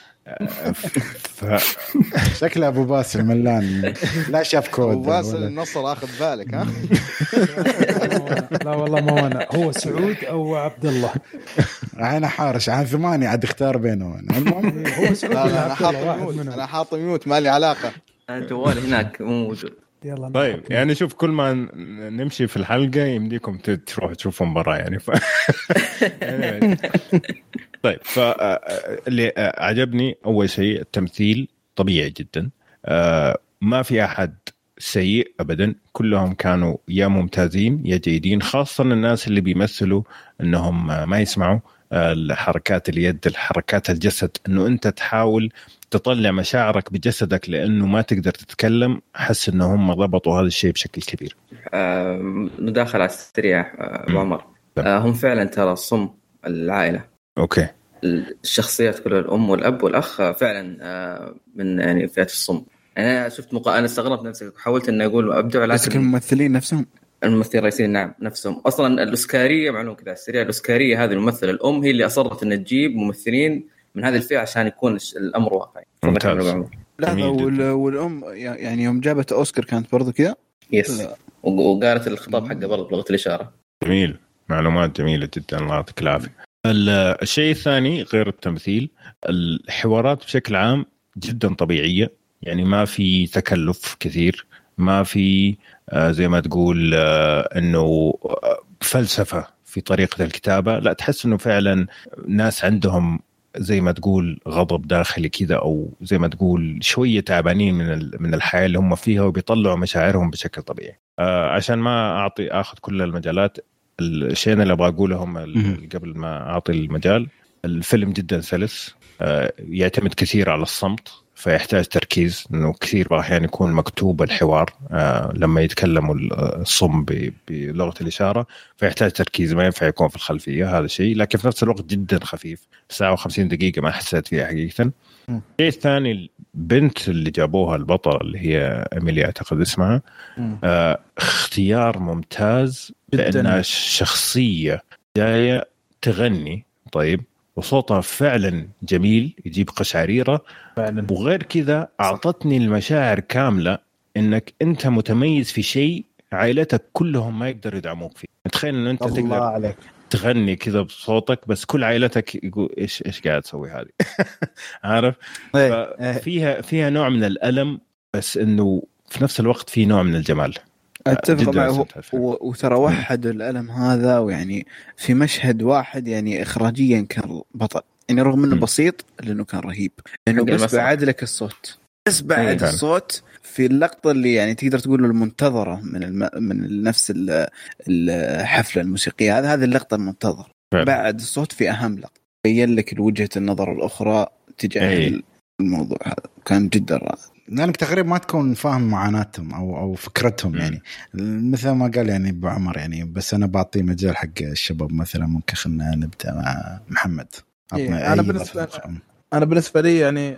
شكله أبو باسل ملان لا شاف كود. أبو باسل النصر أخذ بالك ها. لا والله ما أنا هو سعود أو عبد الله. أنا حارش عن 8 عاد اختار بينه. هو سعود. أنا حاط ميوت ما لي علاقة. الجوال هناك مو موجود. يلا طيب يعني شوف كل ما نمشي في الحلقة يمديكم تروحوا تشوفوا مباراة يعني طيب اللي عجبني أول شيء التمثيل طبيعي جدا، ما في أحد سيء أبدا، كلهم كانوا يا ممتازين يا جيدين، خاصة الناس اللي بيمثلوا أنهم ما يسمعوا الحركات اليد، الحركات الجسد، أنه أنت تحاول تطلع مشاعرك بجسدك لأنه ما تقدر تتكلم. أحس أنه هم ضبطوا هذا الشيء بشكل كبير. نداخل على السريع أبو عمر، هم فعلا ترى صم العائلة. أوكي. الشخصيات كلها الأم والأب والأخ فعلا من يعني فئة الصم. أنا شفت أنا استغربت نفسي، حاولت إن أقول أبدع، لكن الممثلين نفسهم، الممثلين الرئيسيين نعم نفسهم. أصلا الأوسكارية معلومة كذا السريع، الأوسكارية هذه الممثلة الأم هي اللي أصرت إن تجيب ممثلين من هذه الفئة عشان يكون الأمر واقعي. لا والأم يعني يوم جابت أوسكار كانت برضو كذا. يس، وقالت الخطاب حقه برضو بلغة الإشارة. جميل، معلومات جميلة جدا، الله يعطيك العافية. الشيء الثاني غير التمثيل، الحوارات بشكل عام جدا طبيعية، يعني ما في تكلف كثير، ما في زي ما تقول انه فلسفة في طريقة الكتابة، لا تحس انه فعلا ناس عندهم زي ما تقول غضب داخلي كذا، او زي ما تقول شوية تعبانين من الحياة اللي هم فيها، وبيطلعوا مشاعرهم بشكل طبيعي. عشان ما اخذ كل المجالات، الشيء اللي ابغى اقولهم قبل ما اعطي المجال، الفيلم جدا سلس، يعتمد كثير على الصمت، فيحتاج تركيز، انه كثير احيانا يكون مكتوب الحوار لما يتكلموا الصم بلغة الإشارة، فيحتاج تركيز، ما ينفع يكون في الخلفية هذا الشيء، لكن في نفس الوقت جدا خفيف، ساعة و50 دقيقة ما حسيت فيها حقيقة. الشيء الثاني، البنت اللي جابوها البطلة اللي هي أميليا أعتقد اسمها، اختيار ممتاز، لأنها شخصية جاية تغني طيب، وصوتها فعلا جميل يجيب قشعريرة فعلا. وغير كذا أعطتني المشاعر كاملة إنك أنت متميز في شيء عائلتك كلهم ما يقدروا يدعموك فيه. تخيل إنه أنت تقدر عليك تغني كذا بصوتك، بس كل عائلتك يقول إيش قاعد تسوي هذه عارف. فيها نوع من الألم، بس إنه في نفس الوقت في نوع من الجمال. اتفق معه، وترى وحد الألم هذا، ويعني في مشهد واحد يعني إخراجيا كان بطل، يعني رغم انه بسيط لانه كان رهيب، لانه بس بعد لك الصوت، بس بعد الصوت في اللقطة اللي يعني تقدر تقول المنتظرة من نفس الحفلة الموسيقية، هذه اللقطة المنتظرة بعد الصوت في أهم لقطة، بين لك وجهة النظر الأخرى تجاه الموضوع هذا، كان جدا رائع. لأنك تقريبا ما تكون فاهم معاناتهم أو فكرتهم، يعني مثل ما قال يعني أبو عمر، يعني بس أنا بعطي مجال حق الشباب مثلا. ممكن خلنا نبدأ مع محمد. أنا بالنسبة لي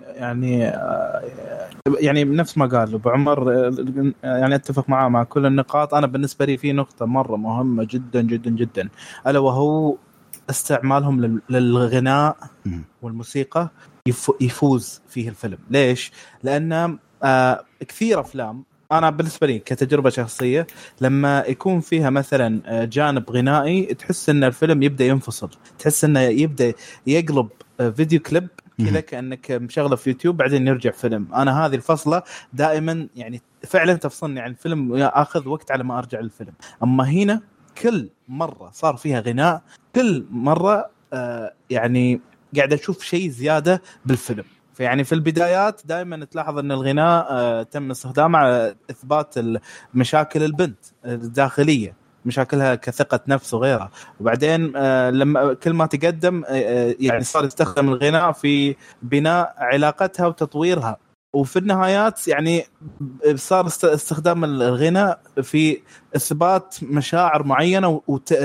يعني نفس ما قال أبو عمر، يعني أتفق معه مع كل النقاط. أنا بالنسبة لي في نقطة مرة مهمة جدا جدا جدا، ألا وهو استعمالهم للغناء والموسيقى يفوز فيه الفيلم. ليش؟ لأن كثير أفلام، أنا بالنسبة لي كتجربة شخصية، لما يكون فيها مثلا جانب غنائي تحس أن الفيلم يبدأ ينفصل، تحس أنه يبدأ يقلب فيديو كليب كذا كأنك مشغله في يوتيوب بعدين يرجع فيلم. أنا هذه الفصلة دائما يعني فعلا تفصلني عن الفيلم، أخذ وقت على ما أرجع للفيلم. أما هنا كل مرة صار فيها غناء، كل مرة يعني قاعد أشوف شيء زيادة بالفيلم. فيعني في البدايات دائما تلاحظ أن الغناء تم استخدامه على إثبات مشاكل البنت الداخلية، مشاكلها كثقة نفس وغيرها، وبعدين لما كل ما تقدم يعني صار يستخدم الغناء في بناء علاقتها وتطويرها، وفي النهايات يعني صار استخدام الغناء في إثبات مشاعر معينة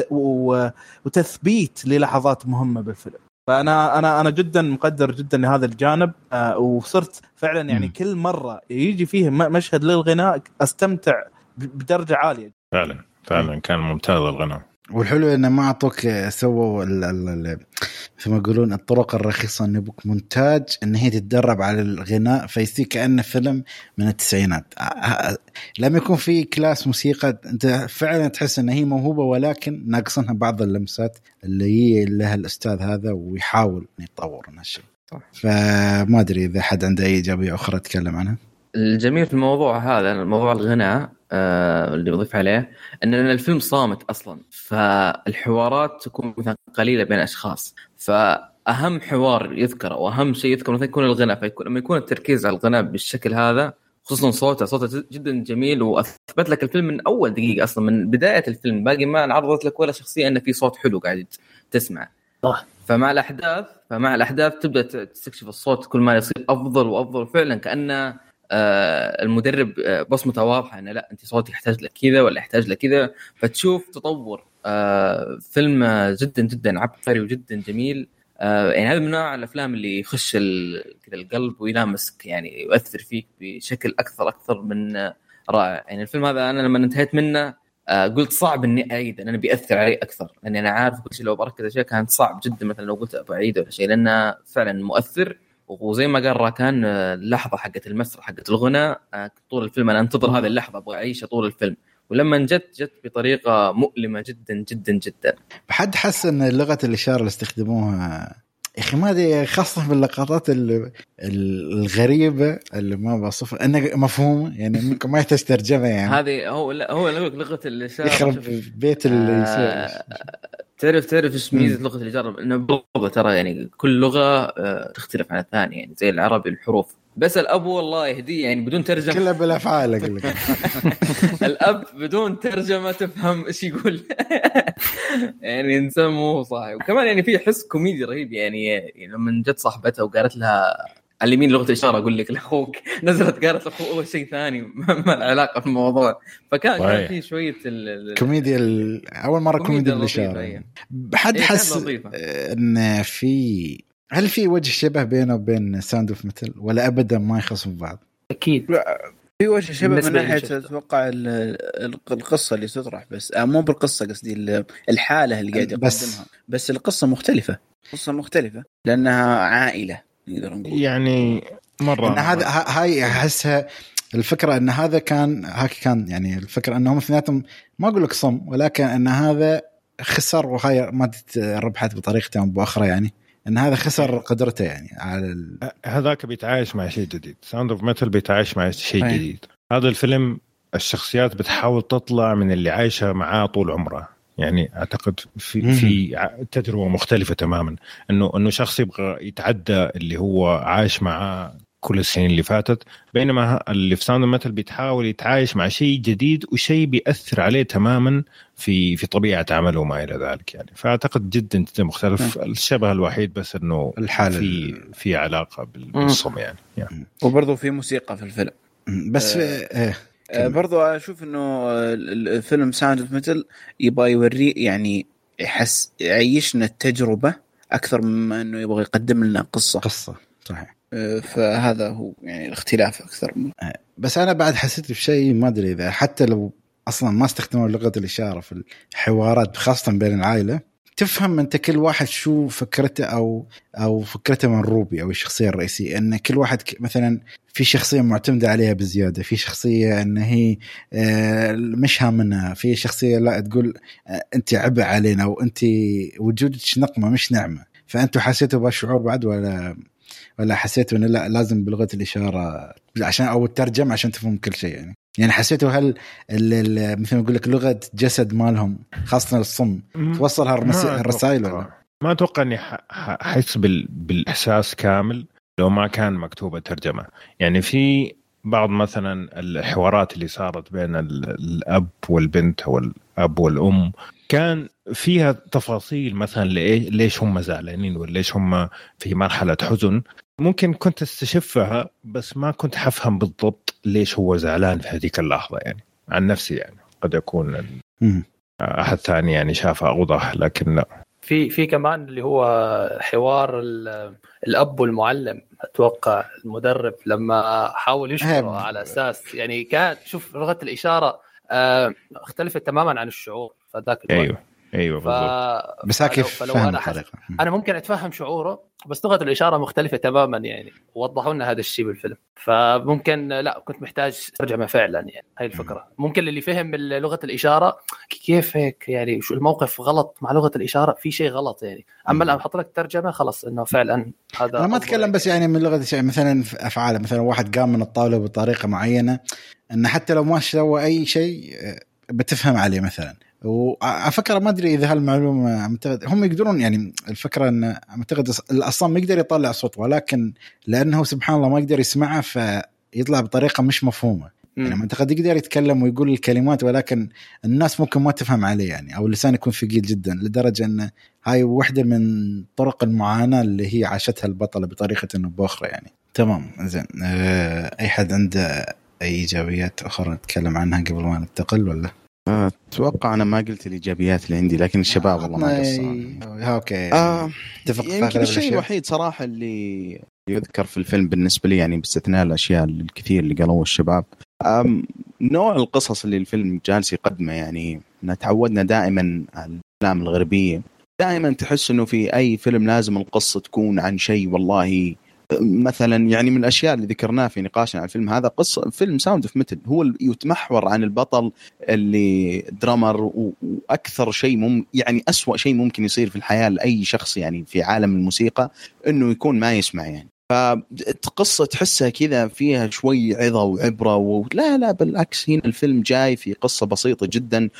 وتثبيت للحظات مهمة بالفيلم. فأنا جدا مقدر جدا هذا الجانب، وصرت فعلا يعني كل مرة يجي فيه مشهد للغناء أستمتع بدرجة عالية. فعلا كان ممتاز الغناء. والحلو انه ما اعطوك سووا ثم يقولون الطرق الرخيصه، ان يبوك مونتاج ان هي تتدرب على الغناء فيصير كأنه فيلم من التسعينات. لما يكون في كلاس موسيقى انت فعلا تحس ان هي موهوبه، ولكن ناقصنها بعض اللمسات اللي هي لها الاستاذ هذا، ويحاول يطور من هالشيء. فما ادري اذا حد عنده اي ايجابيه اخرى اتكلم عنها. الجميل في الموضوع هذا، الموضوع الغناء اللي بضيف عليه ان الفيلم صامت اصلا، فالحوارات تكون مثلا قليله بين اشخاص، فاهم حوار يذكر واهم شيء يذكر مثلا يكون الغناء. فيكون لما يكون التركيز على الغناء بالشكل هذا، خصوصا صوته جدا جميل، واثبت لك الفيلم من اول دقيقه اصلا، من بدايه الفيلم باقي ما انعرضت لك ولا شخصيه ان في صوت حلو قاعد تسمع. فمع الاحداث تبدا تستكشف الصوت كل ما يصير افضل وافضل، فعلا كأن المدرب بصمته واضحه انه لا انت صوتك يحتاج لك كذا ولا يحتاج لك كذا، فتشوف تطور. فيلم جدا جدا عبقري وجدا جميل. يعني هذا من نوع الافلام اللي يخش كذا القلب ويلامسك، يعني يؤثر فيك بشكل اكثر من رائع. يعني الفيلم هذا انا لما انتهيت منه قلت صعب اني اعيد، انا بيأثر علي اكثر لاني انا عارف كل شيء. لو بركز اشياء كانت صعب جدا مثلا لو قلت بعيد ولا شيء، لانه فعلا مؤثر. وزي ما قال راكان، اللحظه حقت المسرح حقت الغناء طول الفيلم انا انتظر هذه اللحظه، ابغى اعيشها طول الفيلم، ولما جت بطريقه مؤلمه جدا جدا جدا. بحد حس ان لغه الاشاره اللي استخدموها يا اخي ما ادري، خاصه باللقطات الغريبه اللي ما بوصفها انها مفهومه، يعني ممكن ما يحتاج ترجمه. يعني هذه هو لغه الاشاره يخرب بيت اللي تعرف ايش ميزه لغه الاشاره؟ انه برضه ترى يعني كل لغه تختلف عن الثانيه، يعني زي العربي الحروف، بس الاب والله يهديه يعني بدون ترجمه كلها بالافعال اقول لك. الاب بدون ترجمه تفهم ايش يقول. يعني انسان مو صاحي. وكمان يعني في حس كوميدي رهيب، يعني لما جت صاحبتها وقالت لها على اليمين لغه الاشاره، اقول لك لاخوك، نزلت قالت لاخوه اول شيء ثاني ما العلاقه في الموضوع. فكان في شويه كوميديا اول مره كوميديا بالاشاره. بحد حس ان هل في وجه شبه بينه وبين ساوند اوف ميتل ولا ابدا ما يخصون بعض؟ اكيد في وجه شبه من ناحيه اتوقع القصه اللي تطرح، بس مو بالقصه، قصدي الحاله اللي قاعد يقدمها، بس القصه مختلفه، قصه مختلفه لانها عائله نقدر نقول. يعني مره إن هذا هاي احسها الفكره، ان هذا كان يعني الفكره انهم اثنيناتهم ما اقول لك صم، ولكن ان هذا خسر وهاي ما ربحت بطريقته او باخرى، يعني ان هذا خسر قدرته يعني على هذاك بيتعايش مع شيء جديد. ساوند اوف ميتل بيتعايش مع شيء جديد. هذا الفيلم الشخصيات بتحاول تطلع من اللي عايشه معاه طول عمره. يعني اعتقد في تجربه مختلفه تماما، انه شخص يبغى يتعدى اللي هو عايش معاه كل السنين اللي فاتت، بينما اللي في ساوند اوف ميتل بيتحاول يتعايش مع شيء جديد وشيء بيأثر عليه تماما في طبيعه عمله وما الى ذلك. يعني فاعتقد جدا جدا مختلف. الشبه الوحيد بس انه في علاقه بالصم يعني. وبرضه في موسيقى في الفيلم بس برضو أشوف إنه الفيلم ساوند اوف ميتل يبغى يوري، يعني يحس يعيشنا التجربة أكثر مما إنه يبغى يقدم لنا قصة صحيح. فهذا هو يعني الاختلاف أكثر. بس أنا بعد حسيت بشيء ما أدري إذا حتى لو أصلا ما استخدموا لغة الإشارة في الحوارات خاصة بين العائلة، تفهم أنت كل واحد شو فكرته أو فكرته من روبي أو الشخصية الرئيسية. أن كل واحد مثلا في شخصية معتمدة عليها بزيادة، في شخصية أن هي مش هامنها، في شخصية لا تقول أنت عبء علينا أو أنت وجودك نقمة مش نعمة. فأنتوا حسيتوا بهالشعور بعد ولا حسيتوا أنه لا لازم بلغة الإشارة عشان أو الترجمة عشان تفهم كل شيء؟ يعني حسيتوا هل مثل ما أقول لك لغة جسد مالهم خاصة الصم توصل هالرسائل ولا ما أتوقع أني حس بالإحساس كامل لو ما كان مكتوبة ترجمة. يعني في بعض مثلا الحوارات اللي صارت بين الأب والبنت أو الأب والأم كان فيها تفاصيل مثلا ليش هم زعلانين وليش هم في مرحلة حزن، ممكن كنت استشفها بس ما كنت حفهم بالضبط ليش هو زعلان في هذيك اللحظة. يعني عن نفسي يعني قد يكون أحد ثاني يعني شافها أوضح، لكن لا. في كمان اللي هو حوار الأب والمعلم. أتوقع المدرب لما حاول يشكره على أساس يعني كان شوف لغة الإشارة اختلفت تماما عن الشعور فذاك الوقت. أيوه. ايوه بالضبط. بس كيف فهم الطريقه؟ انا ممكن اتفهم شعوره، بس لغه الاشاره مختلفه تماما يعني، وضحوا لنا هذا الشيء بالفيلم. فممكن لا كنت محتاج ترجمه فعلا يعني. هاي الفكره. ممكن اللي فهم لغه الاشاره كيف هيك يعني، شو الموقف غلط مع لغه الاشاره، في شيء غلط يعني. اما الان احط لك ترجمه خلاص انه فعلا هذا. انا ما اتكلم بس يعني من لغه الاشاره، مثلا افعال، مثلا واحد قام من الطاوله بطريقه معينه، ان حتى لو ما سوى اي شيء بتفهم عليه مثلا. وفكرة ما أدري إذا هالمعلومة هم يقدرون يعني، الفكرة أن أعتقد الأصلا ما يقدر يطلع صوت، ولكن لأنه سبحان الله ما يقدر يسمعه فيطلع بطريقة مش مفهومة. يعني أعتقد يقدر يتكلم ويقول الكلمات، ولكن الناس ممكن ما تفهم عليه يعني، أو اللسان يكون ثقيل جدا لدرجة أن هاي واحدة من طرق المعاناة اللي هي عاشتها البطلة بطريقة أو بأخرى يعني. تمام زين. أي حد عنده أي إيجابيات أخرى نتكلم عنها قبل ما ننتقل ولا؟ أتوقع أنا ما قلت الإيجابيات اللي عندي، لكن الشباب والله ما قصروا. أوكي. يمكن الشيء الوحيد صراحة اللي يذكر في الفيلم بالنسبة لي يعني، باستثناء الأشياء الكثير اللي قالوه الشباب، نوع القصص اللي الفيلم جالس يقدمه يعني. تعودنا دائما على الأفلام الغربية، دائما تحس إنه في أي فيلم لازم القصة تكون عن شيء والله مثلا يعني. من الاشياء اللي ذكرناها في نقاشنا على الفيلم هذا، قصه فيلم ساوند اوف ميتل هو يتمحور عن البطل اللي درامر، واكثر شيء يعني اسوأ شيء ممكن يصير في الحياه لاي شخص يعني في عالم الموسيقى انه يكون ما يسمع يعني. فقصة تحسها كذا فيها شوي عظة وعبرة، ولا بالعكس هنا الفيلم جاي في قصة بسيطة جدا،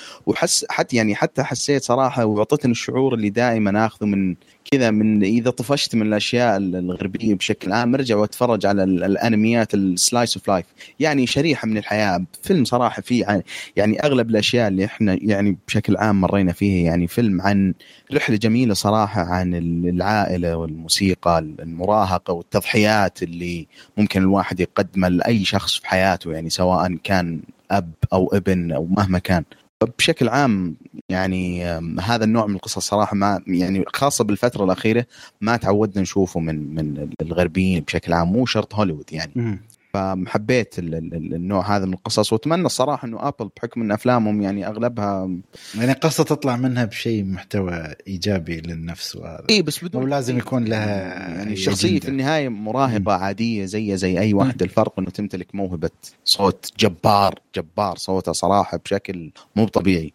حتى حسيت صراحة وعطتني الشعور اللي دائما أخذه من كذا، من إذا طفشت من الأشياء الغربية بشكل عام ارجع واتفرج على الأنميات السلايس اوف لايف، يعني شريحة من الحياة. فيلم صراحة فيه يعني أغلب الأشياء اللي إحنا يعني بشكل عام مرينا فيها يعني. فيلم عن رحلة جميلة صراحة عن العائلة والموسيقى، المراهقة والتضحيات اللي ممكن الواحد يقدمها لأي شخص في حياته يعني، سواء كان أب أو ابن أو مهما كان. بشكل عام يعني هذا النوع من القصص صراحة ما يعني، خاصة بالفترة الأخيرة ما تعودنا نشوفه من الغربيين بشكل عام، مو شرط هوليوود يعني. فحبيت النوع هذا من القصص، واتمنى الصراحة انه ابل بحكم ان افلامهم يعني اغلبها يعني قصة تطلع منها بشيء محتوى ايجابي للنفس، وهذا بس بدون لازم يكون لها يعني الشخصية في النهاية مراهقة عادية زي اي واحد. الفرق انه تمتلك موهبة صوت جبار صوتها صراحة بشكل مو طبيعي.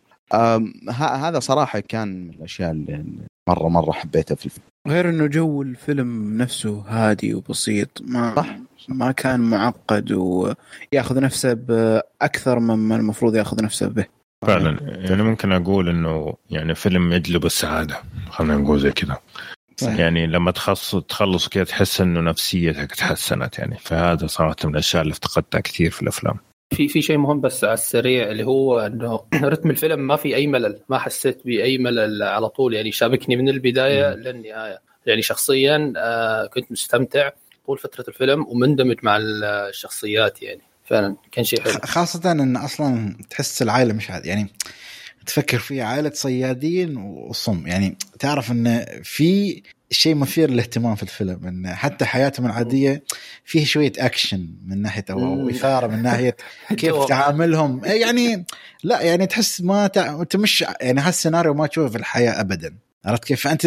هذا صراحة كان من الاشياء اللي مرة حبيتها في الفيلم. غير انه جو الفيلم نفسه هادي وبسيط، ما كان معقد وياخذ نفسه بأكثر مما المفروض ياخذ نفسه به. فعلا يعني ممكن أقول إنه يعني فيلم يجلب السعادة، خلينا نقول زي كذا يعني. لما تخلص كده تحس إنه نفسيتك تحسنت يعني. فهذا صراحة من الأشياء اللي افتقدتها كثير في الأفلام. في شيء مهم بس على السريع، اللي هو انه رتم الفيلم ما في اي ملل، ما حسيت باي ملل على طول يعني، شابكني من البدايه للنهايه يعني. شخصيا كنت مستمتع طول فتره الفيلم ومندمج مع الشخصيات يعني. فعلا كان شيء حلو، خاصه ان اصلا تحس العائله مش عادي يعني. تفكر في عائله صيادين وصم يعني، تعرف ان في شيء مثير للاهتمام في الفيلم، ان حتى حياتهم العاديه فيه شويه اكشن من ناحيه او اثاره من ناحيه كيف تعاملهم يعني. لا يعني تحس انت مش يعني هالسيناريو ما تشوفه في الحياه ابدا، عرفت كيف؟ فانت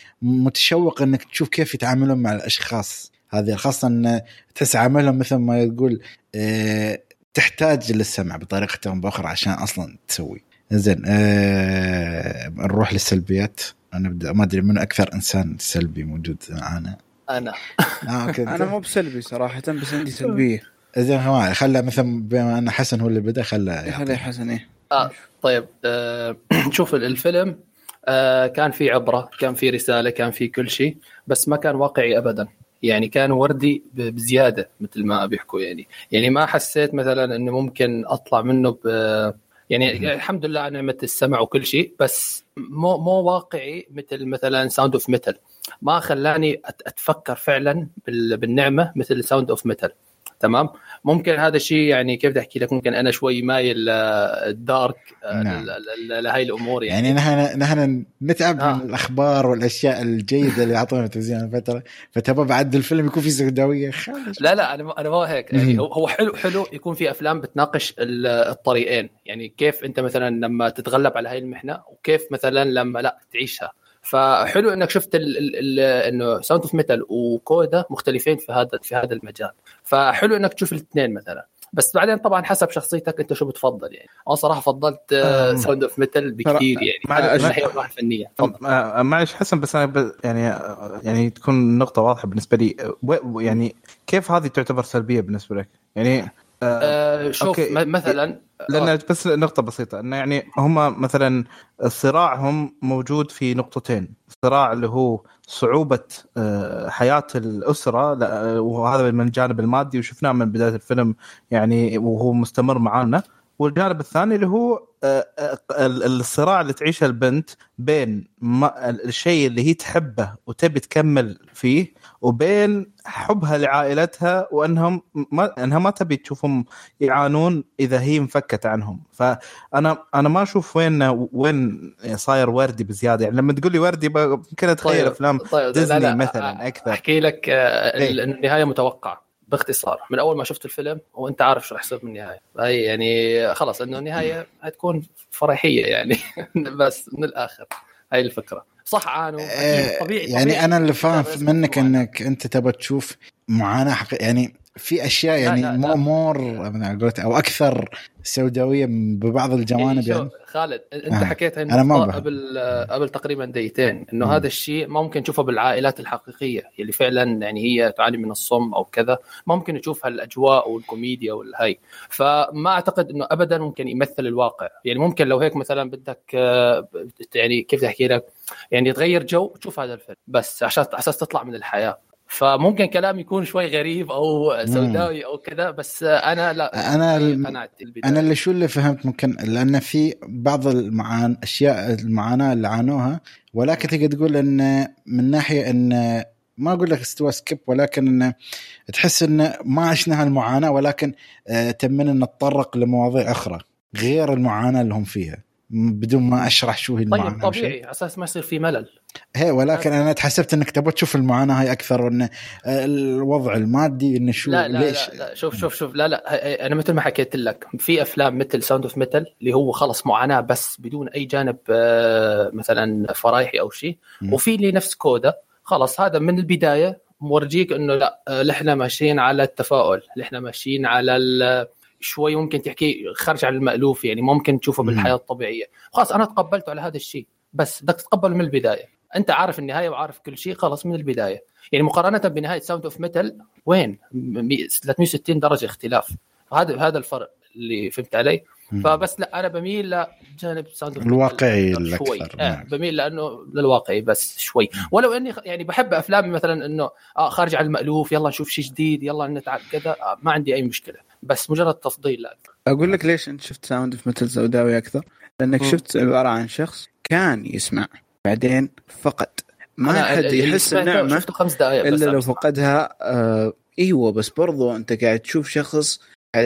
متشوق انك تشوف كيف يتعاملون مع الاشخاص هذه، خاصه ان تحس عاملهم مثل ما يقول تحتاج للسمع بطريقه او باخرى عشان اصلا تسوي. زين نروح للسلبيات. نبدأ، ما أدري من أكثر إنسان سلبي موجود معنا. أنا أنا مو بسلبي صراحة، بس عندي سلبية. إذا هو خلى مثلا بما أن حسن هو اللي بدأ، خلى حسن إيه. طيب شوف الفيلم كان في عبرة، كان في رسالة، كان في كل شيء، بس ما كان واقعي أبدا يعني. كان وردي بزيادة مثل ما بيحكوا يعني ما حسيت مثلا إنه ممكن أطلع منه يعني الحمد لله على نعمة السمع وكل شيء، بس مو واقعي مثلا ساوند اوف ميتال. ما خلاني أتفكر فعلا بالنعمة مثل ساوند اوف ميتال. تمام. ممكن هذا الشيء يعني كيف بدي احكي لك، ممكن انا شوي مايل الدارك لهي الامور يعني نحن نتعب من الاخبار والاشياء الجيده اللي يعطونا التلفزيون فتره، فتبى بعد الفيلم يكون في سوداويه. لا انا ما هيك يعني. هو حلو يكون في افلام بتناقش الطريقين، يعني كيف انت مثلا لما تتغلب على هاي المحنه، وكيف مثلا لما لا تعيشها. فحلو انك شفت انه ساوند اوف ميتال وكودا مختلفين في هذا المجال، فحلو انك تشوف الاثنين مثلا. بس بعدين طبعا حسب شخصيتك انت شو بتفضل. يعني انا صراحه فضلت ساوند اوف ميتال بكثير يعني من ناحيه فنيه. معلش حسن، بس انا يعني تكون نقطه واضحه بالنسبه لي. يعني كيف هذه تعتبر سلبيه بالنسبه لك؟ يعني شوف مثلا لأن بس نقطة بسيطة إنه يعني هم مثلا صراعهم موجود في نقطتين. صراع اللي هو صعوبة حياة الأسرة، وهذا من الجانب المادي وشفناه من بداية الفيلم يعني وهو مستمر معانا. والجانب الثاني اللي هو الصراع اللي تعيشه البنت بين الشيء اللي هي تحبه وتبي تكمل فيه، وبين حبها لعائلتها وأنها ما تبي تشوفهم يعانون إذا هي مفكت عنهم. فأنا ما أشوف وين صاير وردي بزيادة. يعني لما تقولي وردي ممكن أتخيل أفلام ديزني لا مثلا أكثر. أحكي لك النهاية متوقعة باختصار. من أول ما شفت الفيلم وأنت عارف شو يحصل من النهاية، هاي يعني خلاص إنه النهاية هتكون فرحية يعني بس من الآخر هاي الفكرة صح. عانوا طبيعي. يعني أنا اللي فاهم منك إنك أنت تبى تشوف معاناة حقيقية، يعني في أشياء يعني مور من قلت أو أكثر سوداوية ببعض الجوانب. يعني خالد أنت حكيت قبل تقريبا دقيقتين إنه هذا الشيء ما ممكن تشوفه بالعائلات الحقيقية اللي فعلا يعني هي تعاني من الصم أو كذا، ما ممكن تشوف هالأجواء والكوميديا والهاي. فما أعتقد إنه أبدا ممكن يمثل الواقع. يعني ممكن لو هيك مثلا بدك يعني كيف تحكي لك يعني تغير جو تشوف هذا الفيلم بس عشان أساس تطلع من الحياة. فممكن كلام يكون شوي غريب او سوداوي او كذا، بس انا لا انا اللي شو اللي فهمت ممكن لان في بعض اشياء المعاناه اللي عانوها، ولكن تقدر تقول ان من ناحيه ان ما اقول لك استوى سكيب، ولكن ان تحس ان ما عشنا هالمعاناه، ولكن تمنا نتطرق لمواضيع اخرى غير المعاناه اللي هم فيها بدون ما اشرح شو هي المعاناه. طيب طبيعي اساس ما يصير في ملل. هي ولكن انا تحسبت انك تبغى تشوف المعاناه هاي اكثر، وان الوضع المادي انه شو ليش. لا شوف لا انا مثل ما حكيت لك في افلام مثل ساوند اوف ميتال اللي هو خلص معاناه بس بدون اي جانب مثلا فرايحي او شيء، وفي لي نفس كودا خلص هذا من البدايه مورجيك انه لا احنا ماشيين على التفاؤل، احنا ماشيين على شوي ممكن تحكي خارج عن المألوف، يعني ممكن تشوفه بالحياه الطبيعيه. خلاص انا تقبلته على هذا الشيء، بس بدك تتقبل من البدايه. انت عارف النهايه وعارف كل شيء خلاص من البدايه. يعني مقارنه بنهايه ساوند اوف ميتال وين 360 درجه اختلاف. هذا الفرق اللي فهمت علي. فبس لا انا بميل لجانب ساوند اوف الواقعي اكثر. بميل لانه للواقعي بس شوي، ولو اني يعني بحب افلام مثلا انه خارج عن المألوف، يلا نشوف شيء جديد، يلا نتعب كذا، ما عندي اي مشكله، بس مجرد تفضيل. لا اقول لك ليش انت شفت ساوند اوف ميتال سوداوي اكثر، لانك شفت عباره عن شخص كان يسمع بعدين فقد، ما حد يحس النعمه 5 دقائق الا لو فقدها. ايوه بس برضو انت قاعد تشوف شخص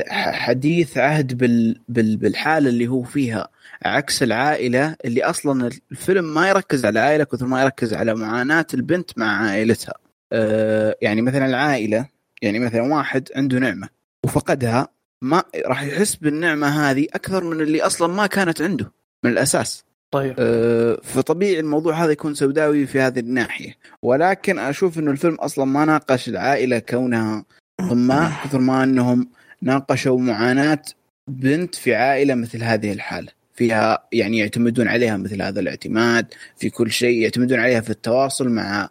حديث عهد بالحاله اللي هو فيها، عكس العائله اللي اصلا الفيلم ما يركز على العائله كثر ما يركز على معاناه البنت مع عائلتها. يعني مثلا العائله، يعني مثلا واحد عنده نعمه وفقدها، ما راح يحس بالنعمه هذه اكثر من اللي اصلا ما كانت عنده من الاساس. طيب فطبيعي الموضوع هذا يكون سوداوي في هذه الناحيه، ولكن اشوف انه الفيلم اصلا ما ناقش العائله كونها ضماء كثر ما انهم ناقشوا معاناه بنت في عائله مثل هذه الحاله، فيها يعني يعتمدون عليها مثل هذا الاعتماد في كل شيء، يعتمدون عليها في التواصل مع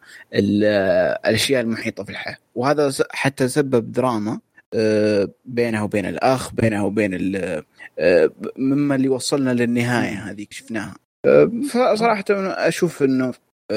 الاشياء المحيطه في الحياه. وهذا حتى سبب دراما بينها وبين الأخ، بينها وبين مما اللي وصلنا للنهاية هذه شفناها. فصراحة أشوف أنه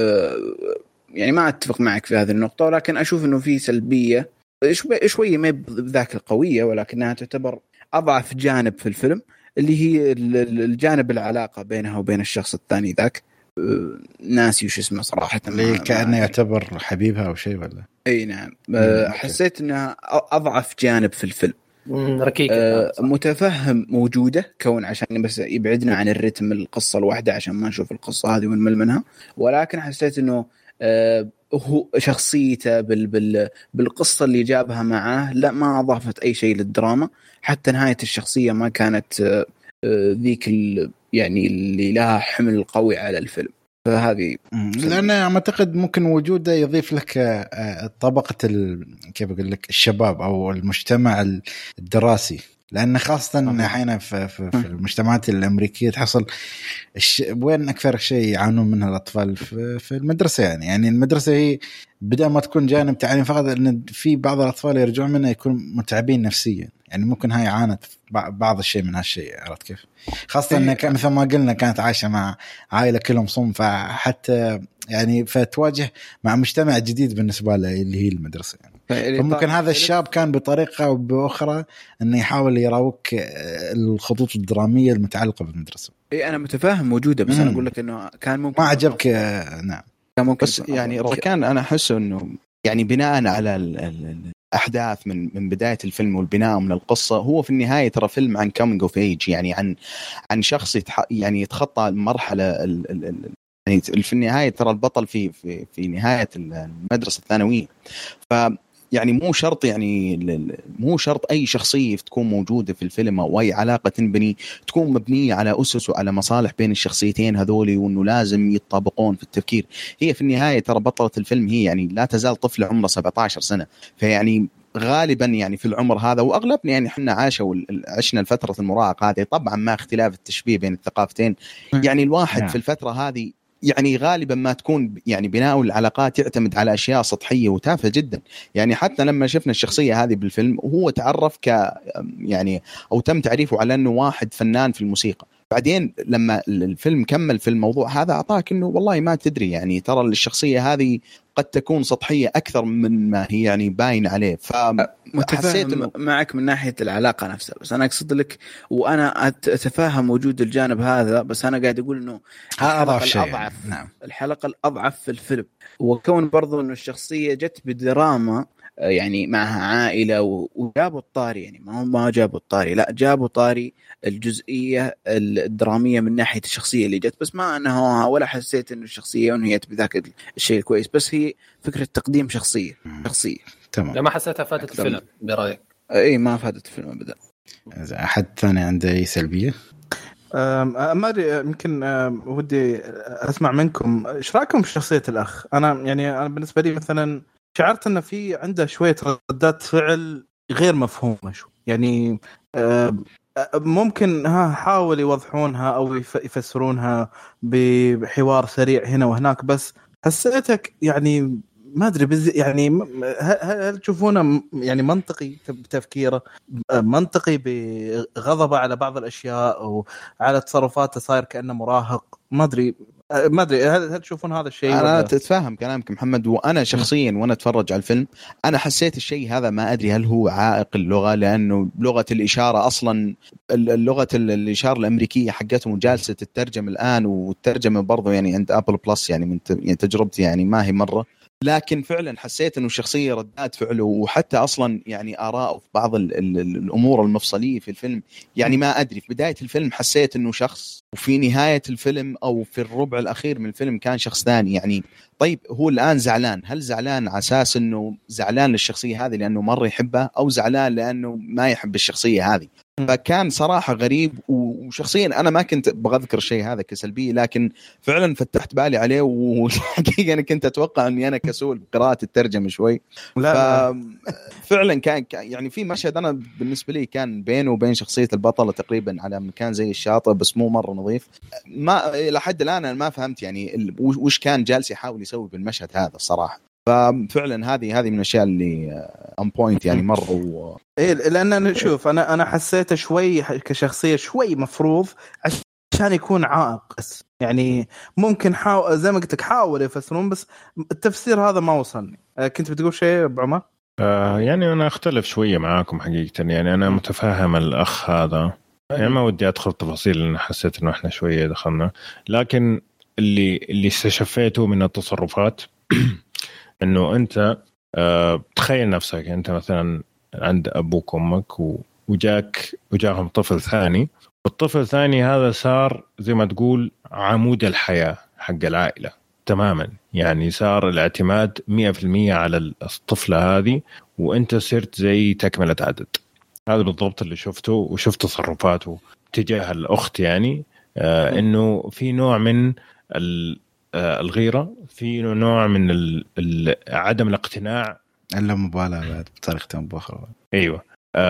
يعني ما أتفق معك في هذه النقطة، ولكن أشوف أنه في سلبية شوية ما بذاك القوية، ولكنها تعتبر أضعف جانب في الفيلم، اللي هي الجانب العلاقة بينها وبين الشخص الثاني ذاك. ناسي وش اسمه صراحة، كأنه يعتبر حبيبها أو شيء ولا؟ أي نعم. حسيت إنها أضعف جانب في الفيلم. ركيكة. متفهم وجوده كون عشان بس يبعدنا عن الرتم القصة الواحدة عشان ما نشوف القصة هذه ونمل منها، ولكن حسيت إنه هو شخصيته بالقصة اللي جابها معاه لا ما أضافت أي شيء للدراما. حتى نهاية الشخصية ما كانت ذيك يعني اللي لها حمل قوي على الفيلم. فهذه لأن أعتقد ممكن وجوده يضيف لك طبقة كيف أقول لك الشباب أو المجتمع الدراسي، لأن خاصة أحيانا في المجتمعات الأمريكية تحصل وين أكثر شيء يعانون منها الأطفال في المدرسة. يعني المدرسة هي بدأ ما تكون جانب تعليم فقط، أن في بعض الأطفال يرجعون منها يكون متعبين نفسيا. يعني ممكن هاي عانت بعض الشيء من هالشيء، عرفت كيف؟ خاصة أنها مثل ما قلنا كانت عايشة مع عائلة كلهم صم، فحتى يعني فتواجه مع مجتمع جديد بالنسبة له اللي هي المدرسة. يعني فممكن هذا الشاب كان بطريقة أو بأخرى أنه يحاول يراوك الخطوط الدرامية المتعلقة بالمدرسة. أنا متفاهم وجوده، بس أنا أقول لك أنه كان ممكن ما عجبك. نعم كان ممكن، بس يعني ركان أنا أحس أنه يعني بناء على الأحداث من بداية الفيلم والبناء من القصة، هو في النهاية ترى فيلم عن coming of age، يعني عن شخص يعني يتخطى المرحلة يعني في النهاية ترى البطل في نهاية المدرسة الثانوية. يعني مو شرط مو شرط أي شخصية تكون موجودة في الفيلم أو أي علاقة تنبني تكون مبنية على أسس وعلى مصالح بين الشخصيتين هذولي، وإنه لازم يتطابقون في التفكير. هي في النهاية ترى بطلة الفيلم هي يعني لا تزال طفلة عمرها 17 سنة، فيعني غالبا يعني في العمر هذا وأغلبنا يعني حنا عشنا الفترة المراهقة هذه، طبعا ما اختلاف التشبيه بين الثقافتين. يعني الواحد في الفترة هذه يعني غالبا ما تكون يعني بناء العلاقات يعتمد على أشياء سطحية وتافهة جدا. يعني حتى لما شفنا الشخصية هذه بالفيلم هو تعرف يعني أو تم تعريفه على أنه واحد فنان في الموسيقى. بعدين لما الفيلم كمل في الموضوع هذا أعطاك أنه والله ما تدري يعني ترى الشخصية هذه قد تكون سطحية أكثر من ما هي يعني باين عليه. متفاهم معك من ناحية العلاقة نفسها، بس أنا أقصد لك وأنا أتفاهم وجود الجانب هذا، بس أنا قاعد أقول إنه أضعف شيء. نعم. الحلقة الأضعف في الفيلم، وكون برضو إنه الشخصية جت بدراما يعني معها عائلة وجابوا الطاري، يعني ما جابوا الطاري، لا جابوا طاري الجزئية الدرامية من ناحية الشخصية اللي جت، بس ما أنها ولا حسيت إنه الشخصية أنهيت بذاك الشيء الكويس، بس هي فكرة تقديم شخصية تمام. ما حسيتها فاتت الفيلم برأيك؟ إيه ما فاتت الفيلم أبدا. أحد ثاني عنده أي سلبية؟ ما أدري، يمكن ودي أسمع منكم إيش رأيكم في شخصية الأخ. أنا بالنسبة لي مثلا شعرت أن في عنده شوية ردات فعل غير مفهومة شو يعني. ممكن حاول يوضحونها أو يفسرونها بحوار سريع هنا وهناك، بس حسيتك يعني ما أدري يعني هل تشوفونه يعني منطقي بتفكيره، منطقي بغضبه على بعض الأشياء أو على تصرفاته صاير كأنه مراهق؟ ما أدري هل تشوفون هذا الشيء؟ أنا تتفهم كلامك محمد، وأنا شخصيا وأنا أتفرج على الفيلم أنا حسيت الشيء هذا. ما أدري هل هو عائق اللغة، لأنه لغة الإشارة أصلا اللغة الإشارة الأمريكية حقتهم جالسة تترجم الآن، والترجمة برضو يعني عند أبل بلس يعني من تجربتي يعني ما هي مرة، لكن فعلا حسيت انه الشخصيه ردات فعله وحتى اصلا يعني اراءه في بعض الامور المفصليه في الفيلم. يعني ما ادري في بدايه الفيلم حسيت انه شخص، وفي نهايه الفيلم او في الربع الاخير من الفيلم كان شخص ثاني. يعني طيب هو الان زعلان، هل زعلان على اساس انه زعلان للشخصيه هذه لانه مره يحبها، او زعلان لانه ما يحب الشخصيه هذه؟ فكان صراحة غريب. وشخصيا أنا ما كنت بغى أذكر الشيء هذا كسلبي، لكن فعلا فتحت بالي عليه، وحقيقة أنا كنت أتوقع أني أنا كسول بقراءة الترجمة شوي. فعلا كان يعني في مشهد أنا بالنسبة لي كان بينه وبين شخصية البطلة تقريبا على مكان زي الشاطئ، بس مو مرة نظيف. ما لحد الآن أنا ما فهمت يعني وش كان جالس يحاول يسوي بالمشهد هذا الصراحة. ففعلا هذه من الاشياء اللي on point يعني مره إيه، لان انا شوف انا حسيته شوي كشخصيه شوي مفروض عشان يكون عائق، بس يعني ممكن زي ما قلت لك حاول يفسرون، بس التفسير هذا ما وصلني. كنت بتقول شيء ابو عمر؟ يعني انا اختلف شويه معاكم حقيقه. يعني انا متفهم الاخ هذا، يعني ما ودي ادخل تفاصيل لان حسيت انه احنا شويه دخلنا، لكن اللي استشفيته من التصرفات انه انت تخيل نفسك انت مثلا عند ابوك وامك وجاهم طفل ثاني، والطفل الثاني هذا صار زي ما تقول عمود الحياة حق العائلة تماما، يعني صار الاعتماد 100% على الطفلة هذه، وانت صرت زي تكملة عدد. هذا بالضبط اللي شفته، وشفت تصرفاته تجاه الأخت، يعني انه في نوع من الغيرة، في نوع من عدم الاقتناع، اللامبالاة بعد بطريقة أخرى. ايوه.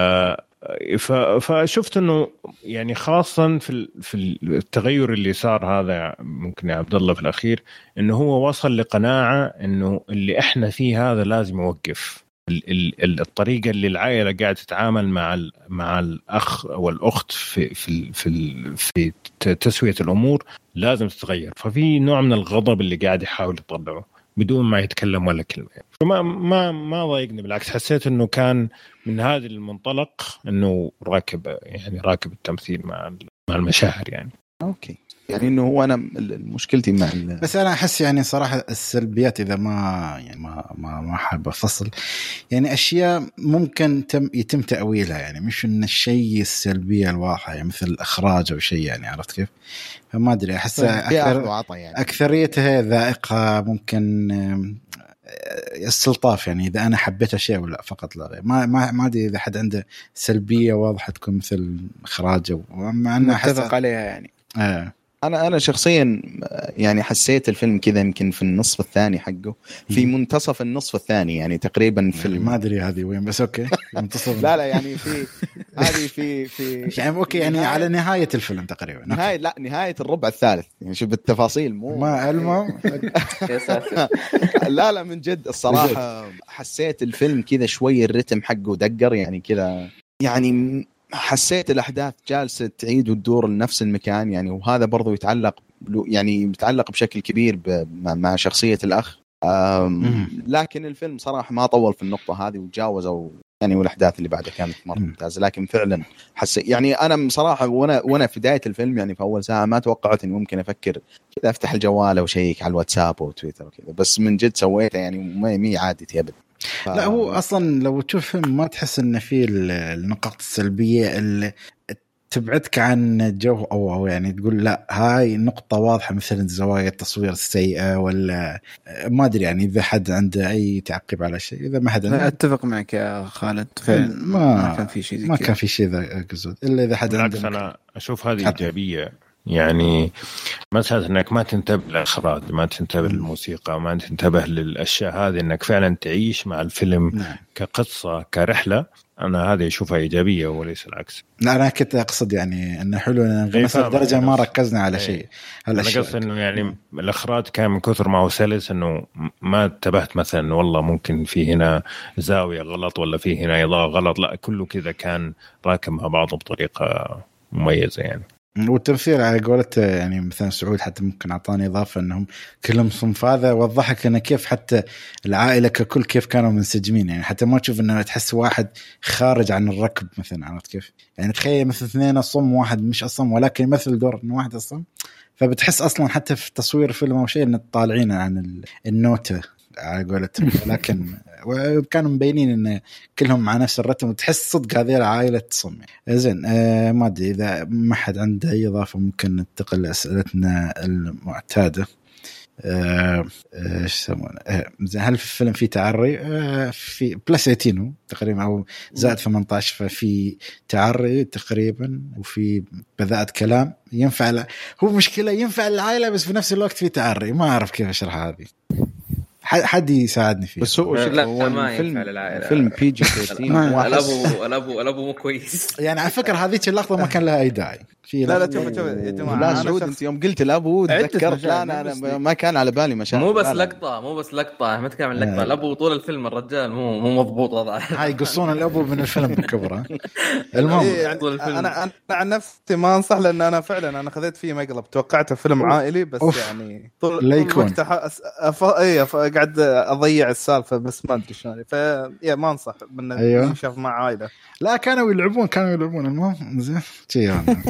فشفت انه يعني خاصة في التغير اللي صار هذا ممكن يا عبد الله في الأخير، انه هو وصل لقناعة انه اللي احنا فيه هذا لازم يوقف. الطريقة اللي العائلة قاعدة تتعامل مع الأخ والأخت في تسوية الأمور لازم تتغير. ففي نوع من الغضب اللي قاعد يحاول يطلعه بدون ما يتكلم ولا كلمة. فما ما ضايقني، بالعكس حسيت إنه كان من هذا المنطلق إنه راكب التمثيل مع المشاعر يعني. أوكي، يعني إنه هو أنا مشكلتي مع بس أنا أحس يعني صراحة السلبيات إذا ما حاب أفصل، يعني أشياء ممكن يتم تأويلها، يعني مش إن الشيء السلبية الواضحة، يعني مثل الإخراج أو شيء، يعني عرفت كيف؟ فما أدري، أحس أكثريتها ذائقة، ممكن استلطاف، يعني إذا أنا حبيت شيء ولا فقط لا غير. ما أدري إذا حد عنده سلبية واضحة تكون مثل إخراج، مع أنه أتفق عليها يعني. أنا شخصيا يعني حسيت الفيلم كذا يمكن في النصف الثاني حقه، في منتصف النصف الثاني يعني تقريبا في ما أدري هذه وين، بس أوكي منتصف. لا يعني في هذه في يعني أوكي، يعني على نهاية الفيلم تقريبا، نهاية الربع الثالث، يعني شوف بالتفاصيل مو ما المهم. لا من جد الصراحة حسيت الفيلم كذا شوي الرتم حقه دقر، يعني كذا، يعني حسيت الأحداث جالسة تعيد وتدور لنفس المكان يعني. وهذا برضو يتعلق بشكل كبير مع شخصية الأخ. لكن الفيلم صراحة ما طول في النقطة هذه وتجاوزوا يعني، والأحداث اللي بعدها كانت مرة ممتازة. لكن فعلا حسيت يعني أنا بصراحة وأنا في بداية الفيلم يعني في أول ساعة ما توقعت إني ممكن أفكر كذا أفتح الجوال وشيك على الواتساب وتويتر وكذا، بس من جد سويته يعني، مي عادتي أبدا. لا هو أصلا لو تشوف فيلم ما تحس إن فيه النقاط السلبية اللي تبعدك عن الجو، أو يعني تقول لا هاي نقطة واضحة، مثلا زوايا التصوير السيئة ولا ما أدري. يعني إذا حد عنده أي تعقيب على شيء، إذا ما حد عنده، أتفق معك يا خالد، ما كان في شيء، ما كان في شيء ذا قصد، إلا إذا حد عنده. أنا أشوف هذه إيجابية، يعني مثلا انك ما تنتبه للإخراج، ما تنتبه للموسيقى، ما تنتبه للأشياء هذه، انك فعلا تعيش مع الفيلم كقصة كرحلة. انا هذه اشوفها إيجابية وليس العكس. لا انا كنت اقصد يعني انه حلو ان مثلا درجة ما ركزنا على شيء. انا قصدي انه يعني الإخراج كان من كثر ما هو سلس انه ما انتبهت مثلا والله ممكن في هنا زاوية غلط ولا في هنا إضاءة غلط، لا كله كذا كان راكب مع بعضه بطريقة مميزة يعني. والتمثيل على قولته يعني مثلا سعود حتى ممكن أعطاني إضافة أنهم كلهم صنف، هذا وضحك أنه كيف حتى العائلة ككل كيف كانوا منسجمين، يعني حتى ما تشوف أنه تحس واحد خارج عن الركب مثلا، عرفت كيف؟ يعني تخيل مثل اثنين أصم واحد مش أصم، ولكن يمثل دور أنه واحد أصم، فبتحس أصلا حتى في تصوير فيلم أو شيء أنه طالعين عن النوتة على قولتهم، لكن وكانوا مبينين ان كلهم مع نفس الرتم، وتحس صدق هذه العائله تصمم زين. ما ادري اذا ما حد عنده اي اضافه ممكن ننتقل لاسئلتنا المعتاده. ايش يسمونه زين، هل في الفيلم في تعري؟ في بلس 18 تقريبا او زائد 18، ففي تعري تقريبا وفي بذاءة كلام ينفع هو مشكله ينفع العائله، بس في نفس الوقت في تعري، ما اعرف كيف اشرح هذه، حد يساعدني فيه. بس هو فيلم بي جي 13 الابو مو كويس يعني على فكره هذيك اللقطه ما كان لها اي داعي. لا شوف يا جماعه، لا سعود انت يوم قلت الابو تذكرت، لا انا ما كان على بالي مشاهد، مو بس لقطه ما تكمل اللقطه. الابو طول الفيلم الرجال مو مضبوط وضعه، هاي يقصون الابو من الفيلم الكبرى. المهم انا عن نفسي ما انصح، لان انا فعلا انا خذيت فيه مقلب، توقعته فيلم عائلي بس يعني طول وقت قاعد قاعد اضيع السالفه بس ما ادري شلون فيا ما انصح من أيوة. نشوف مع عائله. لا كانوا يلعبون المهم زين شيء يعني.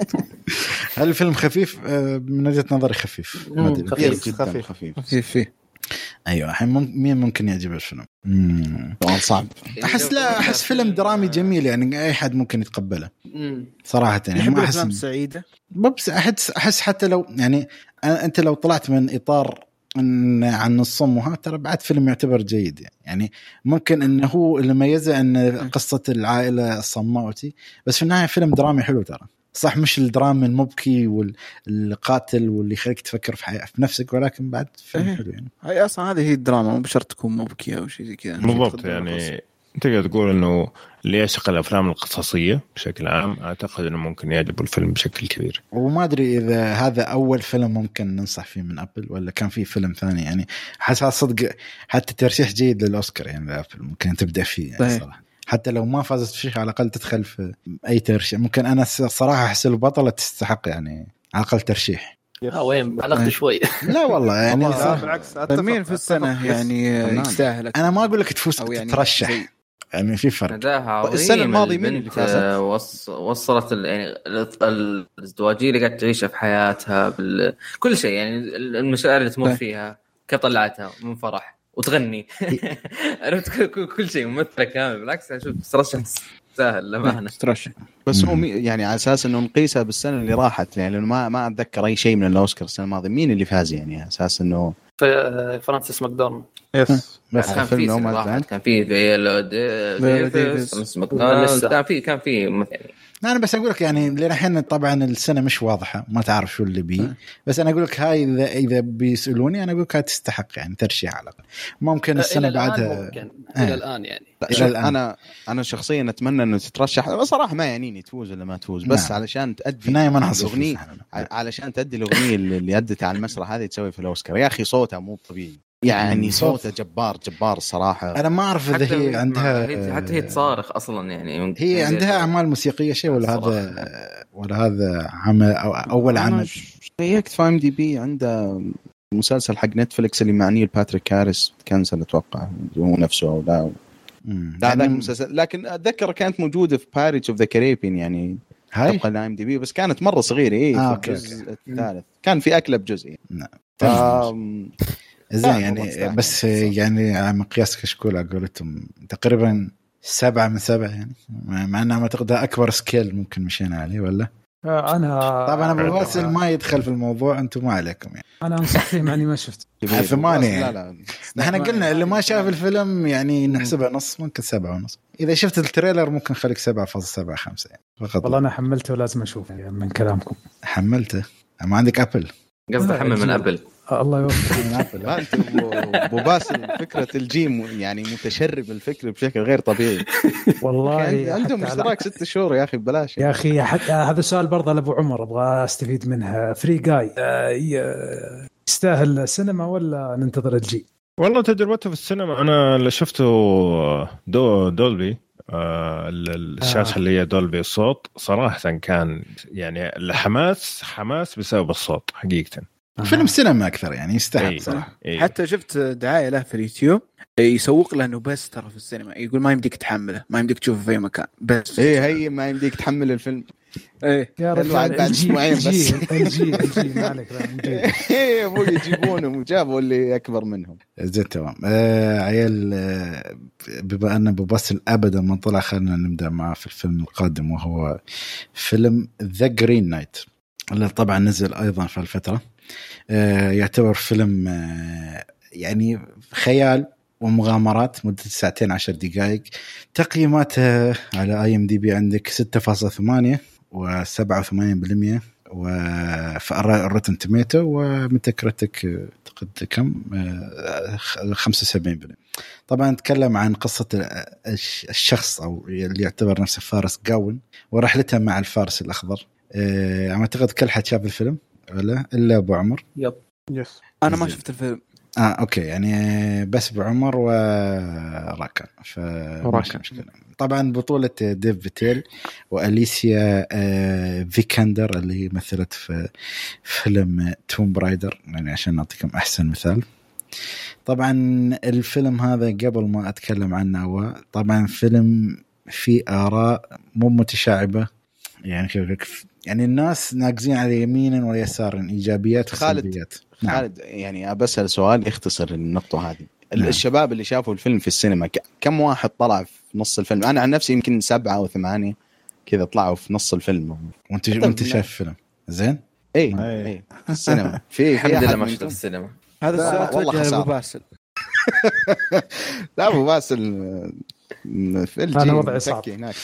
هل الفيلم خفيف؟ من وجهة نظري خفيف. ما أدري. خفيف فيه ايوه الحين مين ممكن يعجب الفيلم؟ طبعا صعب. احس فيلم درامي جميل يعني اي حد ممكن يتقبله صراحه يعني. ما احس سعيده بس احس حتى لو يعني انت لو طلعت من اطار عن الصم وها ترى بعد فيلم يعتبر جيد يعني ممكن انه هو اللي ميزه ان قصه العائله الصماوتي بس في النهايه فيلم درامي حلو ترى صح مش الدراما المبكي والقاتل واللي يخليك تفكر في نفسك ولكن بعد فيلم حلو يعني. هاي اصلا هذه هي الدراما مو بشرط تكون مبكيه او شيء زي كذا بالضبط يعني تقدر تقول انه اللي يعشق الافلام القصصيه بشكل عام اعتقد انه ممكن يعجبه الفيلم بشكل كبير. وما ادري اذا هذا اول فيلم ممكن ننصح فيه من ابل ولا كان فيه فيلم ثاني يعني حاسس صدق حتى ترشيح جيد للاوسكار يعني لابل ممكن تبدا فيه يعني صراحه حتى لو ما فازت فيه على الاقل تدخل في اي ترشيح ممكن انا صراحه احس البطله تستحق يعني على الاقل ترشيح. وين بلغت شوي لا والله يعني بالعكس مين في السنه يعني يستاهل. انا ما اقول لك تفوز يعني ترشح يعني في فرق. السنه الماضيه مين اللي فاز وصلت يعني الازدواجيه اللي قاعده تعيشها في حياتها كل شيء يعني المشاعر اللي تمر فيها كطلعتها من فرح وتغني عرفت كل شيء ممثله كامل. بالعكس اشوف ترشح سهل لما انا ترشح بس هو يعني على اساس انه نقيسها بالسنه اللي راحت يعني لانه ما اتذكر اي شيء من الاوسكار السنه الماضيه مين اللي فاز يعني على اساس انه فرانسيس ماكدورماند يس بس كان في كان في فيولا ديفيس كان في مثلا. أنا بس أقول لك يعني لأن الحين طبعا السنة مش واضحة ما تعرف شو اللي بيه بس أنا أقول لك هاي إذا بيسألوني أنا أقول لك هاي تستحق يعني ترشيح على ممكن السنة بعدها ممكن إلى الآن يعني إلى الآن. أنا شخصيا أتمنى إنه تترشح صراحة ما يعنيني تفوز ولا ما تفوز بس علشان تأدي الأغنية علشان تأدي الأغنية اللي أدتها على المسرح هذه تسوي في الأوسكار يا أخي صوتها مو طبيعي يعني صوته جبار الصراحة. أنا ما أعرف إذا هي عندها حتى هي تصارخ أصلا يعني هي عندها أعمال موسيقية شيء ولا هذا عمل أول عمل. شيكت في IMDb عنده مسلسل حق نتفليكس اللي مع نيل باتريك هاريس كانسل أتوقع هو نفسه أو لا هذا المسلسل لكن أتذكر كانت موجودة في Pirates of the Caribbean يعني طبقا ل IMDb بس كانت مرة صغيرة في الجزء الثالث كان في أكلب جزء زين يعني بس يعني على مقياس كشكول أقولتهم تقريبا 7 من 7 يعني مع أنها ما تقدر أكبر سكيل ممكن مشينا عليه ولا أنا طبعا أنا بواسل ما يدخل في الموضوع أنتم ما عليكم يعني أنا أنصح فيه معني ما شفت 8 لا نحن قلنا اللي ما شاف الفيلم يعني نحسبها نص ممكن 7.5 إذا شفت التريلر ممكن خليك 7.75 يعني فقط. والله أنا حملته لازم أشوفه يعني من كلامكم حملته ما عندك أبل قصدي حمل من أبل الله يوفقك من أبل لا أنت أبو باسل فكرة الجيم يعني متشرب الفكرة بشكل غير طبيعي والله عندهم اشتراك 6 شهور يا أخي ببلاش يا أخي حتى هذا سؤال برضه لأبو عمر أبغى أستفيد منها فري جاي يستاهل سينما ولا ننتظر الجي؟ والله تجربته في السينما أنا اللي شفته دولبي الشاشة اللي هي دولبي الصوت صراحة كان يعني حماس بسبب الصوت حقيقة فيلم سينما أكثر يعني يستحق صراحة. حتى شفت دعاية له في اليوتيوب يسوق له انه بس ترى في السينما يقول ما يمديك تحمله ما يمديك تشوفه في مكان بس هي ما يمديك تحمل الفيلم يا رجال بعد اسبوعين بس الجي مالك ايه ابوي يجيبونهم وجابوا اللي اكبر منهم زين تمام عيال بما ان ابو باسل ابدا ما طلع خلينا نبدا معه في الفيلم القادم وهو فيلم ذا جرين نايت اللي طبعا نزل ايضا في الفتره يعتبر فيلم يعني خيال ومغامرات مدة 2:10 تقييماته على IMDb عندك 6.8 و87% وفي الروتن توميتو وميتاكريتيك كم 75%. طبعا نتكلم عن قصة الشخص أو اللي يعتبر نفسه فارس جاون ورحلته مع الفارس الأخضر. أعتقد كل حد شاف الفيلم ولا إلا أبو عمر؟ يس أنا ما شفت الفيلم. أوكي يعني بس بعمر وراكان مشكلة. طبعا بطولة ديف فيتيل وأليسيا فيكاندر اللي مثلت في فيلم توم برايدر يعني عشان نعطيكم أحسن مثال. طبعا الفيلم هذا قبل ما أتكلم عنه هو طبعا فيلم فيه آراء مو متشعبة، يعني يعني الناس ناقزين على يمين ويسار، إيجابيات وسلبيات. خالد يعني بسأل سؤال يختصر النقطة هذه. الشباب اللي شافوا الفيلم في السينما كم واحد طلع في نص الفيلم؟ أنا عن نفسي يمكن 7 أو 8 كذا طلعوا في نص الفيلم. وانت شايف فيلم زين؟ اي في السينما. في الحمد لله ما شفت في السينما. هذا والله أبو باسل. لا أبو باسل في الجيم أنا وضعي صعب هناك.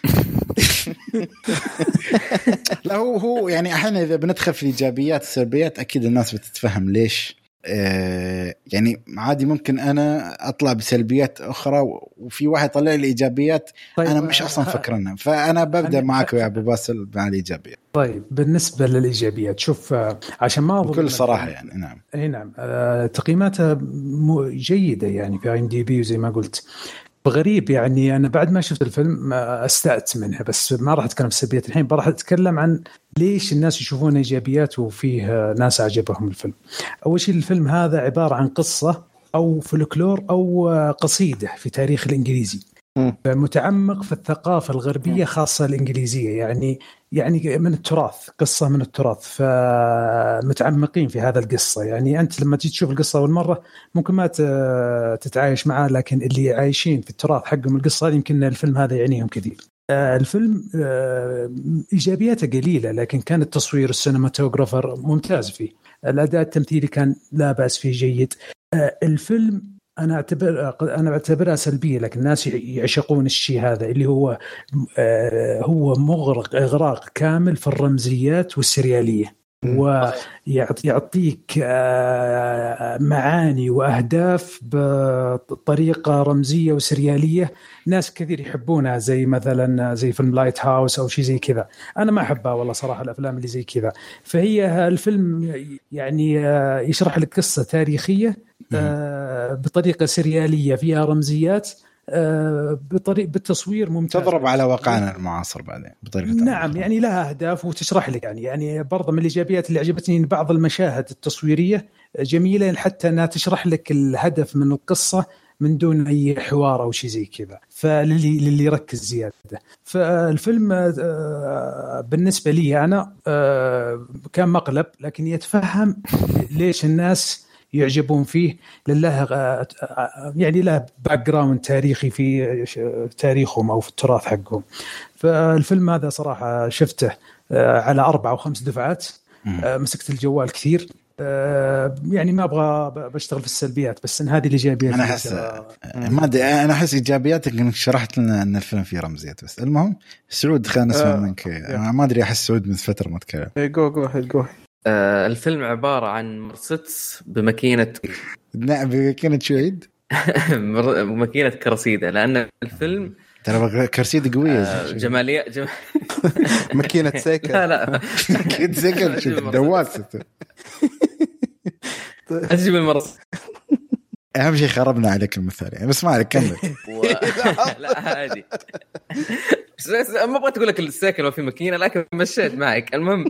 لا هو يعني احنا اذا بندخل في الايجابيات والسلبيات اكيد الناس بتتفهم ليش. يعني عادي ممكن انا اطلع بسلبيات اخرى وفي واحد طلع لي ايجابيات. طيب انا مش اصلا فكرنا، فانا ببدا معك يا ابو باسل مع الايجابيات. طيب بالنسبه للايجابيات شوف عشان ما بكل صراحه يعني نعم اي نعم تقييماتها جيده يعني في IMDb وزي ما قلت. غريب يعني أنا بعد ما شفت الفيلم استأت منها، بس ما راح أتكلم في السلبيات الحين، راح أتكلم عن ليش الناس يشوفون إيجابيات وفيه ناس عجبهم الفيلم. أول شيء الفيلم هذا عبارة عن قصة أو فولكلور أو قصيدة في تاريخ الإنجليزي، متعمق في الثقافة الغربية خاصة الإنجليزية، يعني من التراث، قصة من التراث، فمتعمقين في هذا القصة. يعني أنت لما تيجي تشوف القصة أول مرة ممكن ما تتعايش معها، لكن اللي عايشين في التراث حقهم القصة يمكن الفيلم هذا يعنيهم كثير. الفيلم إيجابياته قليلة، لكن كان التصوير السينماتوغرافر ممتاز فيه، الأداء التمثيلي كان لا بأس فيه جيد. الفيلم أنا أعتبرها سلبية، لكن الناس يعشقون الشيء هذا اللي هو مغرق إغراق كامل في الرمزيات والسريالية، ويعطيك معاني وأهداف بطريقة رمزية وسريالية ناس كثير يحبونها، زي مثلا زي فيلم لايت هاوس أو شيء زي كذا. أنا ما أحبها والله صراحة الأفلام اللي زي كذا. فهي الفيلم يعني يشرح لك قصة تاريخية بطريقة سريالية فيها رمزيات، بالتصوير ممتاز، تضرب على واقعنا المعاصر بعدين بطريقة نعم يعني لها أهداف وتشرح لك يعني برضه من الإيجابيات اللي عجبتني إن بعض المشاهد التصويرية جميلة حتى أنها تشرح لك الهدف من القصة من دون أي حوار أو شيء زي كذا، فللي يركز زيادة. فالفيلم بالنسبة لي أنا كان مقلب، لكن يتفهم ليش الناس يعجبون فيه، لله يعني له باك جراوند تاريخي في تاريخهم أو في التراث حقهم. فالفيلم هذا صراحة شفته على 4 أو 5 دفعات، مسكت الجوال كثير، يعني ما أبغى بشتغل في السلبيات، بس إن هذه الإيجابيات. أنا أحس ما أدري، أنا أحس إيجابياتك إنك شرحت لنا أن الفيلم فيه رمزيات. بس المهم سعود خلينا نسمع منك. ما أدري أحس سعود من فترة ما تكلم. جو الفيلم عبارة عن مرسيدس بماكينة نعم بماكينة شويد بماكينة كرسيدة، لأن الفيلم ترى كرسيدة قوية جمالية ماكينة سيكل. لا ماكينة سيكل دواسة. أجيب المرسيدس. أهم شيء خربنا عليك المثال يعني، بس ما عليك كمل. لا عادي، ما أبغى تقول لك السيكل وفي ماكينة، لكن مشيت معك. المهم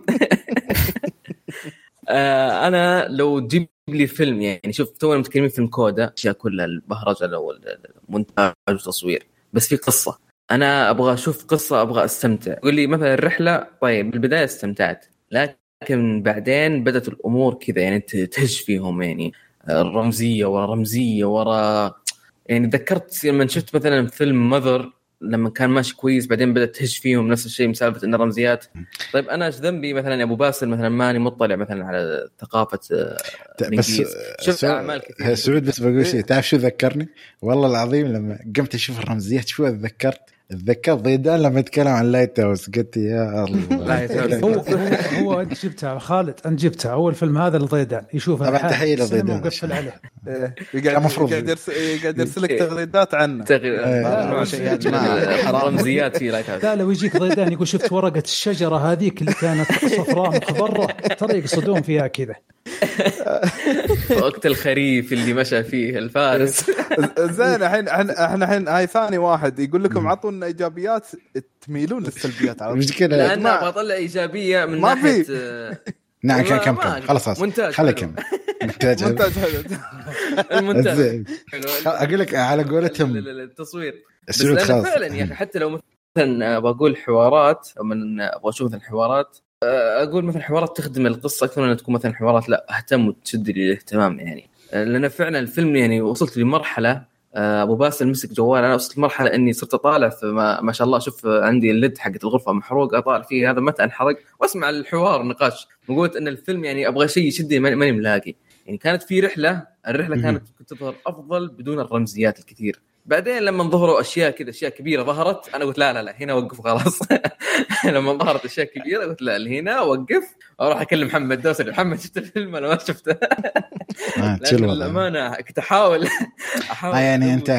أنا لو تجيب لي فيلم، يعني شوف تونا متكلمين فيلم كودا، أشياء كلها البهرجة والمونتاج والتصوير، بس في قصة. أنا أبغى أشوف قصة، أبغى أستمتع. قول لي مثلا الرحلة، طيب بالبداية استمتعت، لكن بعدين بدأت الأمور كذا يعني تهج فيهم، يعني الرمزية ورا يعني ذكرت لما شفت مثلا فيلم ماذر لما كان ماشي كويس، بعدين بدأت تهج فيهم نفس الشيء مسالفة إن الرمزيات. طيب أنا إيش ذنبي مثلا يا أبو باسل مثلا ماني مطلع مثلا على ثقافة الإنجليز، شفت أعمال كثير. سعود بس بقول شيء، تعرف شو ذكرني والله العظيم لما قمت أشوف الرمزيات شو اتذكرت ضيدان لما يتكلم عن لايت هاوس، قلت يا الله. هو أنت جبتها خالد، أنت جبتها أول فيلم هذا لضيدان يشوفها طبعا تحية لضيدان وقفل عليه. قاعد يرسلك تغريدات عنه. رمزيات في لايت هاوس. لا لو يجيك ضيدان يقول شفت ورقة الشجرة هذيك اللي كانت صفراء مخضرة، ترى يقصدون فيها كذا. وقت الخريف اللي مشى فيه الفارس. زين الحين هاي ثاني واحد يقول لكم عطونا ايجابيات، تميلون للسلبيات على مشكلة. لأن بطلع ايجابيه من ناحيه نعم كم خلاص خلي كم مونتاج المونتاج اقول لك على قولتهم التصوير فعلا يا اخي. حتى لو مثلا بقول حوارات من ابغى اشوف مثلا حوارات، اقول مثلا حوارات تخدم القصه اكثر من تكون مثلا حوارات لا اهتم وتشد لي الاهتمام يعني. لان فعلا الفيلم يعني وصلت لمرحله ابو باسل مسك جوال، انا وصلت لمرحله اني صرت اطالع ما شاء الله اشوف عندي الليد حقه الغرفه محروق، اطالع فيه هذا متى انحرق واسمع الحوار النقاش. وقلت ان الفيلم يعني ابغى شيء يشدني ماني ملاقي يعني. كانت في الرحله كانت تظهر افضل بدون الرمزيات الكثير. بعدين لما ظهروا اشياء كذا اشياء كبيره ظهرت، انا قلت لا هنا وقف خلاص. لما ظهرت اشياء كبيره قلت لا هنا وقف، اروح اكلم محمد دوسري. محمد شفت الفيلم؟ انا ما شفته. للامانه كنت احاول يعني انت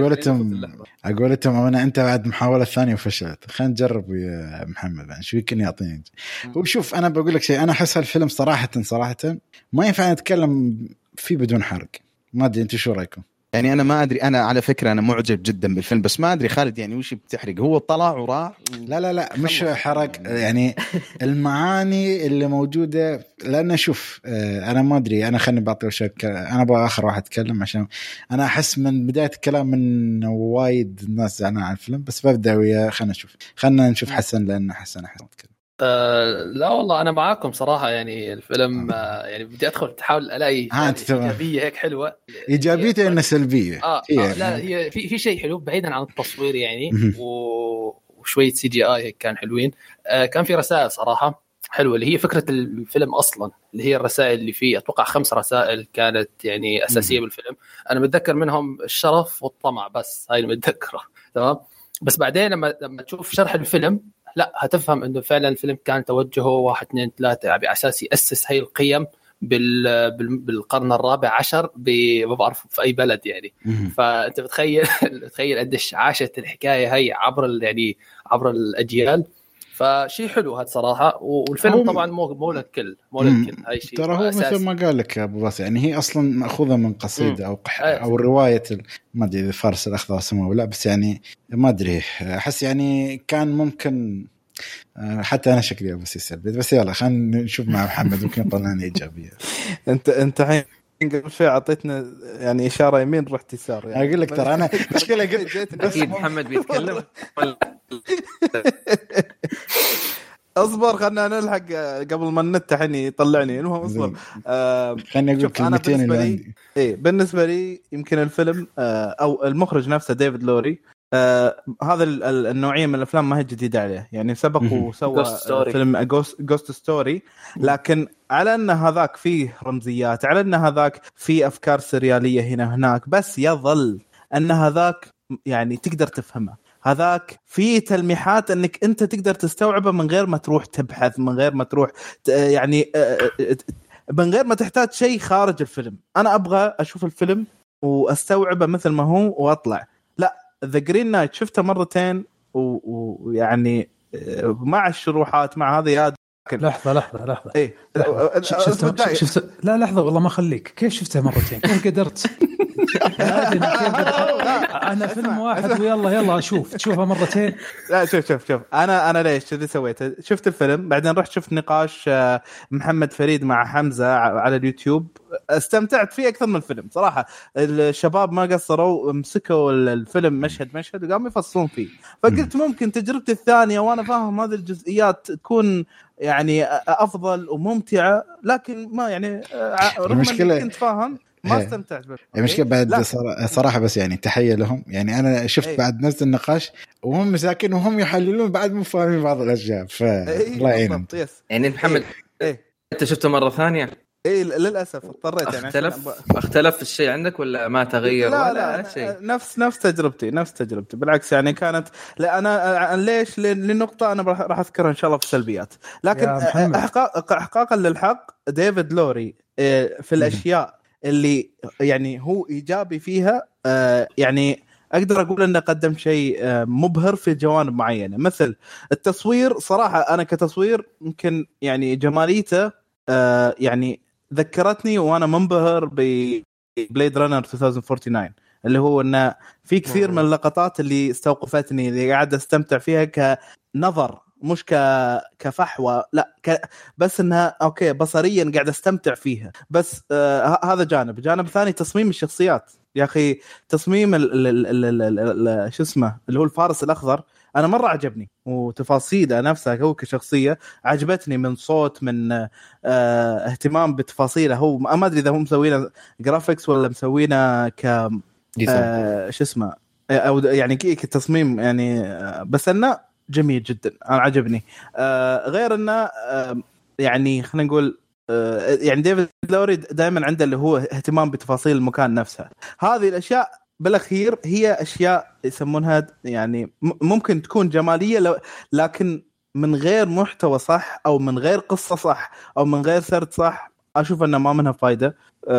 عقولتهم انا انت بعد محاوله ثانيه وفشلت. خلينا نجرب يا محمد يعني شو يمكن يعطيني. وشوف انا بقول لك شيء، انا احس هالفيلم صراحه ما ينفع نتكلم فيه بدون حرق. ما ادري انت شو رايكم؟ يعني انا ما ادري، انا على فكره انا معجب جدا بالفيلم، بس ما ادري خالد يعني وش بتحرق. هو طلع وراح لا مش حرق يعني المعاني اللي موجوده. لان شوف انا ما ادري، انا خلني بعطي وشك، انا ابغى اخر واحد اتكلم عشان انا احس من بدايه الكلام من وايد الناس زعلانين على الفيلم. بس ببدا ويا خلنا نشوف حسن، لان حسن اتكلم. لا والله أنا معاكم صراحة. يعني الفيلم يعني بدي أدخل تحاول ألاقي إيجابية هيك حلوة. إيجابيته إنها سلبية. لا هي في شيء حلو بعيدا عن التصوير يعني وشوية CGI هيك كان حلوين. كان في رسائل صراحة حلوة اللي هي فكرة الفيلم أصلا، اللي هي الرسائل اللي فيه. أتوقع 5 رسائل كانت يعني أساسية بالفيلم. أنا متذكر منهم الشرف والطمع، بس هاي اللي متذكره تمام. بس بعدين لما تشوف شرح الفيلم لا هتفهم انه فعلا الفيلم كان توجهه 1 2 3 على اساس ياسس هاي القيم بالقرن الرابع عشر ما بعرف في اي بلد يعني. فانت بتخيل قديش عاشت الحكايه هاي عبر الاجيال. فشيء حلو هذا صراحه. والفيلم طبعا مو للكل هاي شيء ترى هو مثل ما قال لك ابو باس، يعني هي اصلا ماخوذه من قصيده او روايه ما ادري فارس الاخضر اسمه ولا، بس يعني ما ادري احس يعني كان ممكن حتى انا شكلي ابو سلبي. بس يلا خلينا نشوف مع محمد ممكن يطلعنا ايجابيه. انت الحين قبل شوي عطيتنا يعني اشاره يمين رحت يسار يعني. اقول لك ترى انا مشكله قلت اكيد محمد بيتكلم. اصبر خلنا نلحق قبل ما النت الحين يطلعني. المهم اصبر خليني اقول كلمتين اللي عندي. بالنسبه لي يمكن الفيلم او المخرج نفسه ديفيد لوري، هذا النوعيه من الافلام ما هي جديده عليه يعني. سبق وسوى فيلم جوست ستوري، لكن على ان هذاك فيه رمزيات، على ان هذاك فيه افكار سرياليه هنا هناك، بس يظل ان هذاك يعني تقدر تفهمه. هذاك فيه تلميحات انك انت تقدر تستوعبه من غير ما تروح تبحث، من غير ما تروح يعني من غير ما تحتاج شيء خارج الفيلم. انا ابغى اشوف الفيلم واستوعبه مثل ما هو واطلع. لا ذا جرين نايت شفته مرتين ويعني مع الشروحات مع هذا يا لحظة ايه شفت لا لحظة والله ما خليك. كيف شفته مرتين؟ كيف قدرت؟ انا فيلم واحد ويلا شوفها مرتين. لا شوف انا ليش كذا سويت؟ شفت الفيلم بعدين رحت شفت نقاش محمد فريد مع حمزة على اليوتيوب، استمتعت فيه اكثر من الفيلم صراحة. الشباب ما قصروا، مسكوا الفيلم مشهد وقاموا يفصلون فيه. فقلت ممكن تجربتي الثانية وانا فاهم هذه الجزئيات تكون يعني افضل وممتعة، لكن ما يعني رغم اني كنت فاهم ما استمتعت بس. المشكلة بعد صراحة بس يعني تحية لهم يعني. أنا شفت بعد نفس النقاش وهم مساكين وهم يحللون بعد مو فاهمين بعض الأشياء. الله يعينهم. يعني محمد أنت شفته مرة ثانية؟ للأسف اضطريت يعني. اختلف الشيء عندك ولا ما تغير ولا شيء؟ نفس تجربتي بالعكس يعني. كانت لا أنا ليش لنقطة أنا راح أذكرها إن شاء الله في السلبيات، لكن إحقاقا للحق ديفيد لوري في الأشياء اللي يعني هو إيجابي فيها يعني أقدر أقول أنه قدم شيء مبهر في جوانب معينة. مثل التصوير صراحة، أنا كتصوير ممكن يعني جماليته يعني ذكرتني وأنا منبهر ببليد رانر 2049 اللي هو أنه في كثير من اللقطات اللي استوقفتني، اللي قاعد أستمتع فيها كنظر مش كفحوى، لا بس انها اوكي بصريا قاعد استمتع فيها. بس هذا جانب ثاني تصميم الشخصيات يا اخي. تصميم شو اسمه اللي هو الفارس الاخضر انا مره عجبني، وتفاصيله نفسها هو كشخصيه عجبتني، من صوت، من اهتمام بتفاصيله. هو ما ادري اذا هم مسوينه جرافيكس ولا مسوينه ك شو اسمه او يعني كتصميم يعني، بس انه جميل جدا انا عجبني. غير انه يعني خلينا نقول يعني ديفيد لوري دائما عنده اللي هو اهتمام بتفاصيل المكان نفسها. هذه الاشياء بالاخير هي اشياء يسمونها يعني ممكن تكون جماليه لكن من غير محتوى صح او من غير قصه صح او من غير سرد صح اشوف انه ما منها فايده.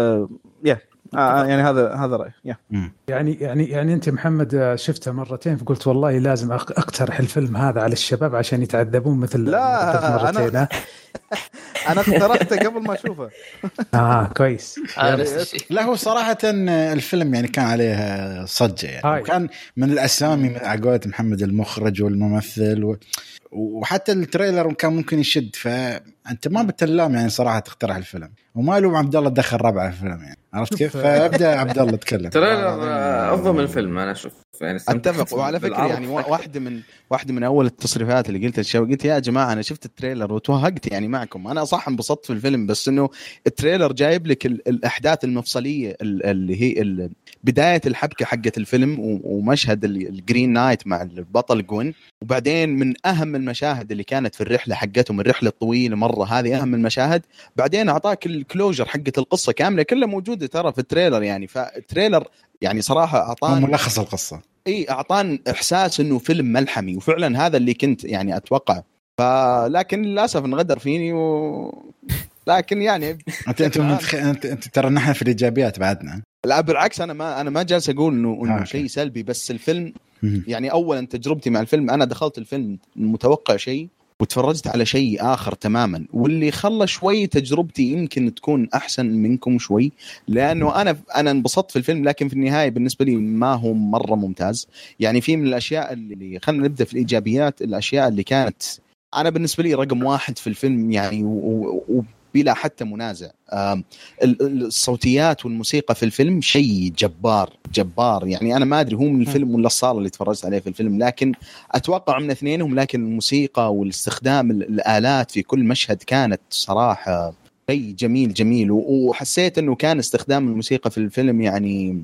يعني هذا رايي. يعني انت محمد شفته مرتين فقلت والله لازم اقترح الفيلم هذا على الشباب عشان يتعذبون مثل مرتين. انا اقترحته قبل ما اشوفه. كويس. لا هو صراحه الفيلم يعني كان عليه صجه يعني، وكان من الاسامي على قولة محمد المخرج والممثل وحتى التريلر كان ممكن يشد، فانت ما بتلام يعني صراحه تقترح الفيلم. وما له عبد الله دخل ربعه الفيلم يعني، عرفت كيف؟ فابدا عبد الله تكلم. التريلر افضل من الفيلم انا اشوف يعني. اتفق. وعلى فكره يعني واحده من اول التصريفات اللي قلت الشباب، قلت يا جماعه انا شفت التريلر وتوهقت يعني معكم. انا صح انبسطت في الفيلم، بس انه التريلر جايب لك الاحداث المفصليه اللي هي بدايه الحبكه حقه الفيلم، ومشهد الجرين نايت مع البطل جوين، وبعدين من اهم المشاهد اللي كانت في الرحله حقتهم، الرحله الطويله مره، هذه اهم المشاهد. بعدين اعطاك الكلوجر حقه القصه كامله كلها موجوده ترى في التريلر يعني. فالتريلر يعني صراحه اعطاني ملخص القصه، اعطاني احساس انه فيلم ملحمي، وفعلا هذا اللي كنت يعني اتوقع. فلكن للاسف انغدر فيني لكن يعني انت ترى نحن في الايجابيات بعدنا. لا بالعكس، انا ما جالس اقول انه شيء سلبي، بس الفيلم يعني اولا تجربتي مع الفيلم، انا دخلت الفيلم متوقع شيء وتفرجت على شيء آخر تماما، واللي خلى شوي تجربتي يمكن تكون أحسن منكم شوي، لأنه أنا انبسطت في الفيلم، لكن في النهاية بالنسبة لي ما هو مرة ممتاز. يعني في من الأشياء اللي خلنا نبدأ في الإيجابيات، الأشياء اللي كانت أنا بالنسبة لي رقم واحد في الفيلم يعني بلا حتى منازع، الصوتيات والموسيقى في الفيلم شيء جبار يعني. أنا ما أدري هو من الفيلم ولا الصالة اللي تفرجت عليه في الفيلم، لكن أتوقع من اثنينهم. لكن الموسيقى والاستخدام الآلات في كل مشهد كانت صراحة شيء جميل وحسيت أنه كان استخدام الموسيقى في الفيلم يعني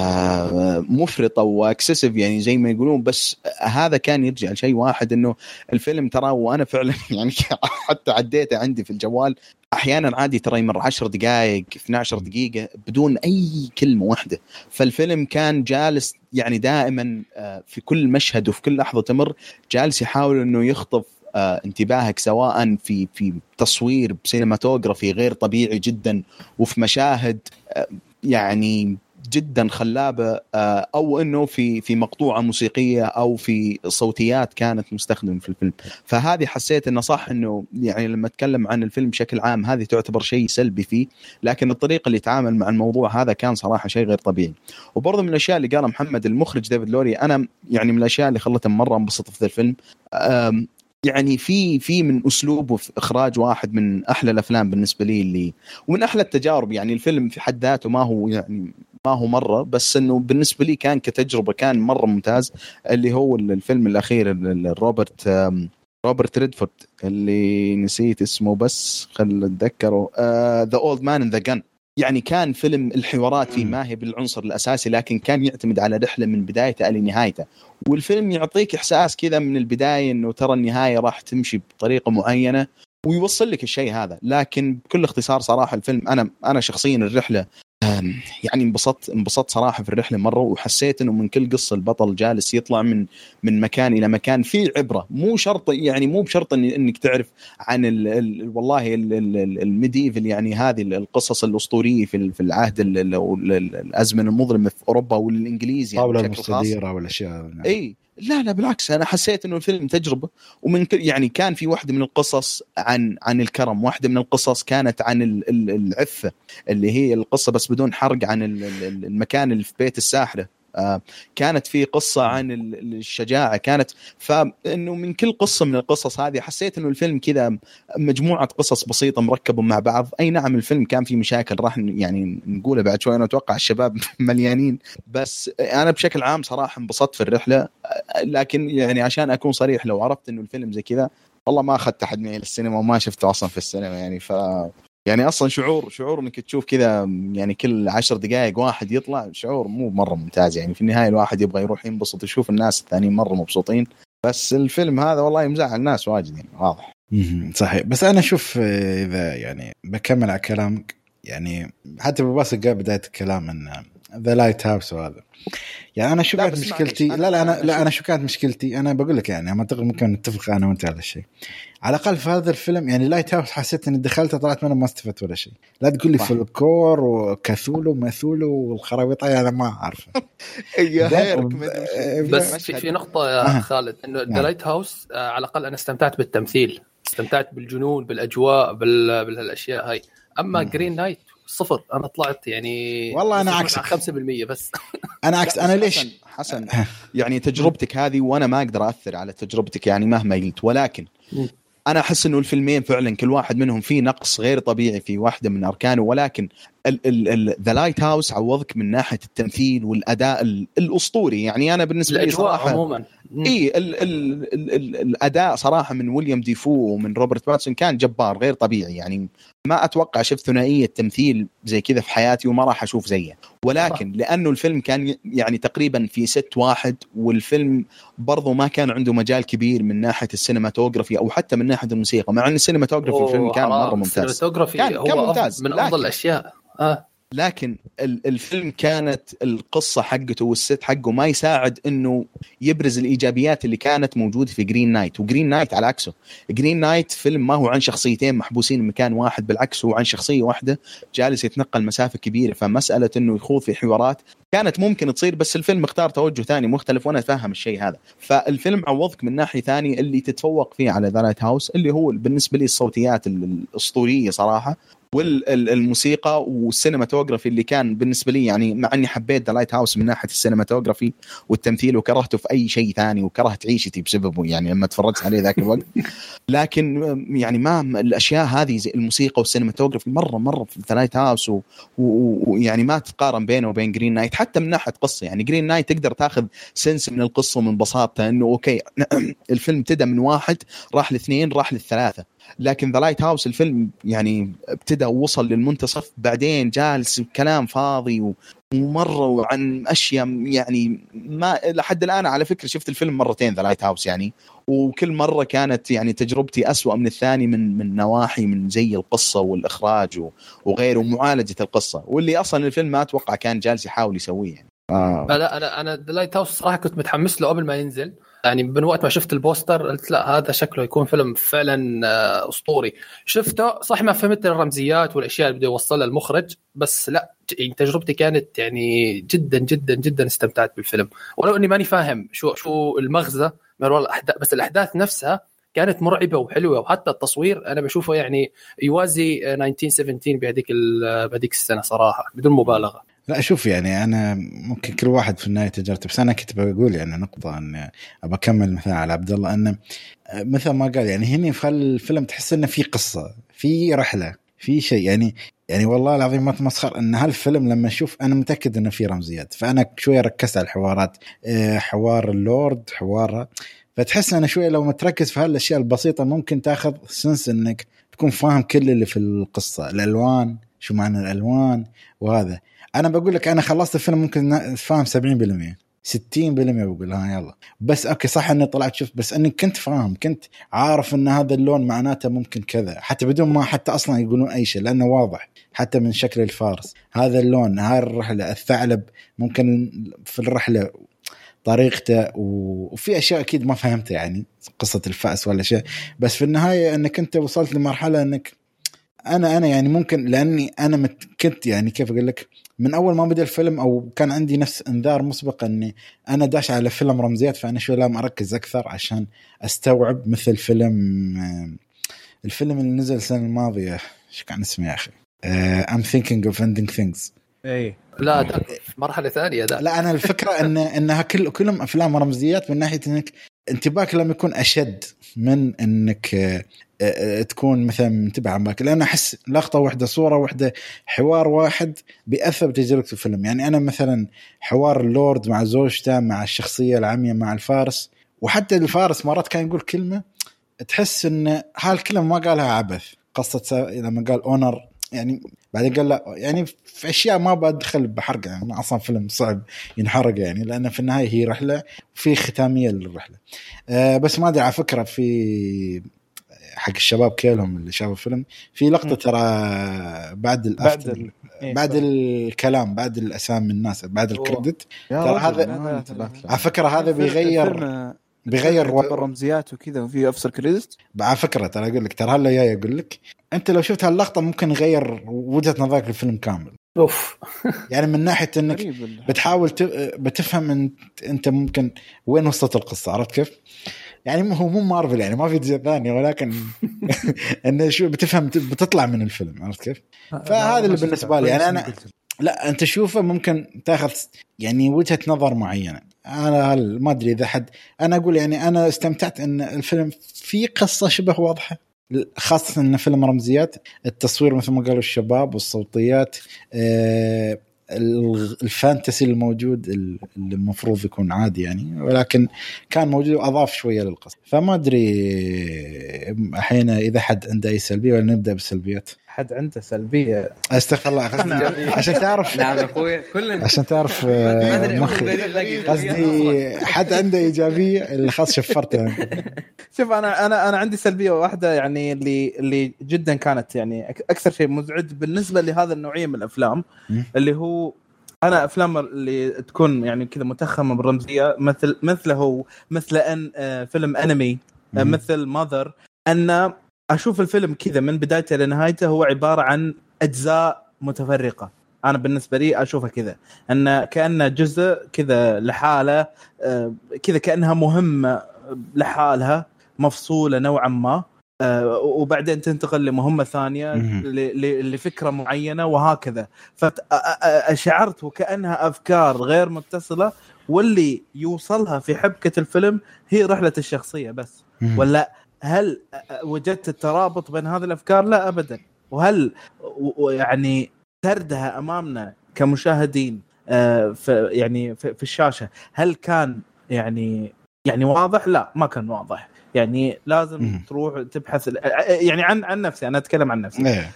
مفرطة واكسسيف يعني زي ما يقولون. بس هذا كان يرجع لشيء واحد، انه الفيلم ترى، وانا فعلا يعني حتى عديته عندي في الجوال احيانا عادي ترى يمر 10 دقائق 12 دقيقة بدون اي كلمة واحدة. فالفيلم كان جالس يعني دائما في كل مشهد وفي كل لحظة تمر جالس يحاول انه يخطف انتباهك، سواء في تصوير بسينماتوغرافي غير طبيعي جدا، وفي مشاهد يعني جدا خلابة، او انه في مقطوعة موسيقية او في صوتيات كانت مستخدمة في الفيلم. فهذه حسيت انه صح، انه يعني لما اتكلم عن الفيلم بشكل عام هذه تعتبر شيء سلبي فيه، لكن الطريقة اللي تعامل مع الموضوع هذا كان صراحة شيء غير طبيعي. وبرضه من الاشياء اللي قالها محمد المخرج ديفيد لوري، انا يعني من الاشياء اللي خلتني مرة انبسط في الفيلم يعني في من اسلوبه في اخراج واحد من احلى الافلام بالنسبه لي، اللي ومن احلى التجارب. يعني الفيلم في حد ذاته ما هو مره، بس انه بالنسبه لي كان كتجربه كان مره ممتاز، اللي هو الفيلم الاخير روبرت ريدفورد اللي نسيت اسمه، بس خل اتذكره، ذا اولد مان ان ذا جن. يعني كان فيلم الحوارات فيه ما هي بالعنصر الأساسي، لكن كان يعتمد على رحلة من بدايته إلى نهايته، والفيلم يعطيك إحساس كذا من البداية إنه ترى النهاية راح تمشي بطريقة معينة ويوصل لك الشيء هذا. لكن بكل اختصار صراحة الفيلم أنا شخصيا الرحلة يعني انبسطت صراحة في الرحلة مرة، وحسيت إنه من كل قصة البطل جالس يطلع من مكان إلى مكان فيه عبرة. مو شرط يعني مو بشرط إنك تعرف عن والله الميديفل، يعني هذه القصص الأسطورية في العهد الأزمنة المظلمة في أوروبا والإنجليز يعني بشكل خاص والأشياء. أي لا بالعكس، أنا حسيت إنه الفيلم تجربة، ومن يعني كان في واحدة من القصص عن الكرم، واحدة من القصص كانت عن العفة اللي هي القصة بس بدون حرق عن المكان اللي في بيت الساحرة كانت في قصة عن الشجاعة، كانت فإنه من كل قصة من القصص هذه حسيت إنه الفيلم كذا مجموعة قصص بسيطة مركبة مع بعض. أي نعم الفيلم كان فيه مشاكل راح يعني نقوله بعد شوي، أنا أتوقع الشباب مليانين، بس أنا بشكل عام صراحة انبسطت في الرحلة. لكن يعني عشان أكون صريح، لو عرفت إنه الفيلم زي كذا والله ما أخذت أحد معي للسينما وما شفته أصلا في السينما يعني. يعني أصلا شعور إنك تشوف كذا يعني كل 10 دقائق واحد يطلع، شعور مو مرة ممتاز يعني. في النهاية الواحد يبغى يروح ينبسط يشوف الناس الثانيين مرة مبسوطين، بس الفيلم هذا والله يمزح الناس واجد يعني واضح. صحيح. بس أنا أشوف إذا يعني بكمل على كلامك، يعني حتى ببسط قبل بداية الكلام إن ذا لايت هاوس وهذا، يعني أنا شو كانت مشكلتي؟ أنا شو كانت مشكلتي؟ أنا بقول لك يعني ما تقدر ممكن نتفق أنا وأنت على الشيء. على الأقل في هذا الفيلم يعني لايت هاوس حسيت إني دخلت طلعت منه ما استفدت ولا شيء. لا تقول لي فولكور وكاثولو ماثولو والخرابيط أنا ما أعرف. بس في نقطة يا خالد إنه لايت هاوس على الأقل أنا استمتعت بالتمثيل، استمتعت بالجنون بالأجواء بالأشياء هاي. أما جرين نايت صفر، أنا طلعت يعني والله أنا عكسك 5% بس. أنا عكس. أنا ليش حسن يعني تجربتك هذه وأنا ما أقدر أثر على تجربتك يعني مهما قلت، ولكن أنا أحس إنه الفيلمين فعلا كل واحد منهم فيه نقص غير طبيعي في واحدة من أركانه، ولكن ذا لايت هاوس عوضك من ناحية التمثيل والأداء الأسطوري. يعني أنا بالنسبة لي صراحة عموما الأداء صراحة من ويليام ديفو ومن روبرت باتسون كان جبار غير طبيعي يعني. ما أتوقع شفت ثنائية تمثيل زي كذا في حياتي وما راح أشوف زيه. ولكن لأنه الفيلم كان يعني تقريبا في ست واحد، والفيلم برضو ما كان عنده مجال كبير من ناحية السينماتوغرافي أو حتى من ناحية الموسيقى، مع أن السينماتوغرافي في الفيلم كان مرة ممتاز. السينماتوغرافي كان ممتاز من أفضل الأشياء. لكن الفيلم كانت القصة حقته والست حقه ما يساعد انه يبرز الايجابيات اللي كانت موجودة في جرين نايت. وجرين نايت على عكسه، جرين نايت فيلم ما هو عن شخصيتين محبوسين بمكان واحد، بالعكس هو عن شخصية واحدة جالس يتنقل مسافة كبيرة. فمسألة انه يخوض في حوارات كانت ممكن تصير، بس الفيلم اختار توجه ثاني مختلف، وانا اتفهم الشيء هذا. فالفيلم عوضك من ناحية ثانية اللي تتفوق فيه على ذا لايت هاوس، اللي هو بالنسبة لي الصوتيات الأسطورية صراحة، والموسيقى والسينماتوغرافي اللي كان بالنسبة لي يعني، مع أني حبيت ذا لايت هاوس من ناحية السينماتوغرافي والتمثيل وكرهته في أي شيء ثاني وكرهت عيشتي بسببه يعني لما تفرجت عليه ذاك الوقت. لكن يعني ما الأشياء هذه زي الموسيقى والسينماتوغرافي مرة في ذا لايت هاوس ويعني ما تقارن بينه وبين جرين نايت حتى من ناحية قصة. يعني جرين نايت تقدر تاخذ سنس من القصة من بساطة، إنه أوكي الفيلم ابتدى من 1 راح ل2 راح ل3، لكن ذا لايت هاوس الفيلم يعني ابتدى ووصل للمنتصف بعدين جالس كلام فاضي ومرة عن أشياء يعني ما لحد الآن. على فكرة شفت الفيلم مرتين ذا لايت هاوس يعني، وكل مرة كانت يعني تجربتي أسوأ من الثاني من نواحي من زي القصة والإخراج وغيره ومعالجة القصة، واللي أصلا الفيلم ما أتوقع كان جالس يحاول يسويه يعني. لا أنا ذا لايت هاوس صراحة كنت متحمس له قبل ما ينزل يعني. من وقت ما شفت البوستر قلت لا هذا شكله يكون فيلم فعلا أسطوري. شفته صح ما فهمت الرمزيات والأشياء اللي بده يوصلها المخرج، بس لا تجربتي كانت يعني جدا جدا جدا استمتعت بالفيلم، ولو اني ماني فاهم شو المغزى من وراء الأحداث، بس الأحداث نفسها كانت مرعبة وحلوة، وحتى التصوير أنا بشوفه يعني يوازي 1917 بهذيك السنة صراحة بدون مبالغة. لا شوف يعني أنا ممكن كل واحد في النهاية تجربته، بس أنا كنت بقول يعني نقطة أن أبى أكمل مثلا على عبد الله، أنه مثل ما قال يعني هني في الفيلم تحس إنه في قصة في رحلة في شيء يعني والله العظيم ما تمسخر أن هالفيلم لما أشوف أنا متأكد إنه في رمزيات. فأنا شوية ركزت على الحوارات، حوار اللورد حوار، فتحس أنا شوية لو متركز في هالأشياء البسيطة ممكن تأخذ سنس إنك تكون فاهم كل اللي في القصة، الألوان شو معنى الألوان وهذا. أنا بقول لك أنا خلصت الفيلم ممكن فاهم 70% 60% بقول ها يلا بس أوكي صح إني طلعت شفت، بس إني كنت فاهم كنت عارف إن هذا اللون معناته ممكن كذا، حتى بدون ما حتى أصلا يقولون أي شيء، لأنه واضح حتى من شكل الفارس هذا اللون هاي الرحلة الثعلب ممكن في الرحلة طريقته وفي أشياء أكيد ما فهمتها يعني قصة الفأس ولا شيء، بس في النهاية أنك أنت وصلت لمرحلة أنك أنا يعني ممكن لأني أنا كنت يعني كيف أقول لك من أول ما بدأ الفيلم أو كان عندي نفس إنذار مسبق أني أنا داش على فيلم رمزيات، فأنا شوي لازم أركز أكثر عشان أستوعب. مثل الفيلم اللي نزل السنة الماضية شو كان اسمه يا أخي I'm thinking of ending things. ايه لا مرحله ثانيه ده. لا انا الفكره انها كلهم افلام رمزيات من ناحيه انك انتباهك لما يكون اشد من انك تكون مثلا منتبه عن باك، لأن أحس لقطة واحدة صورة واحدة حوار واحد بيأثر بتجربة الفيلم. يعني أنا مثلا حوار اللورد مع زوجته مع الشخصية العامية مع الفارس، وحتى الفارس مرات كان يقول كلمة تحس إن هالكلمة ما قالها عبث. قصة لما قال أونر يعني بعدين قال لا، يعني في أشياء ما بدخل بحرقة، يعني أصلا فيلم صعب ينحرق يعني، لأن في النهاية هي رحلة وفي ختامية للرحلة. بس ما أدري على فكرة في حق الشباب كلهم اللي شافوا الفيلم في لقطة ترى بعد الكلام بعد الأسامي الناس بعد الكريدت، ترى هذا على فكرة هذا بيغير الرمزيات وكذا وفي أفسر كريدت. على فكرة ترى أقول لك ترى هلا جاي أقول لك أنت لو شفت هاللقطة ممكن يغير وجهة نظرك للفيلم كامل. أوف. يعني من ناحية إنك بتحاول بتفهم أنت ممكن وين وصلت القصة، عرفت كيف؟ يعني هو مو مارفل يعني ما في جزء ثاني، ولكن إنه شو بتفهم بتطلع من الفيلم، عرفت كيف؟ فهذا اللي بالنسبة لي يعني أنا لا أنت شوفه ممكن تأخذ يعني وجهة نظر معينة. أنا ما أدري إذا حد أنا أقول يعني أنا استمتعت إن الفيلم في قصة شبه واضحة، خاصة إن فيلم رمزيات، التصوير مثل ما قالوا الشباب والصوتيات، الفانتسي الموجود اللي المفروض يكون عادي يعني، ولكن كان موجود وأضاف شوية للقصة. فما أدري الحين إذا حد عنده أي سلبية ولا نبدأ بالسلبيات. حد عنده سلبية استغفر الله عشان تعرف نعم اخوي كلنا عشان تعرف قصدي حد عنده ايجابيه اللي خاص شفرته. شوف انا عندي سلبيه واحده يعني اللي جدا كانت يعني اكثر شيء مزعج بالنسبه لهذا النوعيه من الافلام، اللي هو انا افلام اللي تكون يعني كذا متخمه بالرمزيه مثل ان فيلم انمي مثل ماذر، ان أشوف الفيلم كذا من بدايته لنهايته هو عبارة عن أجزاء متفرقة. أنا بالنسبة لي أشوفها كذا أن كأنه جزء كذا لحالة، كذا كأنها مهمة لحالها مفصولة نوعا ما، وبعدين تنتقل لمهمة ثانية لفكرة معينة وهكذا. فشعرت وكأنها أفكار غير متصلة، واللي يوصلها في حبكة الفيلم هي رحلة الشخصية بس. ولا هل وجدت الترابط بين هذه الأفكار؟ لا أبدا. وهل يعني سردها أمامنا كمشاهدين في الشاشة هل كان يعني واضح؟ لا ما كان واضح. يعني لازم تروح تبحث يعني عن نفسي، أنا أتكلم عن نفسي.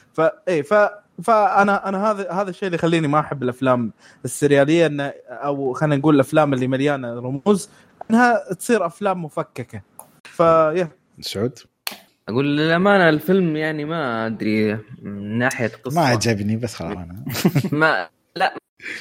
فأنا هذا الشيء اللي يخليني ما أحب الأفلام السريالية، أو خلينا نقول الأفلام اللي مليانة رموز، أنها تصير أفلام مفككة. سعود اقول للامانه الفيلم يعني ما ادري من ناحيه قصه ما عجبني، بس خلاص انا ما لا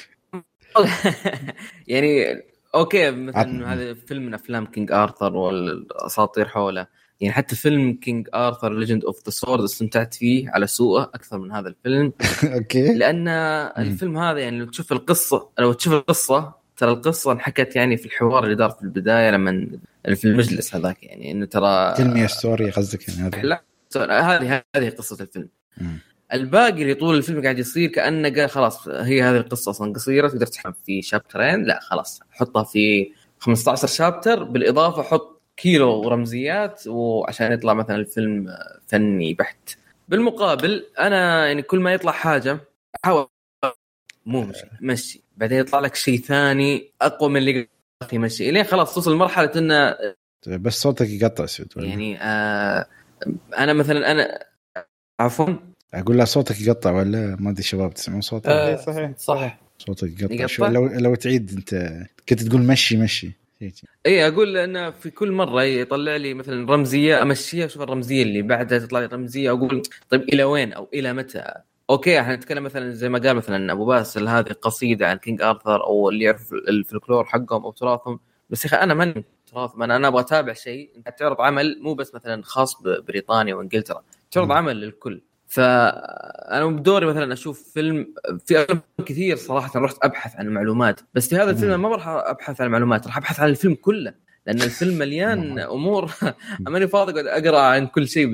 يعني اوكي مثلا هذا فيلم من افلام كينج آرثر والاساطير حوله، يعني حتى فيلم كينج آرثر ليجند اوف ذا سورد استمتعت فيه على سوءه اكثر من هذا الفيلم. اوكي لان الفيلم هذا يعني لو تشوف القصه ترى القصة انحكت يعني في الحوار اللي دار في البداية لما في المجلس هذاك، يعني إنه ترى كلمة ستوري قصدك يعني هذا؟ لا هذه قصة الفيلم. الباقي اللي طول الفيلم قاعد يصير كأنه قال خلاص هي هذه القصة أصلا قصيرة تقدر تحكم في شابترين، لا خلاص حطها في 15 شابتر، بالإضافة حط كيلو رمزيات وعشان يطلع مثلا الفيلم فني بحت. بالمقابل أنا يعني كل ما يطلع حاجة أحاول مو مشي، بعدين يطلع لك شيء ثاني أقوى من اللي في مشي، إلين خلاص توصل لمرحلة إنه بس صوتك يقطع سعود. يعني أنا مثلا عفوا أقول لا صوتك يقطع ولا ما أدري شباب تسمعون صوتك؟ صح صوتك يقطع شو لو تعيد أنت كنت تقول مشي اي اقول انه في كل مره يطلع لي مثلا رمزيه امشيها اشوف الرمزيه اللي بعدها تطلع لي رمزيه اقول طيب الى وين او الى متى. اوكي احنا نتكلم مثلا زي ما قال مثلا ابو باسل هذه قصيده عن كينج آرثر او اللي يعرف الفلكلور حقهم او تراثهم، بس يا اخي انا من تراث، انا ابغى اتابع شيء. انت تعرض عمل مو بس مثلا خاص ببريطانيا وانجلترا، تعرض عمل للكل. فانا بدوري مثلا اشوف فيلم، في افلام كثير صراحه رحت ابحث عن معلومات، بس في هذا الفيلم ما راح ابحث عن معلومات، راح ابحث عن الفيلم كله، لان الفيلم مليان امور ماني فاضي اقرا عن كل شيء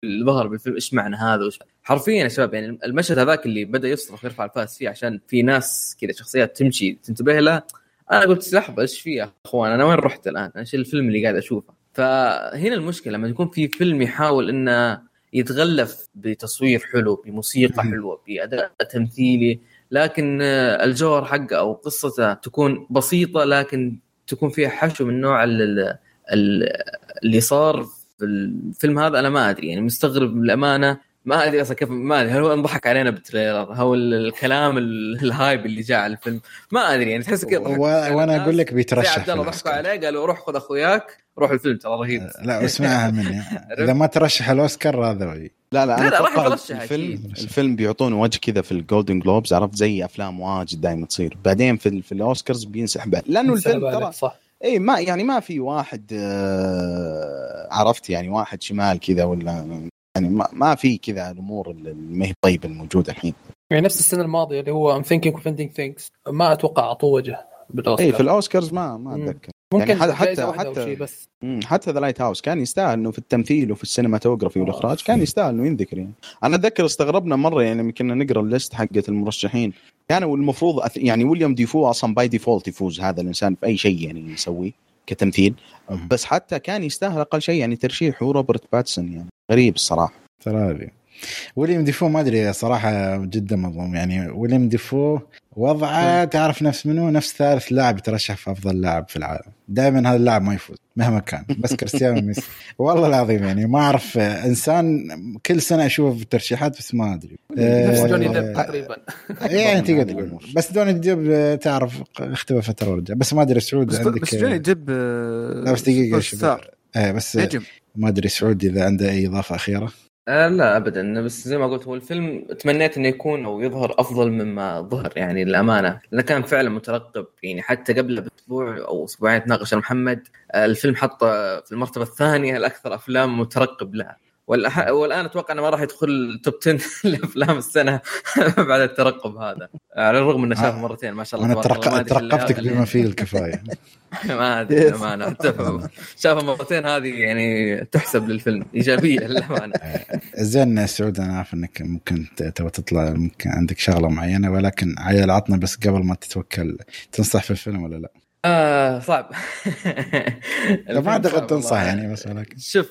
اللي ظهر بالفيلم إيش معنى هذا حرفيا يا شباب. يعني المشهد هذاك اللي بدأ يصرخ يرفع الفاس فيه عشان في ناس كذا شخصيات تمشي تنتبه له، أنا قلت لحظة إيش فيه يا أخوان، أنا وين رحت الآن؟ إيش الفيلم اللي قاعد أشوفه؟ فهنا المشكلة لما يكون في فيلم يحاول إنه يتغلف بتصوير حلو، بموسيقى حلوة، بأداء تمثيلي، لكن الجوهر حقه أو قصته تكون بسيطة لكن تكون فيها حشو من نوع اللي صار في الفيلم هذا. أنا ما أدري، يعني مستغرب بالأمانة، ما أدري أصلا كيف، ما أدري هل هو انضحك علينا بالتريلر، هو الكلام الهايب اللي جاء على الفيلم، ما أدري. يعني تحس كذا وأنا أقول لك بيترشح، ضحكوا عليه قالوا روح خذ أخوياك روح الفيلم ترى رهيب. لا اسمعها مني إذا ما ترشح الأوسكار هذا وي. لا أنا راح أرشح. الفيلم بيعطونه وجه كذا في الجولدن جلوبز، عرفت زي أفلام واجد دائما تصير، بعدين في الأوسكارز بينسحب لأنه الفيلم ترى اي ما يعني ما في واحد عرفت يعني واحد شمال كذا ولا يعني ما في كذا الامور اللي هي طيبه الموجوده الحين. يعني نفس السنه الماضيه اللي هو I'm thinking of ending things ما اتوقع اعطوه وجه بالاوسكار. اي في الاوسكارز ما اتذكر ممكن يعني حتى ذا لايت هاوس كان يستاهل انه في التمثيل وفي السينماتوجرافي والاخراج كان يستاهل انه ينذكر. يعني انا اتذكر استغربنا مره يعني كنا نقرا الليست حقه المرشحين كانوا المفروض يعني ويليام ديفو اصلا باي ديفولت يفوز هذا الانسان في اي شيء يعني يسويه كتمثيل، بس حتى كان يستاهل اقل شيء يعني ترشيحه روبرت باتسون. يعني غريب الصراحه ترى ويليام ديفو ما ادري صراحه جدا مظلوم. يعني ويليام ديفو وضعه تعرف نفس منه نفس ثالث لاعب يترشح في افضل لاعب في العالم، دائما هذا اللاعب ما يفوز مهما كان، بس كريستيانو ميسي والله العظيم. يعني ما اعرف انسان كل سنه اشوفه في الترشيحات بس ما ادري نفس دوني ديب تقريبا يعني تقدر تقول بس دوني ديب تعرف اختفى فتره ورجع، بس ما ادري سعود عندك بس دوني ديب لا بس دقيقه بس نجم. ما ادري سعود اذا عنده اي اضافه اخيره. لا أبداً، بس زي ما قلت هو الفيلم تمنيت إنه يكون أو يظهر أفضل مما ظهر يعني للأمانة، لأنه كان فعلاً مترقب. يعني حتى قبل بأسبوع أو أسبوعين تناقش محمد الفيلم حطه في المرتبة الثانية الأكثر أفلام مترقب لها، والآن أتوقع أنه ما راح يدخل توب 10 لأفلام السنة بعد الترقب هذا، على الرغم أنه شافه مرتين ما شاء الله. أنا ترقبتك بما فيه الكفاية. ما أدري ما أنا شافه مرتين هذه يعني تحسب للفيلم إيجابية للأمانة. زين سعود أنا عارف أنك ممكن تبغى تطلع، ممكن عندك شغلة معينة، ولكن عيال عطنا بس قبل ما تتوكل تنصح في الفيلم ولا لا؟ صعب. ما أعتقد تنصح يعني، بس ولكن شوف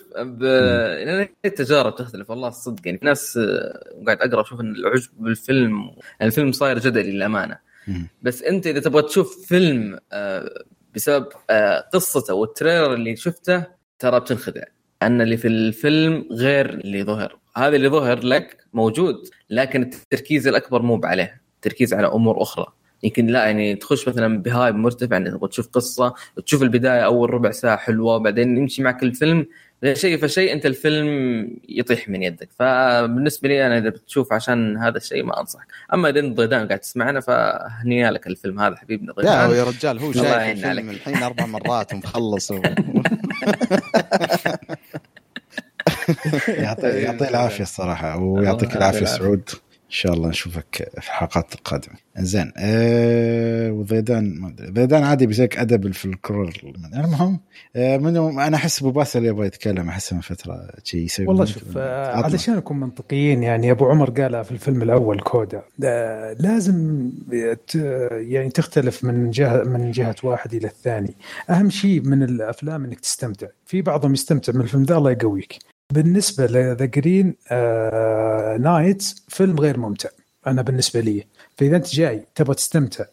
التجارب تختلف والله الصدق. يعني في ناس قاعد أقرأ أشوف إن العجب بالفيلم يعني الفيلم صاير جدلي للأمانة، بس أنت إذا تبغى تشوف فيلم بسبب قصته والتريلر اللي شفته ترى بتنخدع، أن اللي في الفيلم غير اللي ظهر. هذا اللي ظهر لك موجود لكن التركيز الأكبر مو عليه، التركيز على أمور أخرى. يمكن لا يعني تخش مثلا بهايب مرتفع يعني تبغى تشوف قصة، تشوف البداية أول ربع ساعة حلوة، بعدين يمشي معك الفيلم شيء فشيء أنت الفيلم يطيح من يدك. فبالنسبة لي أنا إذا بتشوف عشان هذا الشيء ما أنصحك. أما إذا ضيدان قاعد تسمعنا فهنيا لك الفيلم هذا حبيبنا ضيدان. يا رجال هو شايف الفيلم الحين 4 مرات ومخلص يعطي العافية الصراحة، ويعطيك العافية سعود. إن شاء الله نشوفك في الحلقات القادمة. زين وضيدان عادي بيسك أدب في الكرر. المهم منه أنا أحس أبو باسل يبغى يتكلم، أحس من فترة شيء يسوي. والله شوف علشان نكون منطقيين، يعني أبو عمر قالها في الفيلم الأول كودا لازم يعني تختلف من جهة واحد إلى الثاني. أهم شيء من الأفلام إنك تستمتع، في بعضهم يستمتع من الفيلم ده الله يقويك. بالنسبة لذا جرين نايت فيلم غير ممتع أنا بالنسبة لي. فإذا أنت جاي تبغى تستمتع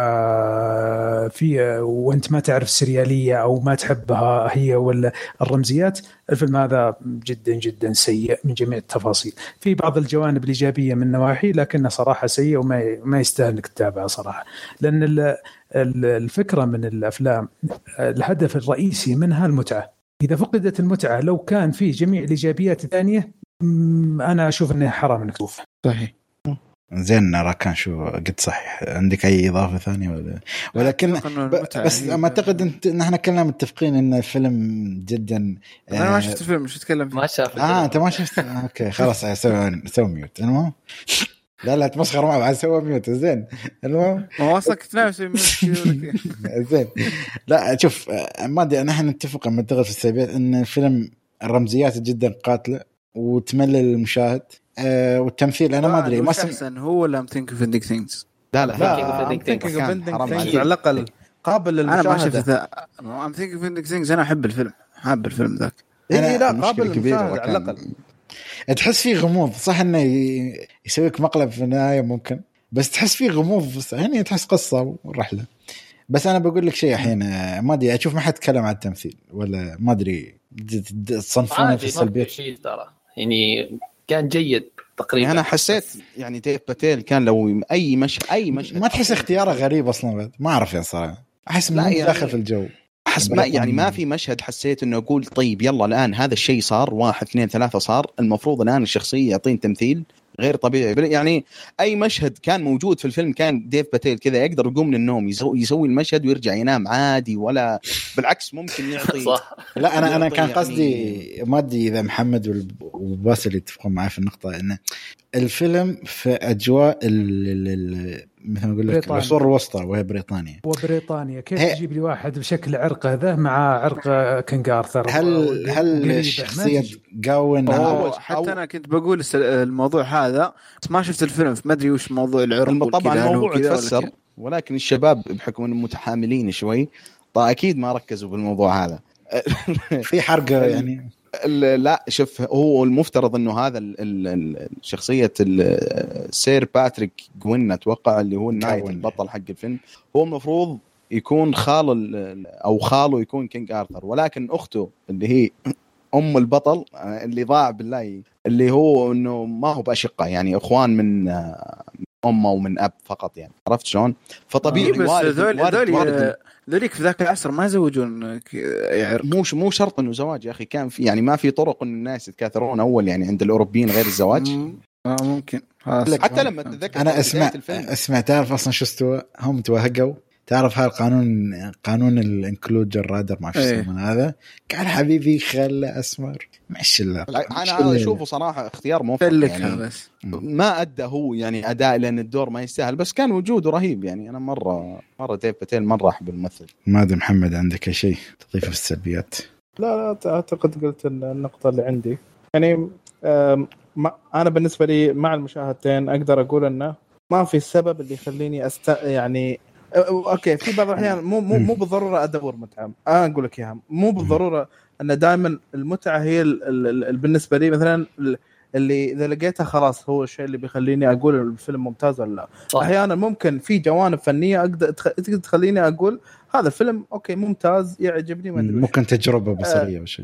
وأنت ما تعرف السريالية أو ما تحبها هي ولا الرمزيات، الفيلم هذا جدا جدا سيء من جميع التفاصيل. في بعض الجوانب الإيجابية من نواحي لكنه صراحة سيء وما يستاهل إنك تتابعه صراحة، لأن الفكرة من الأفلام الهدف الرئيسي منها المتعة. إذا فقدت المتعة لو كان فيه جميع الإيجابيات الثانية أنا أشوف أنه حرام إنك تشوفه. صحيح. زين راكان شو قد صحيح. عندك أي إضافة ثانية ولا؟ ولكن بس ما أعتقد إن إحنا كلنا متفقين إن الفيلم جدا. أنا ما شفت الفيلم، مش أتكلم فيه. ما شاف. أنت ما شفت؟ أوكي خلاص سوي ميوت. المهم لا تمسخر معه بعد سوى ميوت. زين المهم ما وصلك تنافس زين. لا شوف ما ادري، نحن نتفق لما نتغل في السلبيات ان الفيلم الرمزيات جدا قاتله، وتملل المشاهد. والتمثيل انا ما ادري ما احسن هو ولا I'm thinking of ending things. لا I'm thinking of ending things على الاقل قابل للمشاهده. انا ما شفت I'm thinking of ending things. انا احب الفيلم الفيلم ذاك. لا قابل للمشاهده على الاقل. تحس فيه غموض صح انه يسويك مقلب في النهايه ممكن بس تحس فيه غموض يعني تحس قصه ورحله. بس انا بقول لك شيء الحين ما ادري اشوف ما حد تكلم عن التمثيل ولا ما ادري تصنفونه في السلبيه شيء ترى يعني كان جيد تقريبا. انا حسيت يعني ديف باتيل كان لو اي مشهد ما تحس اختياره غريب اصلا بعد ما اعرف يا صراحه احس ما يعني داخل في الجو. احس ما يعني ما في مشهد حسيت انه اقول طيب يلا الان هذا الشيء صار 1 2 3 صار المفروض الان الشخصيه يعطين تمثيل غير طبيعي. يعني اي مشهد كان موجود في الفيلم كان ديف باتيل كذا يقدر يقوم من النوم يسوي المشهد ويرجع ينام عادي ولا بالعكس ممكن يعطي صح. لا انا كان قصدي ما ادري اذا محمد وباسل يتفقون معي في النقطه ان الفيلم في اجواء مثل ما اقول لك العصور الوسطى وهي بريطانيا كيف تجيب لي واحد بشكل عرقه ذا مع عرق كينغ آرثر؟ هل شخصيه جاون حتى انا كنت بقول الموضوع هذا ما شفت الفيلم ما ادري وش موضوع العرق. طبعا الموضوع تفسر ولكن الشباب بحكم انهم متحاملين شوي اكيد ما ركزوا بالموضوع هذا. في حرق يعني لا شوف هو المفترض انه هذا شخصيه سير باتريك جوين اتوقع اللي هو النايت البطل حق الفيلم هو المفروض يكون خاله يكون كينغ آرثر ولكن اخته اللي هي ام البطل اللي ضاع بالله اللي هو انه ما هو باشقه يعني اخوان من امه ومن اب فقط يعني عرفت شلون. فطبيعي ذوليك في ذاك العصر ما يزوجون مو شرط انه زواج يا اخي كان في يعني ما في طرق ان الناس يتكاثرون اول يعني عند الاوروبيين غير الزواج ممكن حتى لما تتذكر انا اسمع تعرف اصلا شو استوى هم توهقوا تعرف قانون الانكلوجر رادر ما في اسمه هذا قال حبيبي خلى اسمر مش انا اشوفه صراحه اختيار موفق يعني بس ما ادى هو يعني اداء لان الدور ما يستاهل بس كان وجوده رهيب يعني انا مره ديف باتيل مره احب الممثل. ما ادري محمد عندك شيء تضيفه في السلبيات؟ لا اعتقد قلت النقطه اللي عندي يعني انا بالنسبه لي مع المشاهدتين اقدر اقول انه ما في السبب اللي يخليني يعني اوكي في بعض الاحيان مو بالضروره ادور متعه. انا اقول لك اياها مو بالضروره ان دائما المتعه هي بالنسبه لي مثلا اللي اذا لقيتها خلاص هو الشيء اللي بيخليني اقول الفيلم ممتاز ولا لا. احيانا ممكن في جوانب فنيه اقدر تخليني اقول هذا الفيلم اوكي ممتاز يعجبني ما ادري ممكن تجربه بصريه وشيء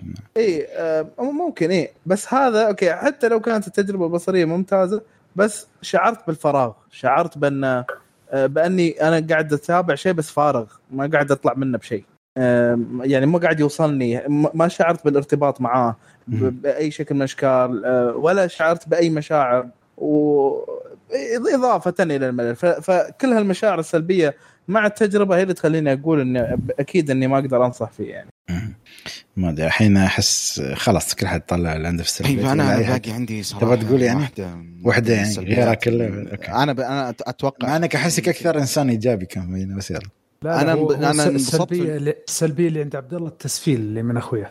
ممكن بس هذا اوكي حتى لو كانت التجربه البصريه ممتازه بس شعرت بالفراغ شعرت بأني أنا قاعد أتابع شيء بس فارغ ما قاعد أطلع منه بشيء يعني ما قاعد يوصلني ما شعرت بالارتباط معاه بأي شكل من الأشكال ولا شعرت بأي مشاعر وإضافة إلى الملل فكل هالمشاعر السلبية مع التجربة هي اللي تخليني أقول إن أكيد إني ما أقدر أنصح فيه يعني. ما ادري الحين احس خلاص كل حد طلع اللي عنده في السلبيات. ايوه انا باقي عندي صراحه تبغى تقول يعني وحده يعني غيرها كله. انا اتوقع انك احسك اكثر انسان ايجابي كان بس يلا. لا انا السلبيه اللي عند عبد الله التسفيل اللي من اخويا.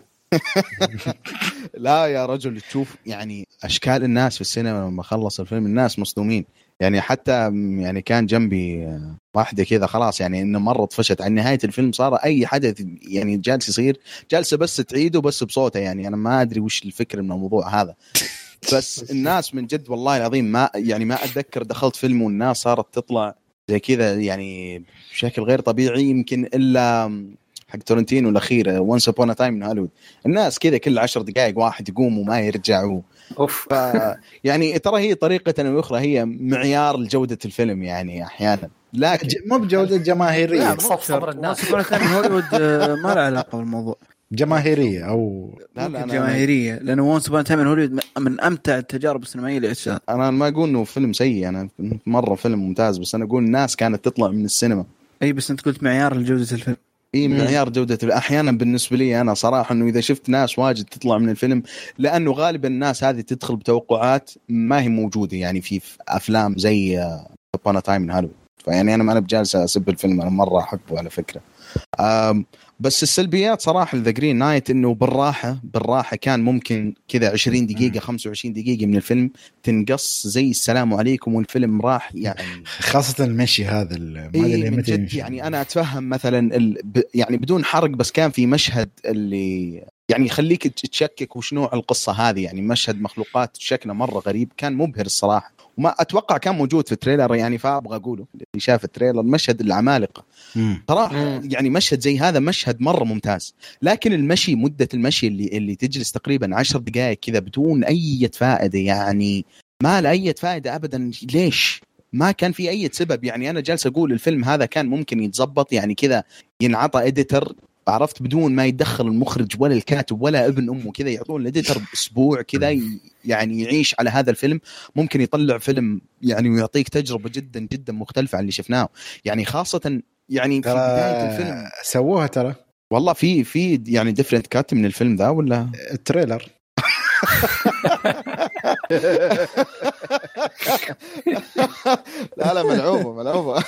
لا يا رجل تشوف يعني اشكال الناس في السينما لما خلص الفيلم الناس مصدومين يعني حتى يعني كان جنبي واحدة كذا خلاص يعني إنه مرة طفشت عن نهاية الفيلم صار أي حدث يعني جالس يصير جالسة بس تعيده بس بصوته يعني أنا ما أدري وش الفكرة من الموضوع هذا بس الناس من جد والله العظيم ما أتذكر دخلت فيلم والناس صارت تطلع زي كذا يعني بشكل غير طبيعي يمكن إلا حق تورنتينو الأخير Once Upon a Time in Hollywood الناس كذا كل 10 دقائق واحد يقوم وما يرجع يعني ترى هي طريقة وأخرى هي معيار لجودة الفيلم يعني أحيانا لكن مو بجودة جماهيرية صبر الناس هوليوود ما له علاقة بالموضوع جماهيرية أو لا جماهيرية لأنه Once Upon a Time in Hollywood من أمتع التجارب السينمائية اللي عشتها. أنا ما أقول إنه فيلم سيء أنا مرة فيلم ممتاز بس أنا أقول الناس كانت تطلع من السينما أي بس أنت قلت معيار لجودة الفيلم معيار جودة أحيانا بالنسبة لي أنا صراحة إنه إذا شفت ناس واجد تطلع من الفيلم لأنه غالبا الناس هذه تدخل بتوقعات ما هي موجودة يعني في أفلام زي Upon a Time in Hollywood فيعني أنا بجالس أسب الفيلم أنا مرة أحبه على فكرة بس السلبيات صراحه ذا جرين نايت انه بالراحه كان ممكن كذا 20 دقيقه 25 دقيقه من الفيلم تنقص زي السلام عليكم والفيلم راح يعني. خاصه المشي هذا ما ادري من جد يعني انا اتفهم مثلا يعني بدون حرق، بس كان في مشهد اللي يعني يخليك تشكك وش نوع القصه هذه، يعني مشهد مخلوقات شكله مره غريب كان مبهر الصراحه، وما اتوقع كان موجود في التريلر يعني، فابغى اقوله اللي شاف التريلر مشهد العمالقه صراحه يعني مشهد زي هذا مشهد مره ممتاز. لكن مده المشي اللي تجلس تقريبا 10 دقائق كذا بدون اي فائده، يعني ما له اي فائده ابدا. ليش؟ ما كان في اي سبب يعني. انا جالس اقول الفيلم هذا كان ممكن يتزبط يعني كذا، ينعطى اديتر عرفت بدون ما يدخل المخرج ولا الكاتب ولا ابن امه، كذا يعطون الاديتر اسبوع كذا يعني يعيش على هذا الفيلم، ممكن يطلع فيلم يعني ويعطيك تجربه جدا جدا مختلفه عن اللي شفناه يعني. خاصه يعني في بدايه الفيلم سووها ترى والله في يعني ديفرنت كات من الفيلم ذا ولا التريلر. لا ملعوبة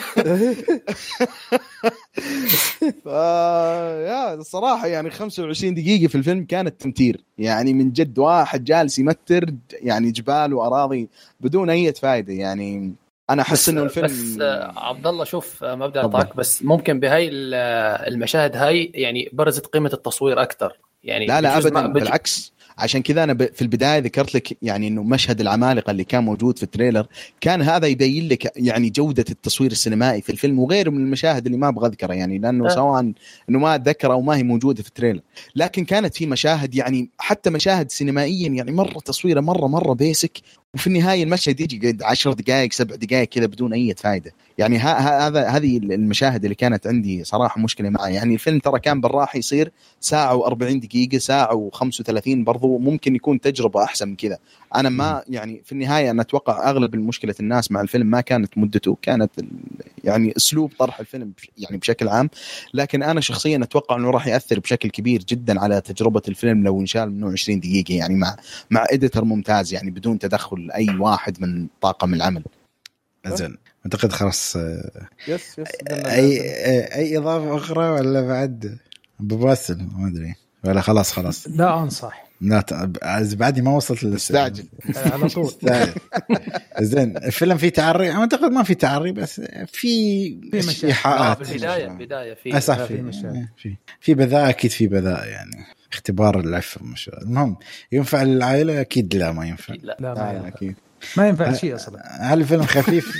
يا الصراحة يعني 25 دقيقة في الفيلم كانت تمتير يعني، من جد واحد جالس يمتر يعني جبال وأراضي بدون أي فائدة يعني. أنا أحس إنه الفيلم بس عبد الله شوف ما بدي أطاق، بس ممكن بهاي المشاهد هاي يعني برزت قيمة التصوير أكتر يعني. لا أبدا بالعكس، عشان كذا أنا في البداية ذكرت لك يعني إنه مشهد العمالقة اللي كان موجود في التريلر كان هذا يبين لك يعني جودة التصوير السينمائي في الفيلم، وغيره من المشاهد اللي ما أبغى أذكرها يعني، لأنه سواء إنه ما أتذكر أو ما هي موجودة في التريلر، لكن كانت في مشاهد يعني حتى مشاهد سينمائيا يعني مرة تصويره مرة بيسك، وفي النهاية المشهد يجي 10 دقائق 7 دقائق كذا بدون أي فائدة يعني. هذه المشاهد اللي كانت عندي صراحة مشكلة معها يعني. الفيلم ترى كان بالراحة يصير ساعة و40 دقيقة، ساعة و35 برضو ممكن يكون تجربة أحسن من كذا. أنا ما يعني في النهاية أنا أتوقع أغلب المشكلة الناس مع الفيلم ما كانت مدته، كانت يعني أسلوب طرح الفيلم يعني بشكل عام. لكن أنا شخصيا أتوقع أنه راح يأثر بشكل كبير جدا على تجربة الفيلم لو انشال منه 20 دقيقة يعني مع إديتر ممتاز يعني بدون تدخل أي واحد من طاقم العمل. زين أعتقد خلاص. يس أي إضافة أخرى ولا بعد بباسل ما أدري ولا خلاص لا أنصح لا بعدي ما وصلت للستاجل على طول. زين الفيلم فيه تعري، أنا أعتقد ما في تعري بس في إيحاءات بداية في بذاء أكيد، في بذاء يعني اختبار العفة مش المهم. ينفع للعائلة أكيد لا ما ينفع. لا أكيد ما ينفع شيء أصلا. هل الفيلم خفيف؟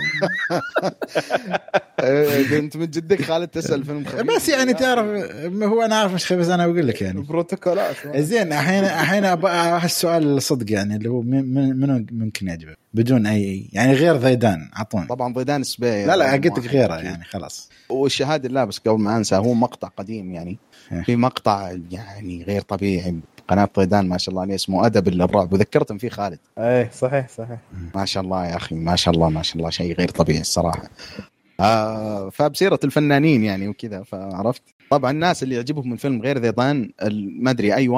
أنت من جدك خالد تسأل فيلم خفيف بس يعني تعرف هو أنا عارف مش خفيف بس أنا أقول لك يعني بروتوكولات. زين أحيانا أبغى هالسؤال صدق يعني اللي هو منو ممكن يعجبه بدون أي يعني غير ضيدان عطون. طبعا ضيدان السباعي لا قلت لك غيره يعني خلاص. والشهادة لا بس قبل ما أنسى هو مقطع قديم يعني في مقطع يعني غير طبيعي قناة ضيدان ما شاء الله عليه اسمه أدب الرعب، وذكرتم فيه خالد. ايه صحيح ما شاء الله يا أخي ما شاء الله شيء غير طبيعي الصراحة. فبسيرة الفنانين يعني وكذا فعرفت. طبعا الناس اللي يعجبهم من فيلم غير ضيدان ما أدري أي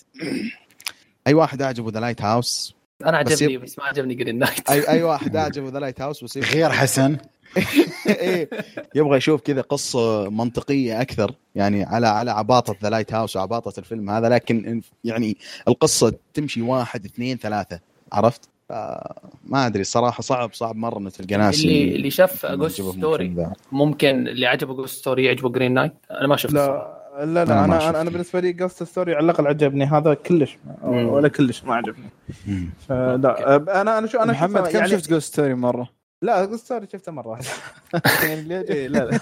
واحد أعجبه ذا لايت هاوس. أنا عجبني بس ما عجبني جرين نايت. أي واحد أعجبه ذا لايت هاوس غير حسن إيه يبغى يشوف كذا قصة منطقية أكثر يعني على عباطة ذا لايت هاوس وعباطة الفيلم هذا، لكن يعني القصة تمشي 1 2 3 عرفت. ما أدري الصراحة صعب مرة إنه تلقى ناس اللي شاف جوست ستوري ممكن اللي عجبه جوست ستوري يعجبه جرين نايت. أنا ما شفت. لا أنا بالنسبة لي جوست ستوري على الأقل عجبني، هذا كلش ولا كلش ما عجبني. لا أنا محمد كم يعني شفت جوست ستوري مرة؟ لا جوست ستوري شفته مرة واحدة. يعني لا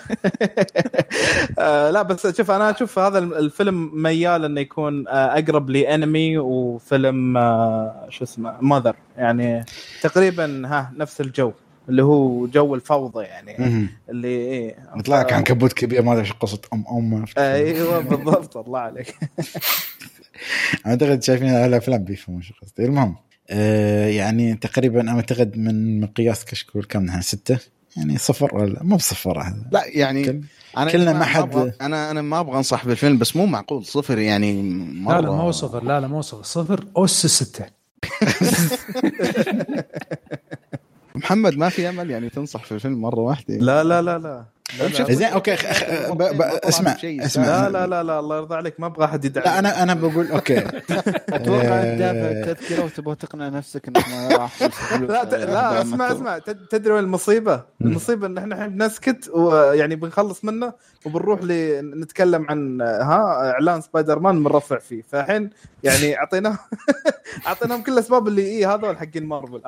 لا بس شوف أنا أشوف هذا الفيلم ميال إنه يكون أقرب لأنمي وفيلم شو اسمه ماذر يعني تقريبا نفس الجو اللي هو جو الفوضى يعني اللي نطلع كان كبوت كبير ما ادري ايش قصه ايوه بالضبط الله عليك. اعتقد شايفين الافلام بيفهموا شو قصدي. المهم يعني تقريبا انا اعتقد من مقياس كشكول كم نحن 6 يعني 0 ولا مو ب0 هذا. لا يعني كلنا ما حد انا ما ابغى انصح بالفيلم بس مو معقول 0 يعني مرة. لا مو 0 لا مو 0 أس 6. محمد ما في امل يعني تنصح في الفيلم مره واحده؟ لا زين اوكي اسمع لا الله يرضى عليك ما ابغى احد يدعي. لا انا بقول اوكي اتوقع دافع تذكره وتبغى تقنع نفسك انك ما راح. لا اسمع تدري وين المصيبه ان احنا بنسكت ويعني بنخلص منه وبنروح نتكلم عن اعلان سبايدر مان بنرفع فيه. فالحين يعني اعطيناهم كل الاسباب اللي هذول حقين مارفل.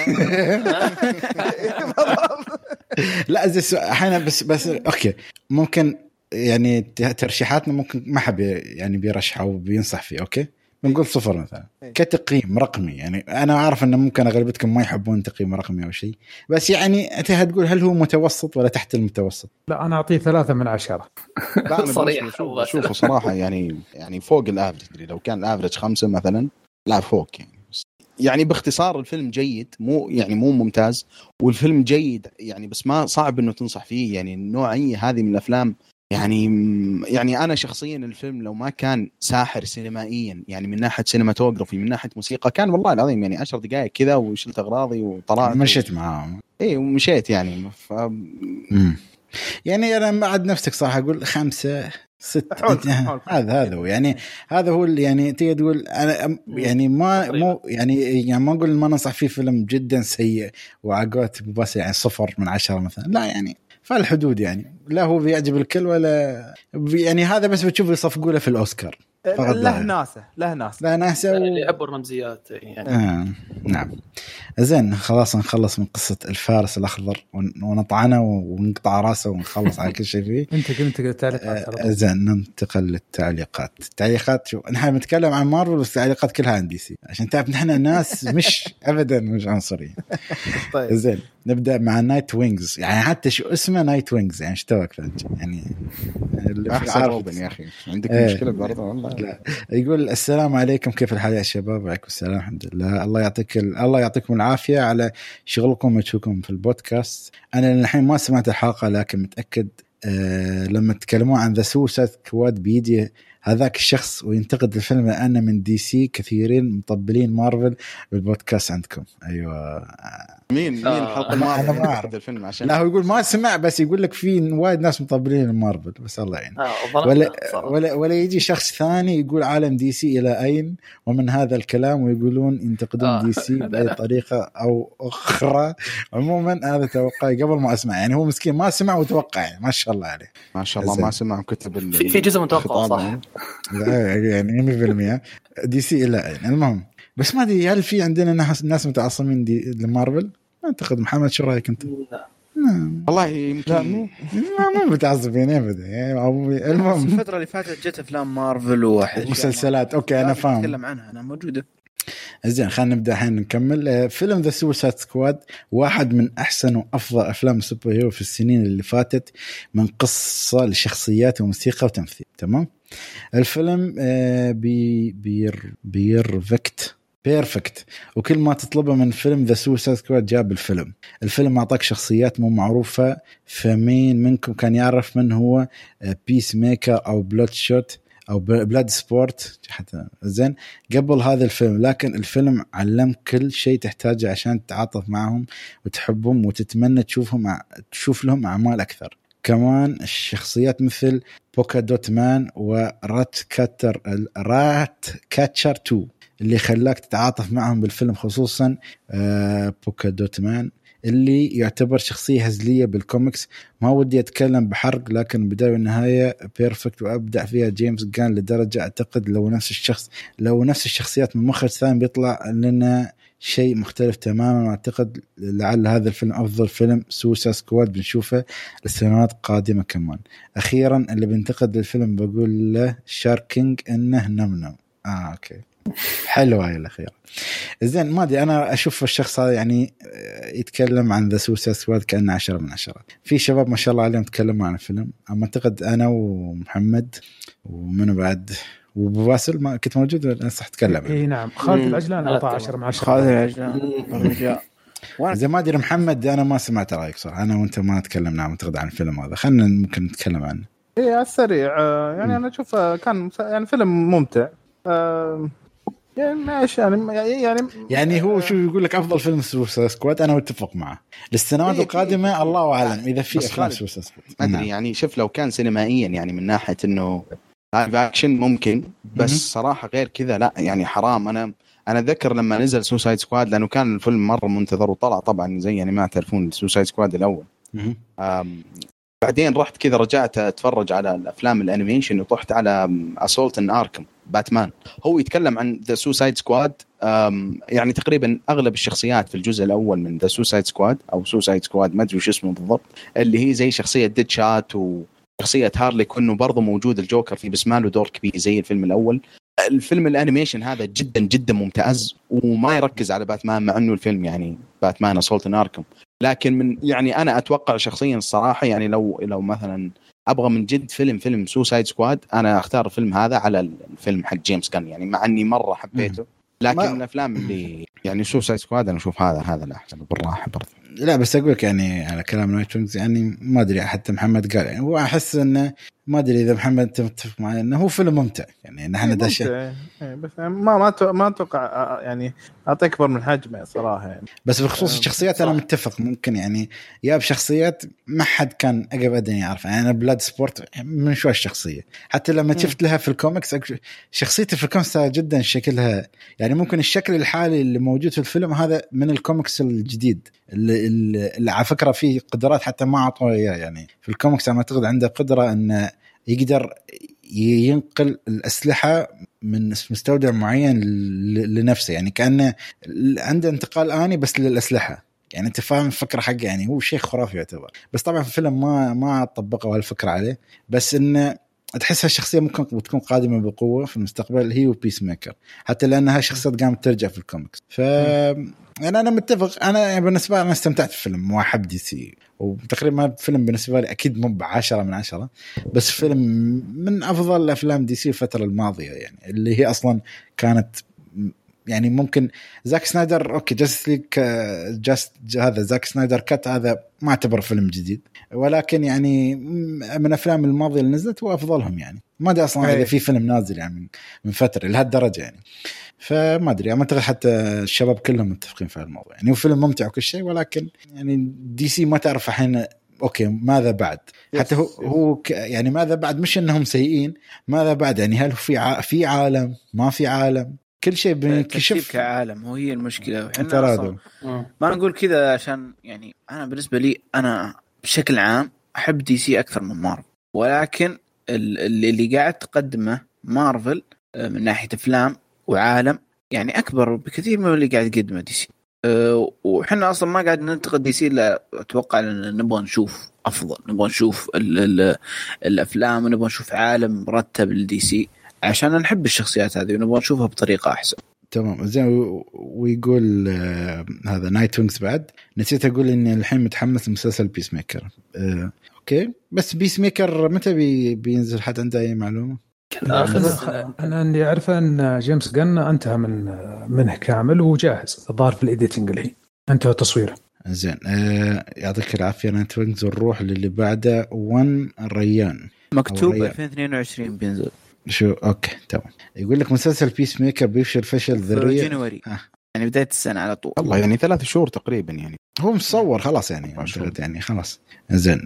لا زي احيانا بس اوكي ممكن يعني ترشيحاتنا ممكن ما حب يعني بيرشح او بينصح فيه. اوكي بنقول 0 مثلا كتقييم رقمي. يعني انا اعرف ان ممكن اغلبتكم ما يحبون تقييم رقمي او شيء، بس يعني انت هتقول هل هو متوسط ولا تحت المتوسط؟ لا انا اعطيه 3 من 10. صريح شوفوا صراحه يعني فوق الافرج. لو كان الافرج 5 مثلا لا فوق يعني باختصار الفيلم جيد، مو ممتاز، والفيلم جيد يعني بس ما صعب انه تنصح فيه. يعني النوعيه هذه من الافلام يعني انا شخصيا الفيلم لو ما كان ساحر سينمائيا يعني من ناحيه سينماتوغرافي من ناحيه موسيقى كان والله العظيم يعني 10 دقائق كذا وشلت اغراضي وطلعت مشيت معاهم. ومشيت يعني يعني انا بعد نفسك صراحه اقول 5 6. هذا هو يعني هذا هو اللي يعني تيجي تقول انا يعني مو يعني ما اقول ما ننصح فيه فيلم جدا سيء وعقوت بس يعني 0 من 10 مثلا. لا يعني فالحدود يعني لا هو بيعجب الكل ولا يعني هذا بس بتشوف يصفقوا له في الأوسكار فقط. له ناسه اللي يحبوا الرمزيات يعني. نعم. زين خلاص نخلص من قصة الفارس الأخضر ونطعنه ونقطع راسه ونخلص على كل شيء فيه. انت قلت تعليقات. زين ننتقل للتعليقات. التعليقات شو نحن نتكلم عن مارفل والتعليقات كلها عن دي سي عشان تعرف نحن ناس مش أبدا مش عنصريين. طيب زين نبدأ مع نايت وينجز. يعني حتى شو اسمه نايت وينجز يعني اشتوك يعني أحسن روبن يا أخي عندك مشكلة برضه والله. لا يقول السلام عليكم كيف الحال يا شباب؟ وعليكم السلام الحمد لله. الله يعطيكم العافية على شغلكم ومجهودكم في البودكاست. أنا الحين ما سمعت الحلقة لكن متأكد لما تكلموا عن ذا سوسايد سكواد بيجي هذاك الشخص وينتقد الفيلم لأنه من دي سي. كثيرين مطبلين مارفل بالبودكاست عندكم. أيوة مين الحلقة أنا ما أعرف الفيلم عشان لا هو يقول ما سمع بس يقول لك في وايد ناس مطبلين مارفل بس الله يعني ولا يجي شخص ثاني يقول عالم دي سي إلى أين ومن هذا الكلام ويقولون ينتقدون دي سي بأي طريقة أو أخرى. عموما هذا توقعي قبل ما أسمع. يعني هو مسكين ما سمع وتوقع يعني ما شاء الله عليه ما شاء الله ما سمع كتب في جزء متوقع صح يعني 100% دي سي إلى أين. المهم بس ما أدري هل في عندنا ناس متعصبين لمارفل؟ أعتقد محمد شو رأيك أنت؟ والله يمكن ما متعصبين أبدا يعني. المهم الفترة اللي فاتت جت أفلام مارفل ومسلسلات أوكي أنا فاهم نتكلم عنها أنا موجودة. زين خلينا نبدأ الحين نكمل. فيلم ذا سوسايد سكواد واحد من أحسن وأفضل أفلام السوبر هيرو في السنين اللي فاتت من قصة لشخصيات وموسيقى وتمثيل. تمام. الفيلم بيرفكت وكل ما تطلبه من فيلم ذا سوسايد سكواد جاب الفيلم أعطاك شخصيات مو معروفة. فمين منكم كان يعرف من هو بيس ميكر أو بلاد شوت أو بلاد سبورت حتى زين قبل هذا الفيلم؟ لكن الفيلم علم كل شيء تحتاجه عشان تتعاطف معهم وتحبهم وتتمنى تشوف لهم أعمال أكثر. كمان الشخصيات مثل بوكا دوت مان ورات كاتشر 2 اللي خلاك تتعاطف معهم بالفيلم، خصوصا بوكا دوت مان اللي يعتبر شخصية هزلية بالكوميكس. ما ودي أتكلم بحرق لكن بداية والنهاية بيرفكت وأبدع فيها جيمس جان لدرجة أعتقد لو نفس الشخصيات من مخرج ثاني بيطلع لنا شيء مختلف تماما. أعتقد لعل هذا الفيلم أفضل فيلم سوسايد سكواد بنشوفه لسنوات قادمة. كمان أخيرا اللي بينتقد الفيلم بقول له شاركينج إنه نمنم. أوكي حلوة هاي الأخيرة. زين ما أدري أنا أشوف الشخص هذا يعني يتكلم عن ذا سوسايد سكواد كأنه 10 من 10. في شباب ما شاء الله عليهم تكلموا عن الفيلم. أما أعتقد أنا ومحمد ومنو بعد وبواسل ما كنت موجود ولا صح تكلم. إيه نعم خالد العجلان أعطاه 10 من 10. خالد العجلان زي ما أدري محمد أنا ما سمعت رأيك صح. أنا وأنت ما تكلمنا أعتقد عن الفيلم هذا. خلنا ممكن نتكلم عنه. إيه السريع يعني أنا أشوف كان يعني فيلم ممتع. يعني ماشي يعني هو شو يقول لك افضل فيلم سوسايد سكواد، انا متفق معه. للسنوات القادمه الله اعلم اذا في افلام سوسايد سكواد ما ادري يعني شوف لو كان سينمائيا يعني من ناحيه انه لايف اكشن ممكن، بس صراحه غير كذا لا يعني حرام. انا اتذكر لما نزل سوسايد سكواد لانه كان الفيلم مره منتظر وطلع طبعا زي يعني ما تعرفون سوسايد سكواد الاول. بعدين رحت كذا رجعت اتفرج على الافلام الانيميشن وطحت على اسولت ان اركم باتمان. هو يتكلم عن ذا سوسايد سكواد، يعني تقريبا اغلب الشخصيات في الجزء الاول من ذا سوسايد سكواد او سوسايد سكواد ما ادري وش اسمه بالضبط، اللي هي زي شخصيه ديد شات وشخصيه هارلي كوين، برضه موجود الجوكر فيه بس ما له دور كبير زي الفيلم الاول. الفيلم الانيميشن هذا جدا جدا ممتاز وما يركز على باتمان، مع انه الفيلم يعني باتمان اسولت ان اركم، لكن من يعني انا اتوقع شخصيا الصراحه يعني لو مثلا ابغى من جد فيلم سوسايد سكواد انا اختار الفيلم هذا على الفيلم حق جيمس كان، يعني مع اني مره حبيته لكن الافلام اللي يعني سوسايد سكواد انا اشوف هذا الاحسن بالراحه برضه. لا بس اقول لك يعني على كلام نايت وينجز يعني ما ادري حتى محمد قال يعني هو احس انه ما ادري اذا محمد انت متفق معي انه هو فيلم ممتع يعني نحن داشه بس ما اتوقع يعني اعطي اكبر من حجمه صراحه يعني. بس بخصوص الشخصيات انا متفق ممكن يعني يا بشخصيات ما حد كان ابدا يعرف يعني انا بلاد سبورت من شو الشخصيه حتى لما شفت لها في الكوميكس شخصيتها في الكوميكس جدا شكلها يعني ممكن الشكل الحالي اللي موجود في الفيلم هذا من الكوميكس الجديد اللي على فكره فيه قدرات حتى ما عطوها اياه يعني في الكوميكس انا اعتقد عنده قدره انه يقدر ينقل الأسلحة من مستودع معين لنفسه يعني كأنه عنده انتقال آني بس للأسلحة يعني أنت فاهم الفكرة حقه يعني هو شيء خرافي يعتبر. بس طبعا في الفيلم ما طبقوا هالفكرة عليه بس إنه تحسها الشخصية ممكن بتكون قادمة بقوة في المستقبل هي وبيس ميكر حتى لأنها شخصيات قامت ترجع في الكوميكس. أنا متفق أنا بالنسبة لي أنا استمتعت بالفيلم وأحب دي سي وتقريبا فيلم بالنسبة لي أكيد مو ب10 من 10 بس فيلم من أفضل الأفلام دي سي الفترة الماضية يعني اللي هي أصلا كانت يعني ممكن زاك سنايدر أوكي هذا زاك سنايدر كات هذا ما اعتبر فيلم جديد ولكن يعني من أفلام الماضية اللي نزلت هو أفضلهم يعني ما أدري أصلا إذا في فيلم نازل يعني من فترة لهالدرجة يعني فما أدري أعتقد حتى الشباب كلهم متفقين في الموضوع يعني هو فيلم ممتع وكل شيء ولكن يعني دي سي ما تعرف الحين أوكي ماذا بعد حتى هو يعني ماذا بعد مش إنهم سيئين ماذا بعد يعني هل في عالم ما في عالم كل شيء بنكشف كعالم هو هي المشكلة وحنا ما نقول كذا عشان يعني أنا بالنسبة لي أنا بشكل عام أحب دي سي أكثر من مارفل ولكن اللي قاعد تقدمه مارفل من ناحية أفلام وعالم يعني أكبر بكثير من اللي قاعد يقدمه دي سي وحنا أصلا ما قاعد ننتقد دي سي لا أتوقع أن نبغى نشوف أفضل نبغى نشوف الأفلام ونبغى نشوف عالم مرتب للدي سي عشان نحب الشخصيات هذه ونبغى نشوفها بطريقة أحسن. تمام زين ويقول هذا نايت وينجز بعد نسيت أقول إني الحين متحمس لمسلسل بيس ميكر. أوكي بس بيس ميكر متى بينزل حد عنده أي معلومة؟ أنا اللي أعرفه أن جيمس جن انتهى منه كامل وجاهز الظاهر في الإيديتنج اللي انتهى تصويره. زين يعطيك العافية نايت وينجز ونروح للي بعده 1 ريان مكتوب 2022 بينزل شو أوكي تمام. يقول لك مسلسل بيس ميكر بيفشل فشل ذريع جنوري يعني بداية السنة على طول الله يعني 3 شهور تقريبا يعني هو مصور خلاص يعني خلاص. زين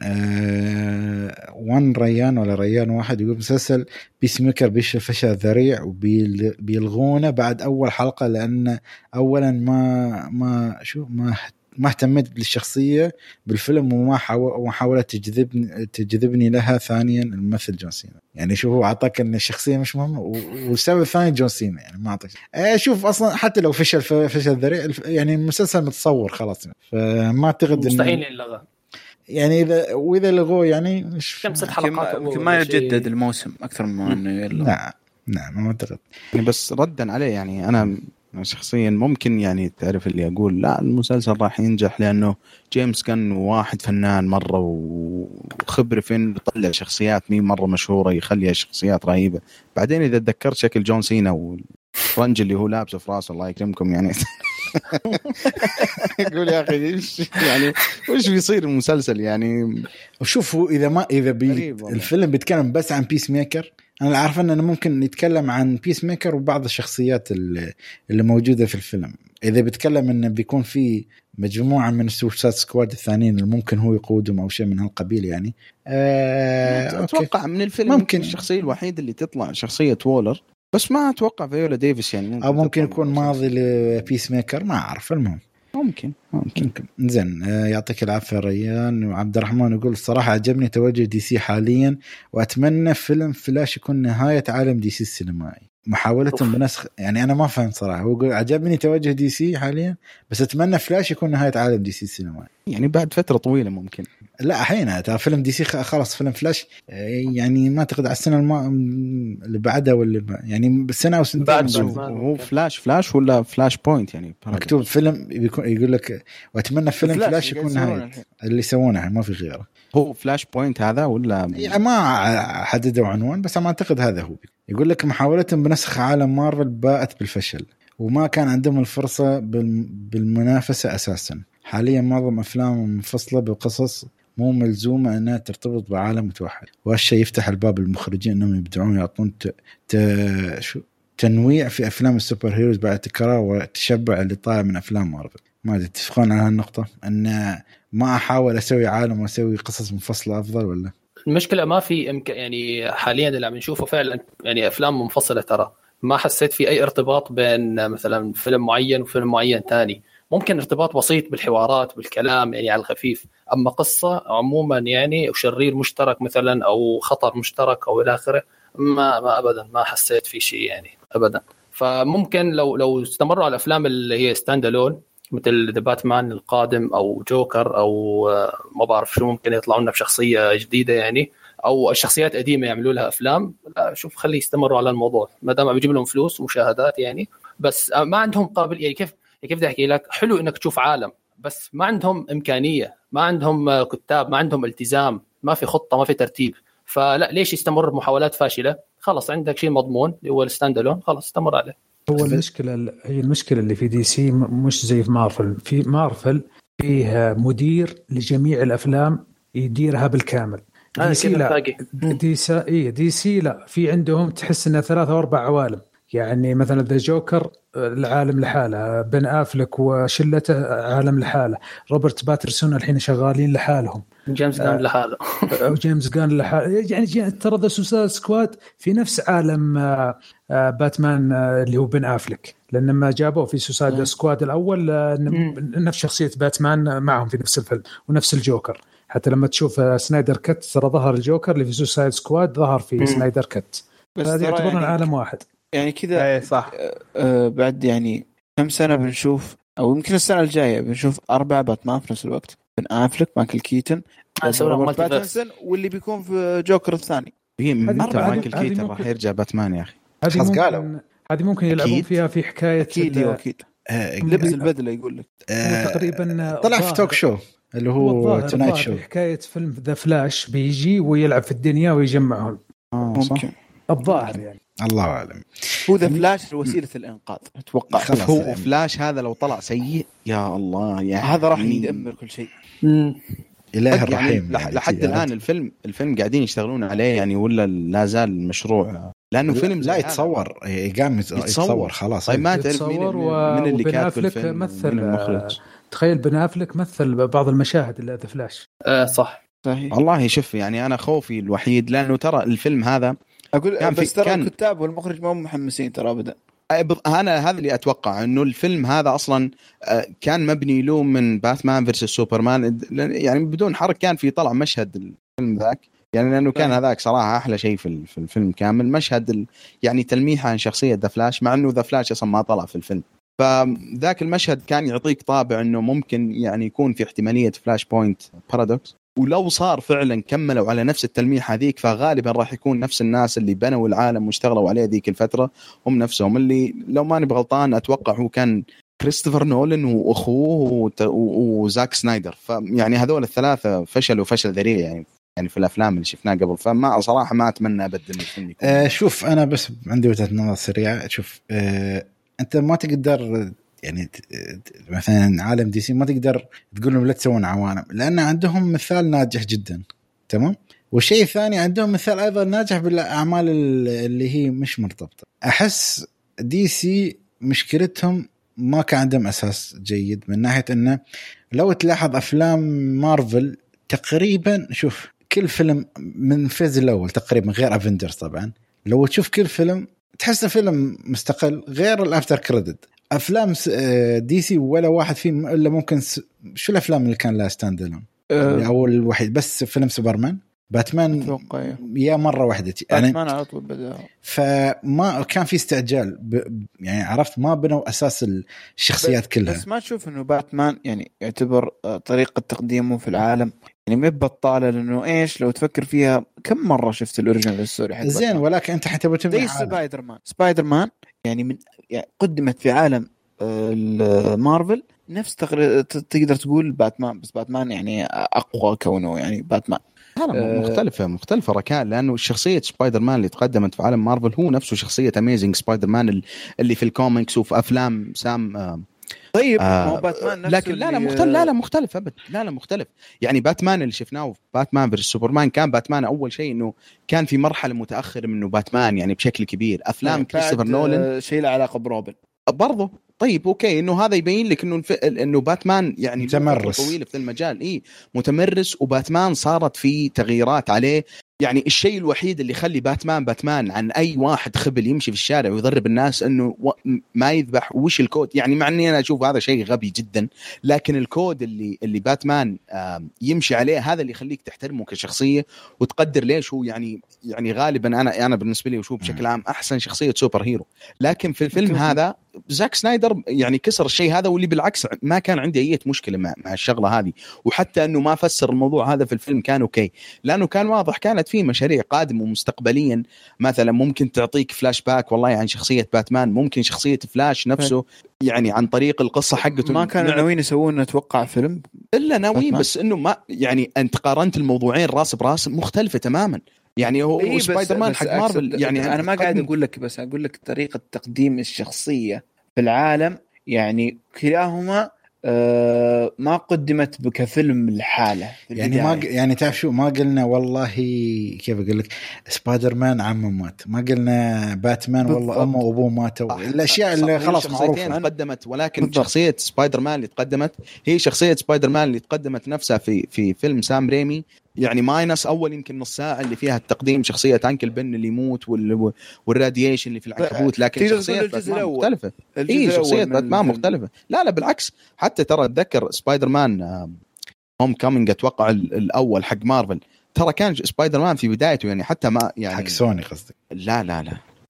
1 ريان ولا ريان واحد يقول مسلسل بيس ميكر بيفشل فشل ذريع وبيلغونه بعد أول حلقة لأن أولا ما اهتمت بالشخصية بالفيلم وما حاولت تجذبني لها. ثانيا الممثل جون سينا يعني شوف هو عطاك ان الشخصية مش مهمة والسبب الثاني جون سينا يعني ما اعطاك شوف اصلا حتى لو فشل ذريع يعني المسلسل متصور خلاص فما اعتقد مستحيل يلغى يعني اذا لغوه يعني مش 5 حلقات ما يجدد الموسم اكثر من انه يلغى. نعم ما اعتقد يعني بس ردا عليه يعني انا شخصيا ممكن يعني تعرف اللي أقول لا المسلسل راح ينجح لأنه جيمس كان واحد فنان مرة وخبر فين بيطلع شخصيات مين مرة مشهورة يخليها شخصيات رهيبة. بعدين إذا تذكرت شكل جون سينا والفرنج اللي هو لابسه في راسه الله يكرمكم يعني يقول يا أخي يعني وش بيصير المسلسل يعني. وشوفوا إذا الفيلم بيتكلم بس عن بيس ميكر انا عارف انه ممكن نتكلم عن بيس ميكر وبعض الشخصيات اللي موجوده في الفيلم. اذا بيتكلم انه بيكون في مجموعه من السوسايد سكواد الثانيين اللي ممكن هو يقودهم او شيء من هالقبيل يعني. اتوقع من الفيلم ممكن الشخصيه الوحيده اللي تطلع شخصيه وولر، بس ما اتوقع فيولا ديفيس يعني او ممكن يكون ماضي لبيس ميكر، ما اعرف. المهم ممكن. زين. يعطيك العافيه ريان. وعبد الرحمن يقول الصراحه عجبني توجه دي سي حاليا، واتمنى فيلم فلاش يكون نهايه عالم دي سي السينمائي. محاولتهم بنسخ يعني انا ما فهمت صراحه. هو يقول عجبني توجه دي سي حاليا بس اتمنى فلاش يكون نهايه عالم دي سي السينمائي، يعني بعد فتره طويله ممكن. لا الحين ترى فيلم دي سي خلاص، فيلم فلاش يعني ما تقعد على السنه اللي بعدها ولا يعني بالسنه او سنتين بعد. هو فلاش ولا فلاش بوينت يعني مكتوب فيلم يقول لك واتمنى فيلم فلاش يكون نهايه اللي يسوونه ما في غيره. هو فلاش بوينت هذا ولا يعني ما حددوا عنوان بس ما اعتقد هذا هو. يقول لك محاولتهم بنسخ عالم مارفل باءت بالفشل وما كان عندهم الفرصة بالمنافسة أساسا. حاليا معظم أفلامهم منفصلة بقصص مو ملزومة أنها ترتبط بعالم متوحد، وهالشيء يفتح الباب للمخرجين أنهم يبدعون يعطون تنويع في أفلام السوبر هيروز بعد تكرار وتشبع اللي طالع من أفلام مارفل. ما تتفقون على هالنقطة أن ما أحاول أسوي عالم وأسوي قصص منفصلة أفضل ولا؟ المشكلة ما في يعني حاليا اللي عم نشوفه فعلا يعني أفلام منفصلة، ترى ما حسيت في أي ارتباط بين مثلا فيلم معين وفيلم معين تاني. ممكن ارتباط بسيط بالحوارات بالكلام يعني على الخفيف، أما قصة عموما يعني وشرير مشترك مثلا أو خطر مشترك أو إلى آخره ما أبدا ما حسيت في شيء يعني أبدا. فممكن لو استمروا على الأفلام اللي هي ستاند ألون مثل ذا باتمان القادم أو جوكر أو ما بعرف شو ممكن يطلعوا لنا بشخصية جديدة يعني، أو الشخصيات قديمة يعملوا لها أفلام. لا شوف خلي يستمروا على الموضوع ما دام بيجيب لهم فلوس ومشاهدات يعني، بس ما عندهم قابل يعني كيف بدي أحكي لك. حلو إنك تشوف عالم بس ما عندهم إمكانية، ما عندهم كتاب، ما عندهم التزام، ما في خطة، ما في ترتيب. فلا ليش يستمر بمحاولات فاشلة؟ خلص عندك شيء مضمون اللي هو الستاند ألون خلص استمر عليه. هو المشكلة اللي في دي سي مش زي في مارفل. في مارفل فيه مدير لجميع الأفلام يديرها بالكامل. دي سي لا، دي سي لا، في عندهم تحس إنها 3 أو 4 عوالم. يعني مثلا ذا جوكر العالم لحاله، بن آفلك وشلته عالم لحاله، روبرت باترسون الحين شغالين لحالهم، جيمس جان لحاله وجيمس جان لحاله. يعني ترى ذا سوسايد سكواد في نفس عالم باتمان اللي هو بن آفلك، لأنما جابوه في سوسايد سكواد الأول نفس شخصية باتمان معهم في نفس الفيلم ونفس الجوكر. حتى لما تشوف سنايدر كت ترى ظهر الجوكر اللي في سوسايد سكواد ظهر في سنايدر كت. هذا يعتبرون يعني عالم واحد يعني كذا. صح. بعد يعني كم سنة بنشوف أو يمكن السنة الجاية بنشوف 4 باتمان في نفس الوقت، بن آفلك، مايكل كيتن، باتنسون، واللي بيكون في جوكر الثاني. متى مايكل كيتن راح يرجع باتمان يا أخي؟ هذه ممكن يلعبون فيها في حكاية أكيد لبس البدلة يقول لك تقريبا طلع في توك شو اللي هو تونايت شو. حكاية فيلم ذا فلاش بيجي ويلعب في الدنيا ويجمعهم ممكن الظاهر يعني الله أعلم. هو ذا فلاش وسيلة الإنقاذ أتوقع. هو يعني. فلاش هذا لو طلع سيء يا الله يعني هذا راح يدمر كل شيء. إله الرحيم يعني لحد الآن الفيلم قاعدين يشتغلون عليه يعني ولا لا زال المشروع؟ لأنه فيلم لا يتصور قام يتصور خلاص. طيب ما تعرف من اللي كاتب الفيلم مثل المخرج. تخيل بن آفلك مثل بعض المشاهد اللي ذا فلاش. صح والله شوف يعني أنا خوفي الوحيد لأنه ترى الفيلم هذا أقول بس ترى الكتاب والمخرج ما هم محمسين ترى أبدا. أنا هذا اللي أتوقع إنه الفيلم هذا أصلاً كان مبني له من باتمان فيرسس سوبرمان يعني بدون حرق. كان في طلع مشهد الفيلم ذاك يعني لأنه كان هذاك صراحة أحلى شيء في الفيلم كامل، مشهد يعني تلميحه عن شخصية ذا فلاش، مع إنه ذا فلاش أصلاً ما طلع في الفيلم. فذاك المشهد كان يعطيك طابع إنه ممكن يعني يكون في احتمالية فلاش بوينت بارادوكس، ولو صار فعلا كملوا على نفس التلميح هذيك فغالبا راح يكون نفس الناس اللي بنوا العالم واشتغلوا عليه ذيك الفترة هم نفسهم اللي لو ما نبغى غلطان أتوقع هو كان كريستوفر نولان وأخوه وزاك سنايدر. فيعني هذول الثلاثة فشلوا فشل ذريع يعني في الأفلام اللي شفناها قبل. فما صراحة ما أتمنى أبدا الفيلم شوف أنا بس عندي وجهة نظر سريعة. شوف أنت ما تقدر يعني مثلا عالم دي سي ما تقدر تقول لهم لا تسوون عوالم، لأن عندهم مثال ناجح جدا تمام، والشيء الثاني عندهم مثال ايضا ناجح بالاعمال اللي هي مش مرتبطه. احس دي سي مشكلتهم ما كان عندهم اساس جيد، من ناحيه انه لو تلاحظ افلام مارفل تقريبا، شوف كل فيلم من فيز الاول تقريبا غير افنجرز طبعا، لو تشوف كل فيلم تحس فيلم مستقل غير الافتر كريدت. افلام دي سي ولا واحد فيهم الا ممكن شو الافلام اللي كان لها ستاند الون او الوحيد بس فيلم سوبرمان، باتمان يا مره واحده يعني باتمان على طول بدا، فما كان في استعجال يعني عرفت ما بنوا اساس الشخصيات كلها. بس ما تشوف انه باتمان يعني يعتبر طريقه تقديمه في العالم يعني ما ببطاله، لانه ايش لو تفكر فيها كم مره شفت الاوريجينال ستوري حق زين، ولكن انت حتى بتبني سبايدر مان يعني من يعني قدمت في عالم المارفل نفس تقدر تقول باتمان، بس باتمان يعني اقوى كونه يعني باتمان مختلفة ركان، لأنه شخصية سبايدر مان اللي تقدمت في عالم مارفل هو نفسه شخصية أميزنج سبايدر مان اللي في الكوميكس وفي أفلام سام. طيب هو باتمان نفسه لكن مختلف أبد، لا مختلف. يعني باتمان اللي شفناه في باتمان فيرس سوبرمان كان باتمان أول شيء إنه كان في مرحلة متأخرة منه باتمان يعني بشكل كبير. أفلام كريستوفر نولان شيء له علاقة بروبن برضه. طيب اوكي، انه هذا يبين لك انه باتمان يعني متمرس طويل في المجال، متمرس، وباتمان صارت في تغييرات عليه. يعني الشيء الوحيد اللي يخلي باتمان عن اي واحد خبل يمشي في الشارع ويضرب الناس انه ما يذبح. وش الكود يعني؟ مع اني انا اشوف هذا شيء غبي جدا، لكن الكود اللي باتمان يمشي عليه هذا اللي يخليك تحترمه كشخصيه وتقدر ليش هو يعني غالبا انا بالنسبه لي وشوف بشكل عام احسن شخصيه سوبر هيرو. لكن في الفيلم هذا زاك سنايدر يعني كسر الشيء هذا، واللي بالعكس ما كان عندي اي مشكله مع الشغله هذه. وحتى انه ما فسر الموضوع هذا في الفيلم كان اوكي، لانه كان واضح كانت في مشاريع قادمه ومستقبليا. مثلا ممكن تعطيك فلاش باك والله عن شخصيه باتمان، ممكن شخصيه فلاش نفسه يعني عن طريق القصه حقته. ما كانوا ناويين يسوون اتوقع فيلم الا ناويين، بس انه ما يعني انت قارنت الموضوعين راس براس مختلفه تماما. يعني هو سبايدر مان حق مارفل يعني انا ما قاعد اقول لك، بس اقول لك طريقه تقديم الشخصيه في العالم يعني كلاهما ما قدمت كفيلم لحاله يعني ما يعني تعرف شو ما قلنا والله كيف اقول لك سبايدر مان عمه مات، ما قلنا باتمان والله امه وابوه ماتوا. الاشياء اللي خلاص معروفه تقدمت، ولكن شخصيه سبايدر مان اللي تقدمت هي شخصيه سبايدر مان اللي تقدمت نفسها في فيلم سام ريمي. يعني ماينس اول يمكن نص ساعه اللي فيها التقديم شخصيه انكل بن اللي يموت والراديشن اللي في العنكبوت، لكن شخصيه باتمان مختلفه. شخصيه باتمان مختلفه. لا بالعكس، حتى ترى اتذكر سبايدر مان هوم كامينج اتوقع الاول حق مارفل، ترى كان سبايدر مان في بدايته يعني حتى ما يعني حق سوني قصدك؟ لا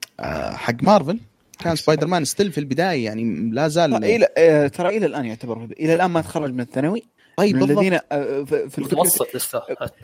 حق مارفل كان سبايدر مان ستيل في البدايه يعني لا زال ترى الى الان يعتبر الى الان ما تخرج من الثانوي. طيب الذين في المتوسط لسه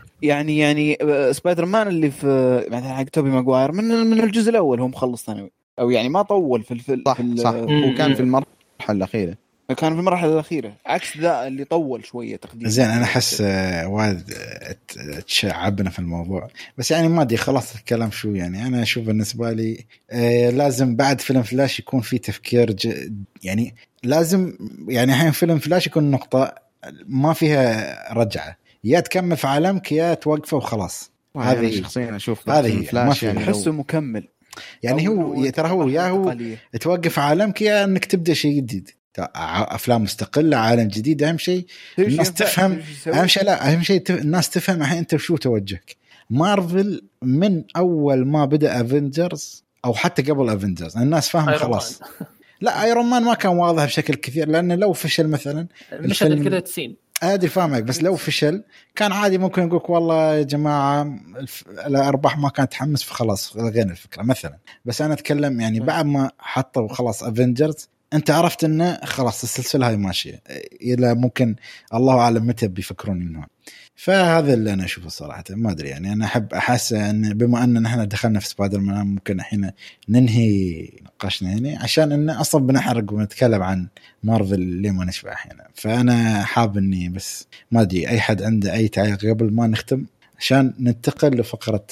يعني سبايدر مان اللي في مثلا حق توبي ماغواير من الجزء الاول هو مخلص ثانوي، او يعني ما طول في صح وكان في المرحله الاخيره، كان في المرحله الاخيره عكس ذا اللي طول شويه تقديم. زين انا احس وايد تشعبنا في الموضوع، بس يعني ما ادري خلاص الكلام شو يعني. انا اشوف بالنسبه لي لازم بعد فيلم فلاش يكون في تفكير يعني لازم يعني الحين فيلم فلاش يكون نقطه ما فيها رجعه، يا تكمل في عالمك يا توقفه وخلاص. هذه شخصيا اشوف هذه فلاش يعني احسه مكمل، يعني هو ترى هو يا هو توقف عالمك يا انك تبدا شيء جديد، افلام مستقله، عالم جديد. اهم شيء الناس تفهم، اهم شيء الناس تفهم الحين انت وشو توجهك. مارفل من اول ما بدا افنجرز او حتى قبل افنجرز الناس فاهمه خلاص. لا ايرون مان ما كان واضح بشكل كثير، لانه لو فشل مثلا المشهد كذا تسين عادي فاهمك، بس لو فشل كان عادي ممكن نقولك والله يا جماعه الارباح ما كانت تحمس فخلاص لغينا الفكره مثلا. بس انا اتكلم يعني بعد ما حطوا خلاص افنجرز انت عرفت انه خلاص السلسله هاي ماشيه الى ممكن الله اعلم متى بيفكرون انه. فهذا اللي انا اشوفه صراحه. ما ادري يعني انا احب احس ان بما ان احنا دخلنا في سبايدر مان ممكن الحين ننهي نقاشنا هنا، عشان ان اصلا بنحرق ونتكلم عن مارفل اللي ما نشبع هنا. فانا حاب اني بس ما ادري اي حد عنده اي تعليق قبل ما نختم عشان ننتقل لفقره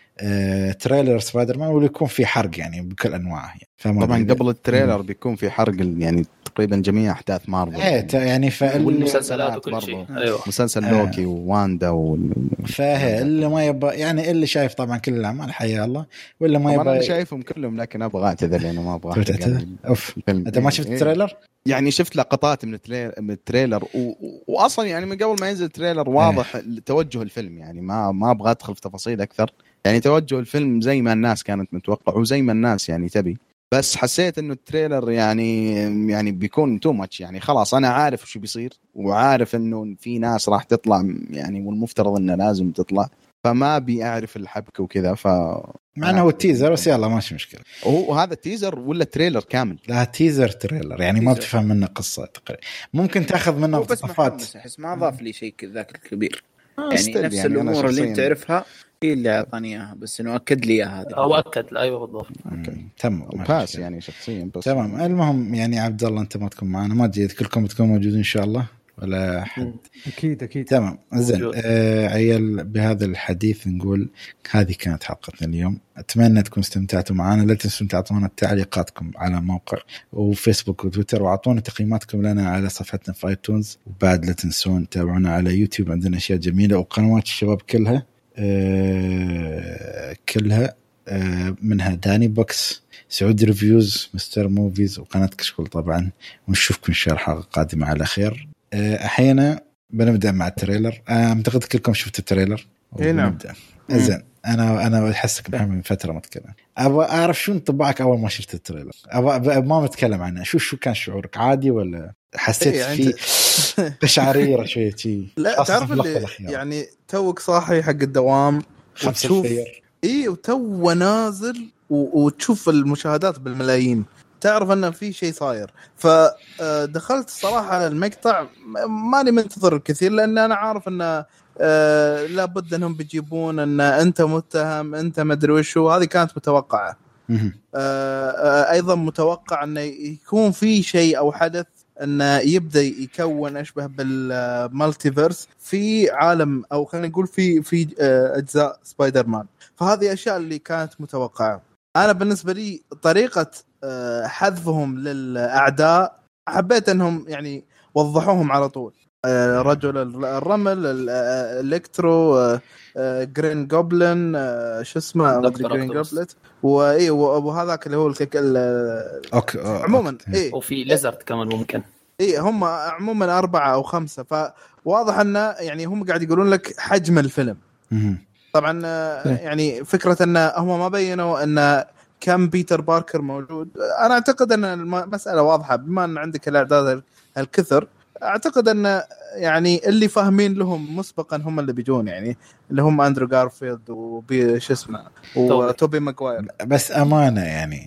تريلر سبايدر مان واللي يكون في حرق يعني بكل انواعه يعني. طبعا قبل التريلر بيكون في حرق يعني تقريبا جميع احداث مارفل يعني والمسلسلات وكل شيء. ايوه مسلسل لوكي وواندا اللي ما يبغى يعني اللي شايف طبعا كل الاعمال حيا الله، ولا ما يبغى. انا شايفهم كلهم لكن ابغى اعتذر لانه ما ابغى. انت ما شفت التريلر؟ يعني شفت لقطات من التريلر واصلا يعني من قبل ما ينزل التريلر واضح توجه الفيلم، يعني ما ابغى ادخل في تفاصيل اكثر. يعني توجه الفيلم زي ما الناس كانت متوقع وزي ما الناس يعني تبي، بس حسيت انه التريلر يعني بيكون تو ماتش. يعني خلاص انا عارف شو بيصير وعارف انه في ناس راح تطلع يعني والمفترض انه لازم تطلع، فما بيعرف الحبكه وكذا. مع انه هو التيزر بس يلا ماشي مشكله. هو هذا التيزر ولا تريلر كامل؟ لا تيزر تريلر يعني ما بتفهم منه قصه تقريبا، ممكن تاخذ منه مقتطفات. بس ما اضاف لي شيء ذاك الكبير يعني نفس يعني الامور اللي انت تعرفها هي اللي اعطاني اياها، بس انه اكد لي اياها هذه او اكد. ايوه بالضبط. تمام باس يعني شخصيا بس تمام. المهم يعني عبد الله انت ما تكون معنا، ما ادري كلكم بتكونوا موجودين ان شاء الله ولا حد؟ اكيد تمام زين. عيال بهذا الحديث نقول هذه كانت حلقتنا اليوم، اتمنى تكونوا استمتعتوا معنا. لا تنسوا تعطونا تعليقاتكم على موقع وفيسبوك وتويتر، واعطونا تقييماتكم لنا على صفحتنا في ايتونز، وبعد لا تنسون تابعونا على يوتيوب، عندنا اشياء جميله وقنوات الشباب كلها منها داني بوكس، سعود ريفيوز، مستر موفيز، وقناة كشكول طبعا. ونشوفكم إن شاء الله الحلقة القادمة على خير. أحيانا بنبدأ مع التريلر. أعتقد كلكم شفتوا التريلر. نعم. زين أنا أحسك محمد من فترة ما أتكلم، أبغى أعرف شو انطباعك أول ما شفت التريلر. ما بتكلم عنه، شو كان شعورك؟ عادي ولا حسيت فيه قشعريرة شوية شيء؟ لا تعرف اللي يعني توك صاحي حق الدوام وتشوف وتو نازل وتشوف المشاهدات بالملايين، تعرف أنه في شيء صاير. فدخلت الصراحة على المقطع ماني منتظر الكثير، لأن أنا عارف أنه لابد أنهم بيجيبون أن أنت متهم أنت مدري وشو. هذه كانت متوقعة. أيضا متوقع أنه يكون في شيء أو حدث أنه يبدأ يكون أشبه بالمالتيفيرس في عالم، أو خلينا نقول في أجزاء سبايدر مان. فهذه أشياء اللي كانت متوقعة. أنا بالنسبة لي طريقة حذفهم للأعداء حبيت أنهم يعني وضحوهم على طول. رجل الرمل، الإلكترو، جرين جوبلين، شو اسمه جرين جوبلت، وهذاك اللي هو عموما وفي ليزرد كمان ممكن. هم عموما 4 أو 5. فواضح أنه يعني هم قاعد يقولون لك حجم الفيلم. طبعا يعني فكرة أن هم ما بينوا أن كم بيتر باركر موجود. أنا أعتقد أن المسألة واضحة بما أن عندك الأعداد الكثر. أعتقد أن يعني اللي فاهمين لهم مسبقا هم اللي بيجون، يعني اللي هم أندرو غارفيلد وش اسمه وتوبي ماغواير. بس أمانة يعني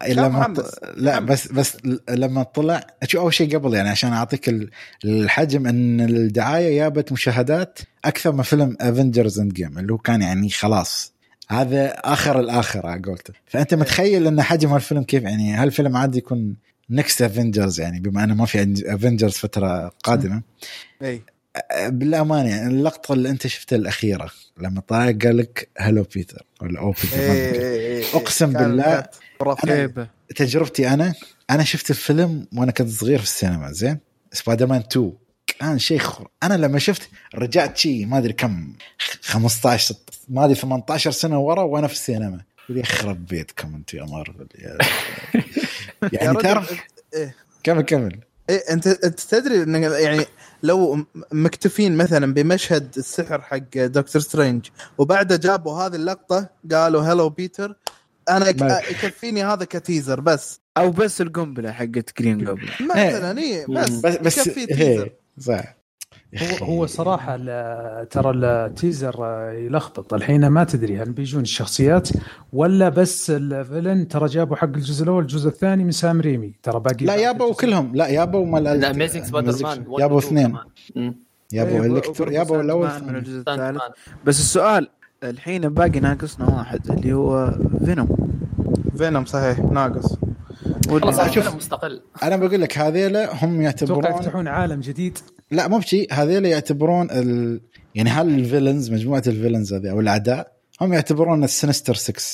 بس لما طلع أول شيء قبل يعني عشان أعطيك الحجم أن الدعاية جابت مشاهدات أكثر من فيلم أفنجرز إند جيم اللي هو كان يعني خلاص هذا آخر الآخر قلته. فأنت متخيل أن حجم هالفيلم كيف؟ يعني هالفيلم عادي يكون نكست أفنجرز، يعني بما أنه ما في أفنجرز فترة قادمة. بالأمانة يعني اللقطة اللي أنت شفتها الأخيرة لما طلع قال لك هلو بيتر ولا أو بيتر، أقسم بالله تجربتي أنا شفت الفيلم وأنا كنت صغير في السينما. زين سبايدر مان 2 كان شيء أنا لما شفت رجعت شيء ما أدري كم 15 ما أدري 18 سنة ورا وأنا في السينما. يخرب بيتكم أنت يا مارفل يعني تعرف كمل أنت تدري إن يعني لو مكتفين مثلا بمشهد السحر حق دكتور سترينج وبعده جابوا هذه اللقطة قالوا هلو بيتر، أنا يكفيني هذا كتيزر بس، أو بس القنبلة حقت جرين جوبلين مثلا. بس يكفي تيزر صح. هو صراحة ترى التيزر يلخبط الحين، ما تدري هل بيجون الشخصيات ولا بس الفيلن. ترى جابوا حق الجزء الأول الجزء الثاني من سام ريمي، ترى باقي لا يابوا كلهم، لا يابوا مال أميزنج سبايدر مان يابوا 2 يابوا إلكترو يابوا الأول من الجزء الثالث. بس السؤال الحين باقي ناقصنا واحد اللي هو فينوم صحيح ناقص. شوف مستقل. أنا بقول لك هذيلا هم يعتبرون يفتحون عالم جديد. لا مو بشيء، هذيلا يعتبرون يعني هل الفيلنز مجموعة الفيلنز هذه أو الأعداء هم يعتبرون السينستر 6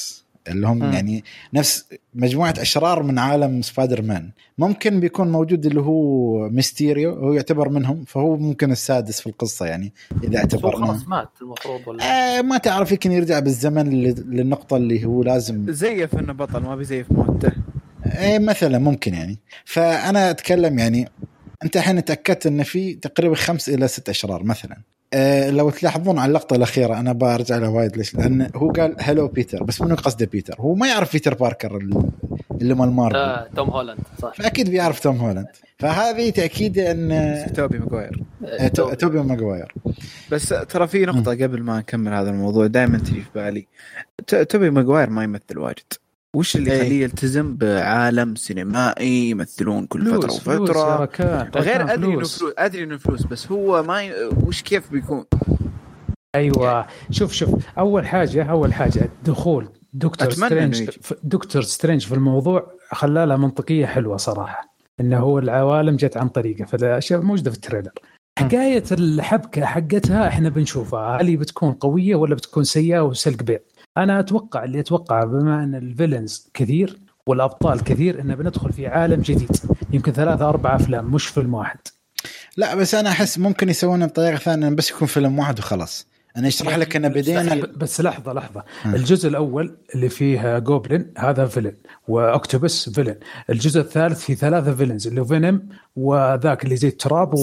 اللي هم يعني نفس مجموعة أشرار من عالم سبايدر مان. ممكن بيكون موجود اللي هو ميستيريو، هو يعتبر منهم، فهو ممكن السادس في القصة يعني إذا اعتبرنا. خلاص مات المفروض ولا ما تعرف، يمكن يرجع بالزمن للنقطة اللي هو لازم زيف إنه بطل ما بيزيف موته. مثلا ممكن يعني. فأنا أتكلم يعني أنت الحين تأكدت إن في تقريبا 5 إلى 6 أشرار مثلا. لو تلاحظون على اللقطة الأخيرة أنا برجع لها وايد، ليش؟ لأن هو قال هلو بيتر، بس منو قصده بيتر؟ هو ما يعرف بيتر باركر اللي مال مارفل. توم هولاند صح، فأكيد بيعرف توم هولاند. فهذه تأكيد أن توبي ماغواير. توبي ماغواير. بس ترى في نقطة قبل ما نكمل هذا الموضوع دائما تجي في بالي، توبي ماغواير ما يمثل واجد. وش اللي يخليه يلتزم بعالم سينمائي يمثلون كل فترة وفترة؟ غير أدري إنه فلوس، بس هو ما وش كيف بيكون؟ أيوة شوف أول حاجة دخول دكتور سترينج في الموضوع خلالها منطقية حلوة صراحة، إنه هو العوالم جت عن طريقه، فالأشياء موجودة في التريلر. حكاية الحبكة حقتها إحنا بنشوفها، هل بتكون قوية ولا بتكون سيئة وسلق بيض؟ أنا أتوقع بما أن الفيلنز كثير والأبطال كثير إنه بندخل في عالم جديد، يمكن 3-4 أفلام مش فيلم واحد. لا بس أنا أحس ممكن يسوونه بطريقة ثانية، بس يكون فيلم واحد وخلاص. أنا أشرح لك أنا بدينا بس لحظة الجزء الأول اللي فيه جوبلين هذا فيلن وأكتوبس فيلن، الجزء الثالث فيه 3 فيلنز اللي فينم وذاك اللي زي التراب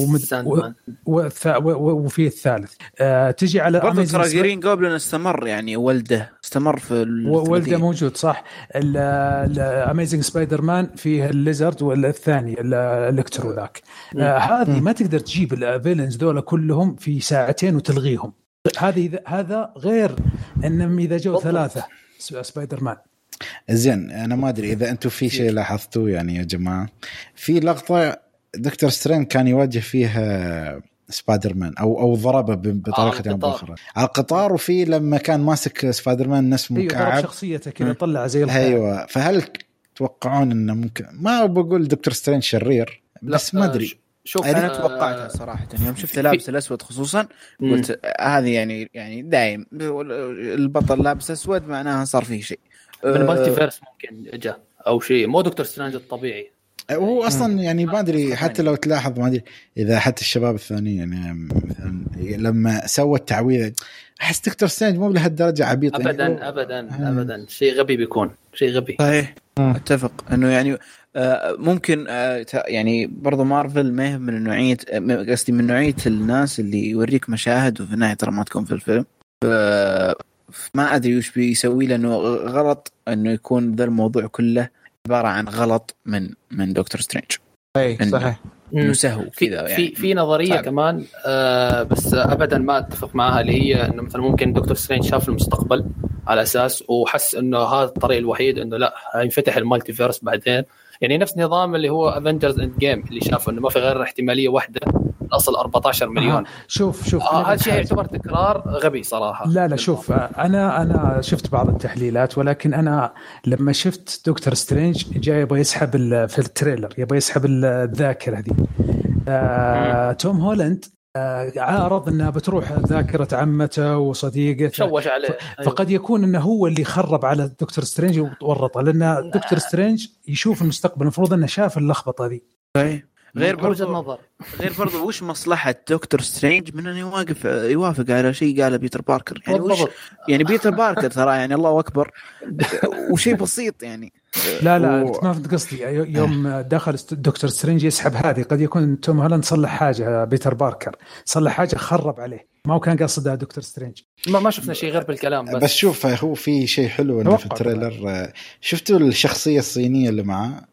وفيه الثالث. تجي على برضو ترى جرين جوبلين استمر يعني ولده استمر في ولده موجود صح. الأميزنج سبايدر مان فيه الليزرد والثاني الإلكترو ذاك. هذه ما تقدر تجيب الفيلنز دول كلهم في ساعتين وتلغيهم. هذا غير انهم اذا جو 3 سبايدر مان. زين انا ما ادري اذا انتم في شيء لاحظتوه يعني يا جماعه، في لقطه دكتور سترينج كان يواجه فيها سبايدر مان او ضربه بطريقه اخرى على القطار، وفي لما كان ماسك سبايدر مان نفس مكعب ضرب شخصيته كذا طلع زي الخيال. ايوه فهل تتوقعون انه ممكن، ما بقول دكتور سترينج شرير بس ما ادري. شوف أنا توقعتها صراحة يوم شفت لابس الأسود خصوصا قلت هذه يعني دايم البطل لابس أسود معناها صار فيه شيء من مالتيفيرس ممكن جاء أو شيء، مو دكتور سترينج الطبيعي هو أصلا يعني ما أدري. حتى لو تلاحظ ما أدري إذا حتى الشباب الثانيين يعني مثلا لما سوى التعويذة أحس دكتور سترينج مو لهالدرجة عبيط أبدا يعني أبدا شيء غبي بيكون شيء غبي. صحيح اتفق انه يعني ممكن يعني برضو مارفل ما هي من نوعيه، قصدي من نوعيه الناس اللي يوريك مشاهد وفي النهايه ترى ما تكون في الفيلم. ما ادري وش بيسوي لانه غلط انه يكون ذا الموضوع كله عباره عن غلط من دكتور سترينج. اي صحيح نسهو كذا يعني. في نظريه صعب. كمان بس ابدا ما اتفق معها، اللي هي انه مثلا ممكن دكتور سترينج شاف المستقبل على اساس وحس انه هذا الطريق الوحيد انه لا هينفتح المالتيفيرس بعدين، يعني نفس نظام اللي هو افنجرز اند جيم اللي شافوا انه ما في غير احتماليه واحده الاصل 14 مليون. شوف هذا الشيء يعتبر تكرار غبي صراحه. لا شوف انا شفت بعض التحليلات، ولكن انا لما شفت دكتور سترينج جاي يبغى يسحب في التريلر يبغى يسحب الذاكره هذه. توم هولاند عارض انها بتروح ذاكره عمته وصديقه شوش عليه، فقد يكون انه هو اللي خرب على دكتور سترينج وورطه، لان دكتور سترينج يشوف المستقبل، المفروض انه شاف اللخبطه ذي. غير برضو وش مصلحة دكتور سترينج من أنه يوافق على شيء قاله بيتر باركر يعني يعني بيتر باركر ترى يعني الله أكبر وشيء بسيط يعني. لا ما فهمت قصدي. يوم دخل دكتور سترينج يسحب هذه، قد يكون توم هولاند صلح حاجة، بيتر باركر صلح حاجة خرب عليه، ما هو كان قصده دكتور سترينج. ما شفنا شيء غير بالكلام بس شوف هو في شيء حلو انه في التريلر شفتوا الشخصية الصينية اللي معه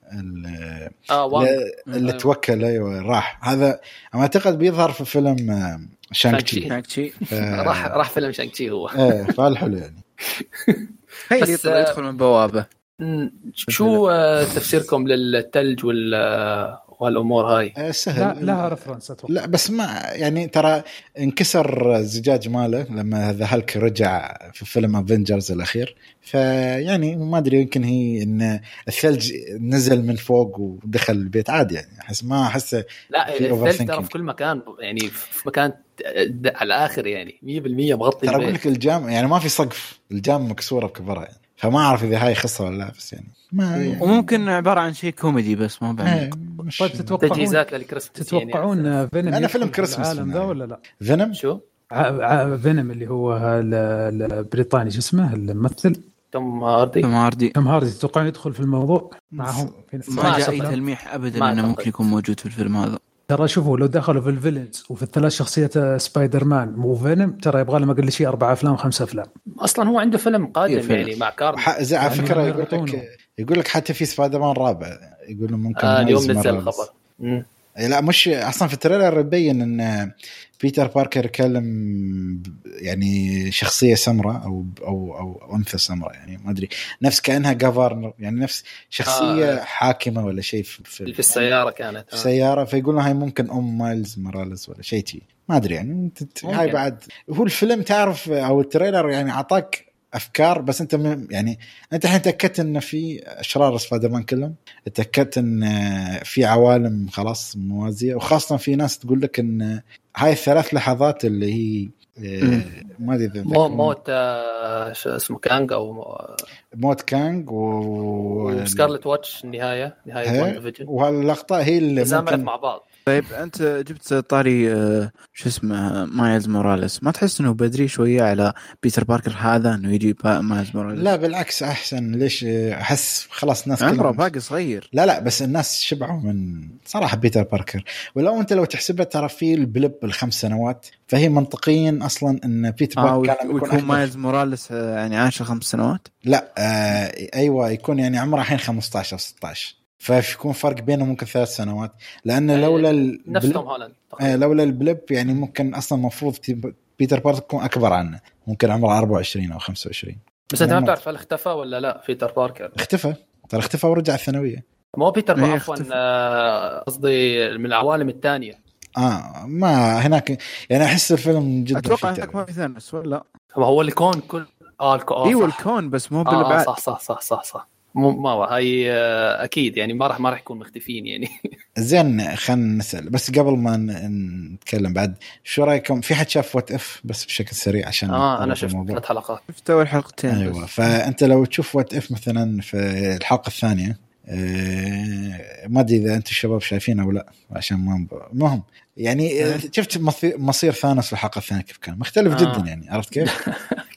اللي توكل ايوه راح، هذا ما اعتقد بيظهر في فيلم شانغ تشي. راح فيلم شانغ تشي هو فالحلو يعني هي اللي يدخل من بوابة. شو تفسيركم للثلج والامور هاي؟ سهل لا رفرنس اتوقع. لا بس ما يعني ترى انكسر الزجاج ماله لما ذا هالك رجع في فيلم افنجرز الاخير، فيعني ما ادري يمكن هي ان الثلج نزل من فوق ودخل البيت عادي يعني. ما احس لا الثلج ترى في كل مكان يعني في مكان على الاخر يعني 100% مغطي ترى اقول لك الجام يعني ما في سقف، الجام مكسوره بكبرها يعني، فما اعرف اذا هاي خصه ولا لا، بس يعني ما يعني وممكن عباره عن شيء كوميدي بس ما بعمق. طيب تجهيزات للكريسماس تتوقعون فينوم انا فيلم كريسماس العالم ذا ولا لا؟ فينوم شو فينوم اللي هو البريطاني شو اسمه الممثل توم هاردي تتوقعون يدخل في الموضوع معهم؟ ما جاء اي تلميح ابدا انه ممكن يكون موجود في الفيلم هذا. ترى شوفوا لو دخلوا في الفيلنز وفي الثلاث شخصيات سبايدر مان وفينوم ترى يبغى لهم اقل شيء 4 أفلام 5 أفلام. اصلا هو عنده فيلم قادم يعني مع كارل على فكره يقول لك حتى في سبايدر مان رابع يقولوا ممكن اليوم نزل الخبر. لا مش اصلا في التريلر يبين ان بيتر باركر يكلم يعني شخصيه سمراء او انثى سمراء، يعني ما ادري نفس كانها جافرنر، يعني نفس شخصيه حاكمه ولا شيء في السياره كانت في السياره، فيقولوا هاي ممكن مايلز موراليس ولا شيء تي ما ادري يعني. هاي بعد هو الفيلم تعرف او التريلر يعني عطاك افكار، بس انت يعني انت الحين تاكدت ان في اشرار سبايدر مان كلهم، تاكدت ان في عوالم خلاص موازيه، وخاصه في ناس تقول لك ان هاي الثلاث لحظات اللي هي ما ادري موت اسمه كانج او موت كانج وسكارلت واتش نهايه وان فيجن، وهاللقطه هي اللي ممكن مع بعض. طيب انت جبت طاري شو اسمه مايلز موراليس، ما تحس انه بدري شويه على بيتر باركر هذا انه يجي مايلز موراليس؟ لا بالعكس احسن. ليش؟ احس خلاص الناس عمره باقي صغير. لا بس الناس شبعوا من صراحه بيتر باركر، ولو انت لو تحسبها ترى في البلب ال5 سنوات، فهي منطقيا اصلا ان بيتر باركر كان يكون مايلز موراليس يعني عاش 5 سنوات. لا ايوه يكون يعني عمره الحين 15 او 16، فيكون فرق بينه ممكن 3 سنوات، لأن لولا لولا البلب يعني ممكن أصلا مفروض بيتر باركر يكون أكبر عنه، ممكن عمره 24 أو 25. بس أنت ما بتعرف هل اختفى ولا لا بيتر باركر؟ اختفى ورجع الثانوية. مو بيتر عفوا قصدي من العوالم الثانية. ما هناك يعني أحس الفيلم جدا أتوقع هناك ما في ثانوس ولا هو الكون كل ايوه الكون بس مو بالبعد. صح ما هو هاي اكيد يعني ما راح يكون مختفين يعني. زين خلينا نسال بس قبل ما نتكلم بعد، شو رايكم في حد شاف وات اف بس بشكل سريع عشان انا شفت 3 حلقات، شفت اول حلقتين. ايوه فانت لو تشوف وات اف مثلا في الحلقه الثانيه ما ادري اذا انتم الشباب شايفينه او لا عشان ما مهم يعني شفت مصير ثانوس في الحلقه الثانيه كيف كان مختلف جدا يعني، عرفت كيف؟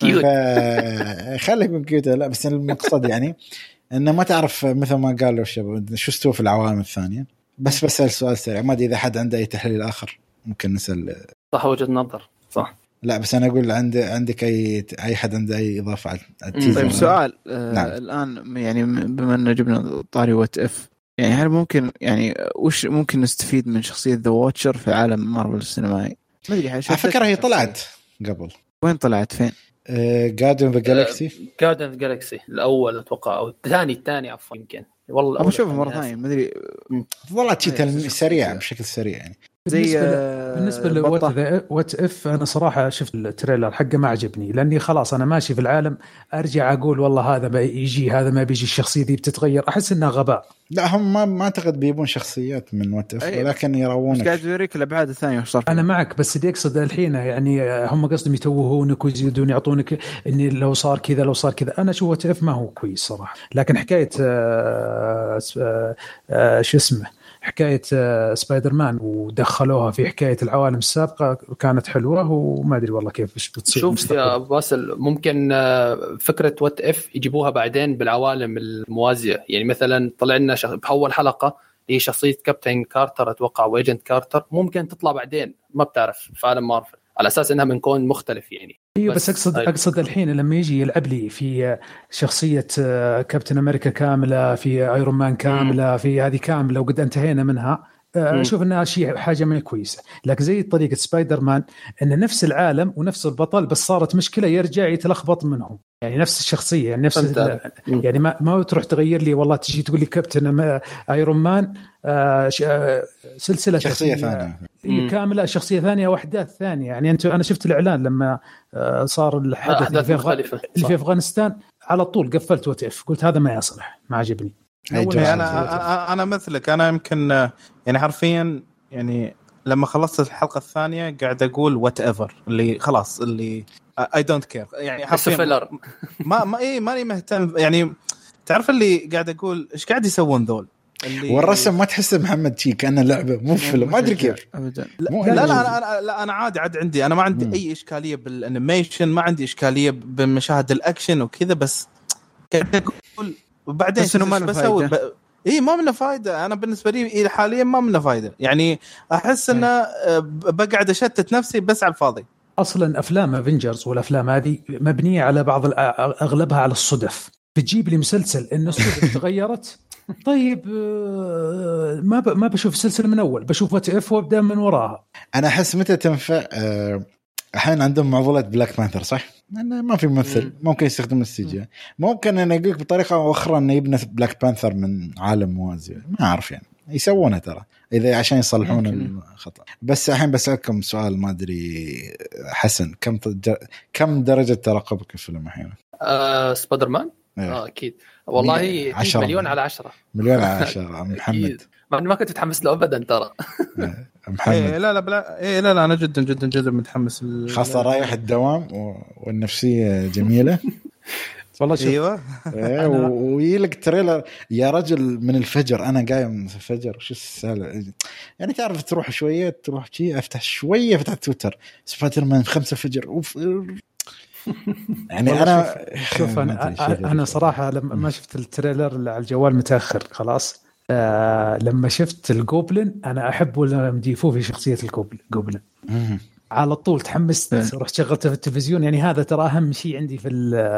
خليك من كيوت. لا بس المقصد يعني انه ما تعرف مثل ما قالوا الشباب شو استوى في العوالم الثانيه. بس بسأل سؤال سريع، ما ادري اذا حد عنده اي تحليل اخر ممكن نسال. صح وجهة نظر صح. لا بس انا اقول عندك اي حد عنده اي اضافه على طيب سؤال نعم. الان يعني بما ان جبنا طاري وات اف، يعني هل ممكن يعني وش ممكن نستفيد من شخصيه ذا واتشر في عالم مارفل السينمائي؟ ما ادري على فكره هي طلعت قبل. وين طلعت؟ فين؟ جاردن ذا جالاكسي الاول اتوقع او الثاني عفوا يمكن والله اشوفه مره ثانيه ما ادري ظلت شيء سريع بشكل سريع يعني. بالنسبه لوات اف انا صراحه شفت التريلر حقه ما عجبني، لاني خلاص انا ماشي في العالم ارجع اقول والله هذا بيجي هذا ما بيجي، الشخصيه دي بتتغير، احس انها غباء. لا هم ما اعتقد بيبون شخصيات من وات اف ولكن يروونك قاعد يوريك الابعاد الثانيه وش صار. انا معك بس اللي يقصد الحين يعني هم قصدهم يتوهونك ويزيدون يعطونك ان لو صار كذا لو صار كذا. انا شو وات اف ما هو كويس صراحه، لكن حكايه شو اسمه حكاية سبايدر مان ودخلوها في حكاية العوالم السابقة كانت حلوة، وما أدري والله كيف بتصير. شوف يا باسل ممكن فكرة وات اف يجيبوها بعدين بالعوالم الموازية، يعني مثلا طلع لنا بأول حلقة هي شخصية كابتن كارتر أتوقع وإيجنت كارتر، ممكن تطلع بعدين ما بتعرف في عالم مارفل على أساس إنها من كون مختلف يعني. ايوه بس اقصد الحين لما يجي يلعب لي في شخصيه كابتن امريكا كامله، في ايرون مان كامله، في هذه كامله وقد انتهينا منها، اشوف انها شيء حاجه ما كويسه. لكن زي طريقه سبايدر مان ان نفس العالم ونفس البطل بس صارت مشكله يرجع يتلخبط منهم، يعني نفس الشخصيه يعني نفس يعني ما تروح تغير لي والله تجي تقول لي كابتن ايرون مان سلسله شخصيه ثانيه كامله شخصيه ثانيه واحداث ثانيه. يعني انا شفت الاعلان لما صار الحدث اللي في افغانستان على طول قفلت وات اف، قلت هذا ما يصلح ما عجبني. انا مثلك انا يمكن يعني حرفيا يعني لما خلصت الحلقه الثانيه قاعد اقول وات ايفر اللي خلاص اللي اي دونت كير يعني حرفيا ماني مهتم يعني. تعرف اللي قاعد اقول ايش قاعد يسوون ذول والرسم ما تحس محمد شي كأنه لعبه مو فيلم ما ادري كيف ابدا. لا انا عادي عندي انا ما عندي اي اشكاليه بالانيميشن ما عندي اشكاليه بمشاهد الاكشن وكذا بس قاعد اقول وبعدين بسوي ما منه فايده. انا بالنسبه لي حاليا ما منه فايده يعني احس انه بقعد اشتت نفسي بس على الفاضي. اصلا افلام افنجرز والافلام هذه مبنيه على بعض اغلبها على الصدف. بتجيب لي مسلسل ان الصدف تغيرت طيب ما بشوف السلسله من اول بشوف وات اف وابدا من وراها. انا احس متى تنفع الحين عندهم معضله بلاك بانثر صح انه ما في ممثل ممكن يستخدم السي ممكن انا اقول لك بطريقه اخرى انه يبنى بلاك بانثر من عالم موازي ما اعرف يعني يسوونه ترى اذا عشان يصلحون الخطا. بس الحين بسألكم سؤال ما ادري حسن كم درجه ترقبك الفيلم الحين؟ سبايدر مان اكيد والله 10 مليون على 10 مليون على 10 محمد ما كنت متحمس له ابدا ترى. محمد لا انا جدا متحمس خاصه رايح الدوام والنفسيه جميله والله شوف. ايوه ويلك تريلر يا رجل من الفجر انا قايم من الفجر شو السالفه يعني تعرف تروح شويه تروح شيء افتح شويه فتح تويتر سبايدر مان 5 فجر اوف يعني انا شوف انا صراحه لما ما شفت التريلر على الجوال متاخر خلاص لما شفت الجوبلين انا احب ولا مديفوه في شخصيه الجوبلين على طول تحمست رحت شغلته في التلفزيون. يعني هذا ترى اهم شيء عندي في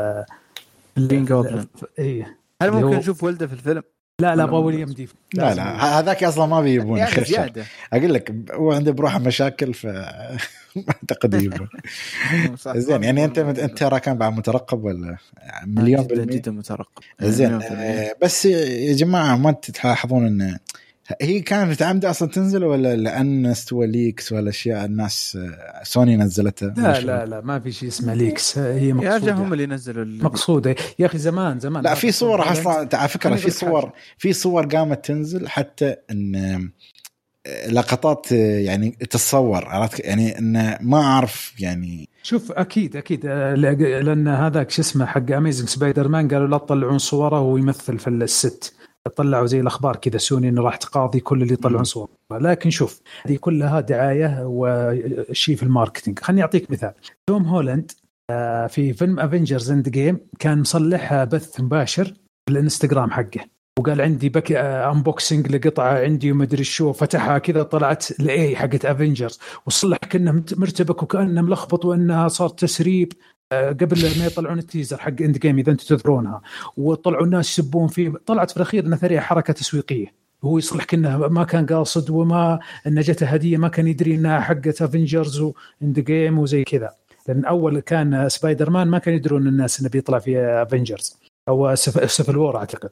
الجوبلين. ايه هل ممكن نشوف ولده في الفيلم؟ لا ابغى ويليام ديف. لا هذاك اصلا ما بيبون خير اقول لك هو عنده بروحه مشاكل ف اعتقد يبون زين. يعني انت ترى كان بعد مترقب ولا مليون جدا مترقب زين بس يا جماعه ما تلاحظون ان هي كانت متعمده اصلا تنزل ولا لان استوى ليكس ولا اشياء الناس سوني نزلتها؟ لا ما في شيء اسمه ليكس. هي مقصوده يا هم اللي نزلوا مقصوده يا اخي زمان لا في صور اصلا على فكره في صور قامت تنزل حتى ان لقطات يعني تتصور عرفت يعني ان ما اعرف يعني شوف اكيد لان هذاك شو اسمه حق اميزنج سبايدر مان قالوا لا تطلعون صوره ويمثل في الست طلعوا زي الأخبار كذا سوني إنه راح تقاضي كل اللي يطلعون صور. لكن شوف هذه كلها دعاية وشيء في الماركتينج. خلني أعطيك مثال. توم هولاند في فيلم أفنجرز إند جيم كان مصلحها بث مباشر بالإنستغرام حقه وقال عندي أنبوكسينج لقطعة عندي ومدري شو فتحها كذا طلعت الأي حقت أفنجرز وصلح كأنه مرتبك وكأنه ملخبط وأنها صار تسريب قبل ما يطلعون التيزر حق اند جيم اذا انتم تذكرونها وطلعوا الناس يسبون فيه. طلعت في الاخير نثريه حركه تسويقيه وهو يصلح كأنه ما كان قاصد وما ان جته هديه ما كان يدري انها حقت افنجرز واند جيم وزي كذا. لان اول كان سبايدر مان ما كان يدرون الناس انه بيطلع في افنجرز او سيفل وور اعتقد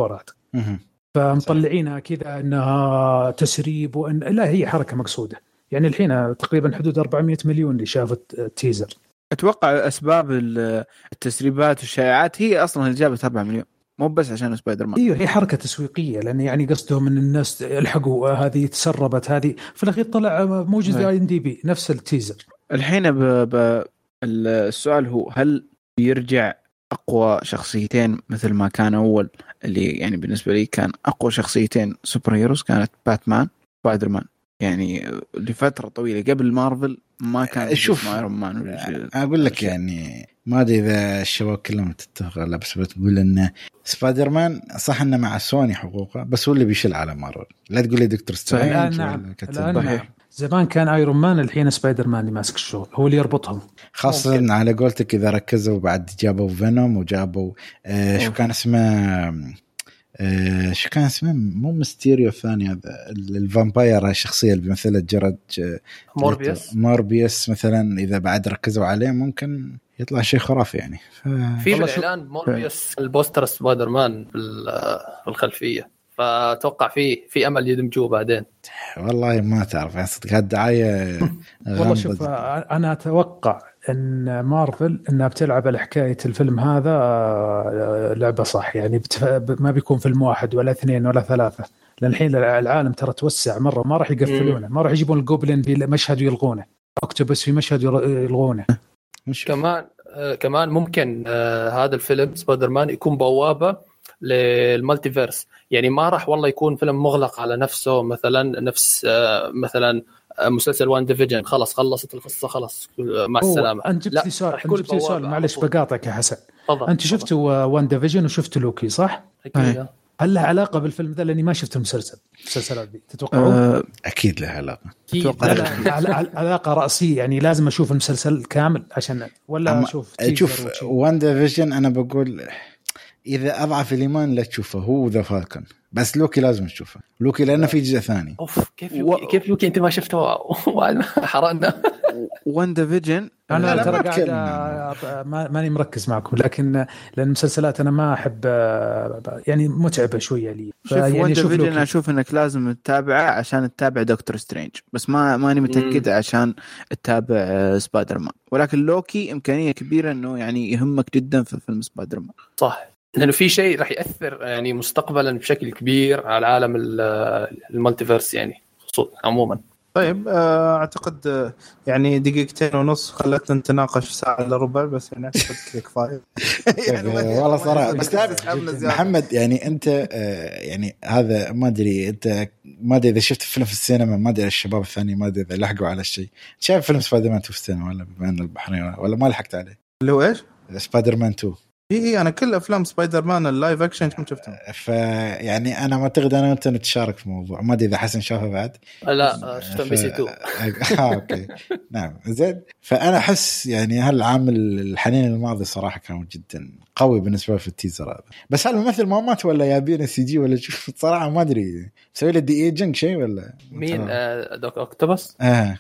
فمطلعينها كذا انها تسريب وان لا هي حركه مقصوده. يعني الحين تقريبا حدود 400 مليون اللي شافت التيزر. اتوقع اسباب التسريبات والشائعات هي اصلا اللي جابت 4 مليون مو بس عشان سبايدر مان. ايوه هي حركه تسويقيه لان يعني قصدهم ان الناس الحقوا هذه تسربت هذه في الاخير طلع موجود في IMDb نفس التيزر. الحين السؤال هو هل بيرجع اقوى شخصيتين مثل ما كان اول اللي يعني بالنسبه لي كان اقوى شخصيتين سوبر هيروز كانت باتمان سبايدر مان يعني لفتره طويله قبل مارفل ما كان شوف ايرون مان ولا شيء. اقول لك يعني ما ادري اذا الشباب كلهم تتفق لا بس بتقول ان سبايدر مان صح انه مع سوني حقوقه بس هو اللي بيشيل على مارفل. لا تقول لي دكتور سترينج نعم. زمان كان ايرون مان الحين سبايدر مان اللي ماسك الشغل هو اللي يربطهم خاصة على قولتك إذا ركزوا بعد جابوا فينوم وجابوا شو كان اسمه مو ميستيريو الثاني هذا الفامباير الشخصية اللي بيمثلها جيرد موربيوس مثلا إذا بعد ركزوا عليه ممكن يطلع شيء خرافي يعني. في الإعلان موربيوس البوستر سبايدر مان في الخلفية فأتوقع في أمل يدمجوه بعدين. والله ما تعرف يعني صدق هالدعاية والله شوف أنا أتوقع أن مارفل أنها بتلعب على حكاية الفيلم هذا لعبة صح يعني ما بيكون فيلم واحد ولا اثنين ولا ثلاثة لأن الحين العالم ترى توسع مرة ما راح يقفلونه ما راح يجيبون الجوبلين في مشهد ويلغونه أكتوبس في مشهد يلغونه كمان ممكن هذا الفيلم سبايدر مان يكون بوابة للمالتيفيرس. يعني ما راح والله يكون فيلم مغلق على نفسه مثلا نفس مثلا مسلسل وان ديفيجن خلصت القصة خلاص مع السلامة. أنت جبت لي سؤال معلش بقاطعك يا حسن. أنت شفتوا وان ديفيجن وشفتوا لوكي صح؟ أكيد. هل له علاقة بالفيلم ذا؟ لأني ما شفت المسلسلات دي. تتوقعون؟ أكيد له علاقة. علاقة رأسية يعني لازم أشوف المسلسل كامل عشان ولا شوف وان ديفيجن. أنا بقول إذا أضعف الإيمان لا تشوفه هو ذا فالكون، بس لوكي لازم تشوفه لوكي لأنه في جزء ثاني. كيف لوكي أنت ما شفته حرقنا. وان ديفيجن أنا ترى قاعد ماني مركز معكم، لكن لأن المسلسلات أنا ما أحب يعني متعبة شوية لي. يعني وان ديفيجن أشوف إنك لازم تتابعه عشان تتابع دكتور سترينج، بس ماني متأكد عشان تتابع سبايدر مان. ولكن لوكي إمكانية كبيرة إنه يعني يهمك جدا في فيلم سبايدر مان. صح، لأنه في شيء راح يأثر يعني مستقبلا بشكل كبير على عالم المالتيفيرس يعني عموما. طيب أعتقد يعني دقيقتين ونص خلتنا نتناقش ساعة إلا ربع، بس يعني أعتقد كفاية. يعني والله صراحة بس محمد يعني أنت يعني هذا ما أدري أنت ما أدري إذا شفت فيلم في السينما، ما أدري الشباب الثاني ما أدري إذا لحقوا على الشيء. شايف فيلم سبايدر مان 2 في السينما ولا بين البحرين ولا ما لحقت عليه؟ اللي هو إيش؟ سبايدر مان 2. إيه أنا كل أفلام سبايدر مان اللايف أكشن كنت شفتها. فيعني أنا ما أعتقد أنا وأنت نتشارك في الموضوع. ما أدري إذا حسن شافه بعد. لا شفته بي سي 2. أوكي نعم زين. فأنا أحس يعني هالعامل الحنين الماضي صراحة كان جدا قوي بالنسبة له في التيزر هذا. بس هل الممثل ما مات ولا يابين سي جي ولا شو صراحة ما أدري. سوي له دي ايجنج شيء ولا مين دوك أوكتوبس؟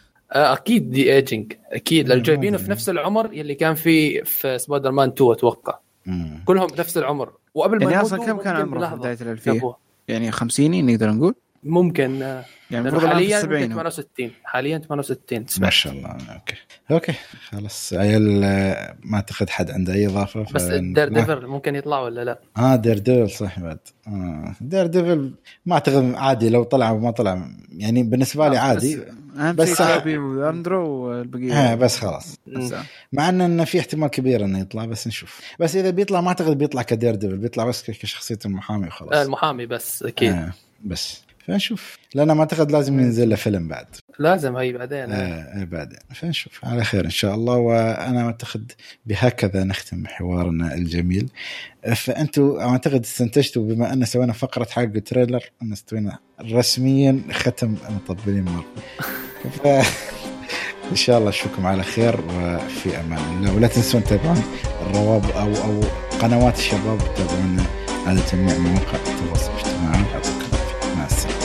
أكيد دي ايجنج أكيد، لأن جايبينه في نفس العمر يلي كان في سبايدر مان 2 أتوقع. كلهم نفس العمر. وقبل ما يعني أصلا كم كان عمره في بداية الألفية؟ يعني 50 نقدر نقول ممكن يعني حاليا 68 حاليا 68 ما شاء الله. اوكي خلاص عيال ما اعتقد حد عنده اي اضافه. بس دير ديفل ممكن يطلع ولا لا؟ دير ديفل صح بعد. دير ديفل ما اعتقد عادي لو طلع وما طلع يعني بالنسبه لي عادي. بس ابي واندرو والبقيه بس خلاص. مع ان في احتمال كبير انه يطلع، بس نشوف. بس اذا بيطلع ما اعتقد بيطلع كدير ديفل، بيطلع بس كشخصيه المحامي وخلاص. المحامي بس اكيد. بس فنشوف، لأن ما أعتقد لازم ينزل له فيلم بعد. لازم هي بعدين. بعدين فنشوف على خير إن شاء الله. وأنا أعتقد بهكذا نختم حوارنا الجميل. فأنتوا أعتقد استنتجتوا بما أن سوينا فقرة حق تريلر أن استوينا رسميا ختم مطبلين مارفل. إن شاء الله أشوفكم على خير وفي أمان الله. ولا تنسون تتابعون الروابط أو قنوات الشباب، تتابعونا على جميع مواقع التواصل الاجتماعي. مع السلامة.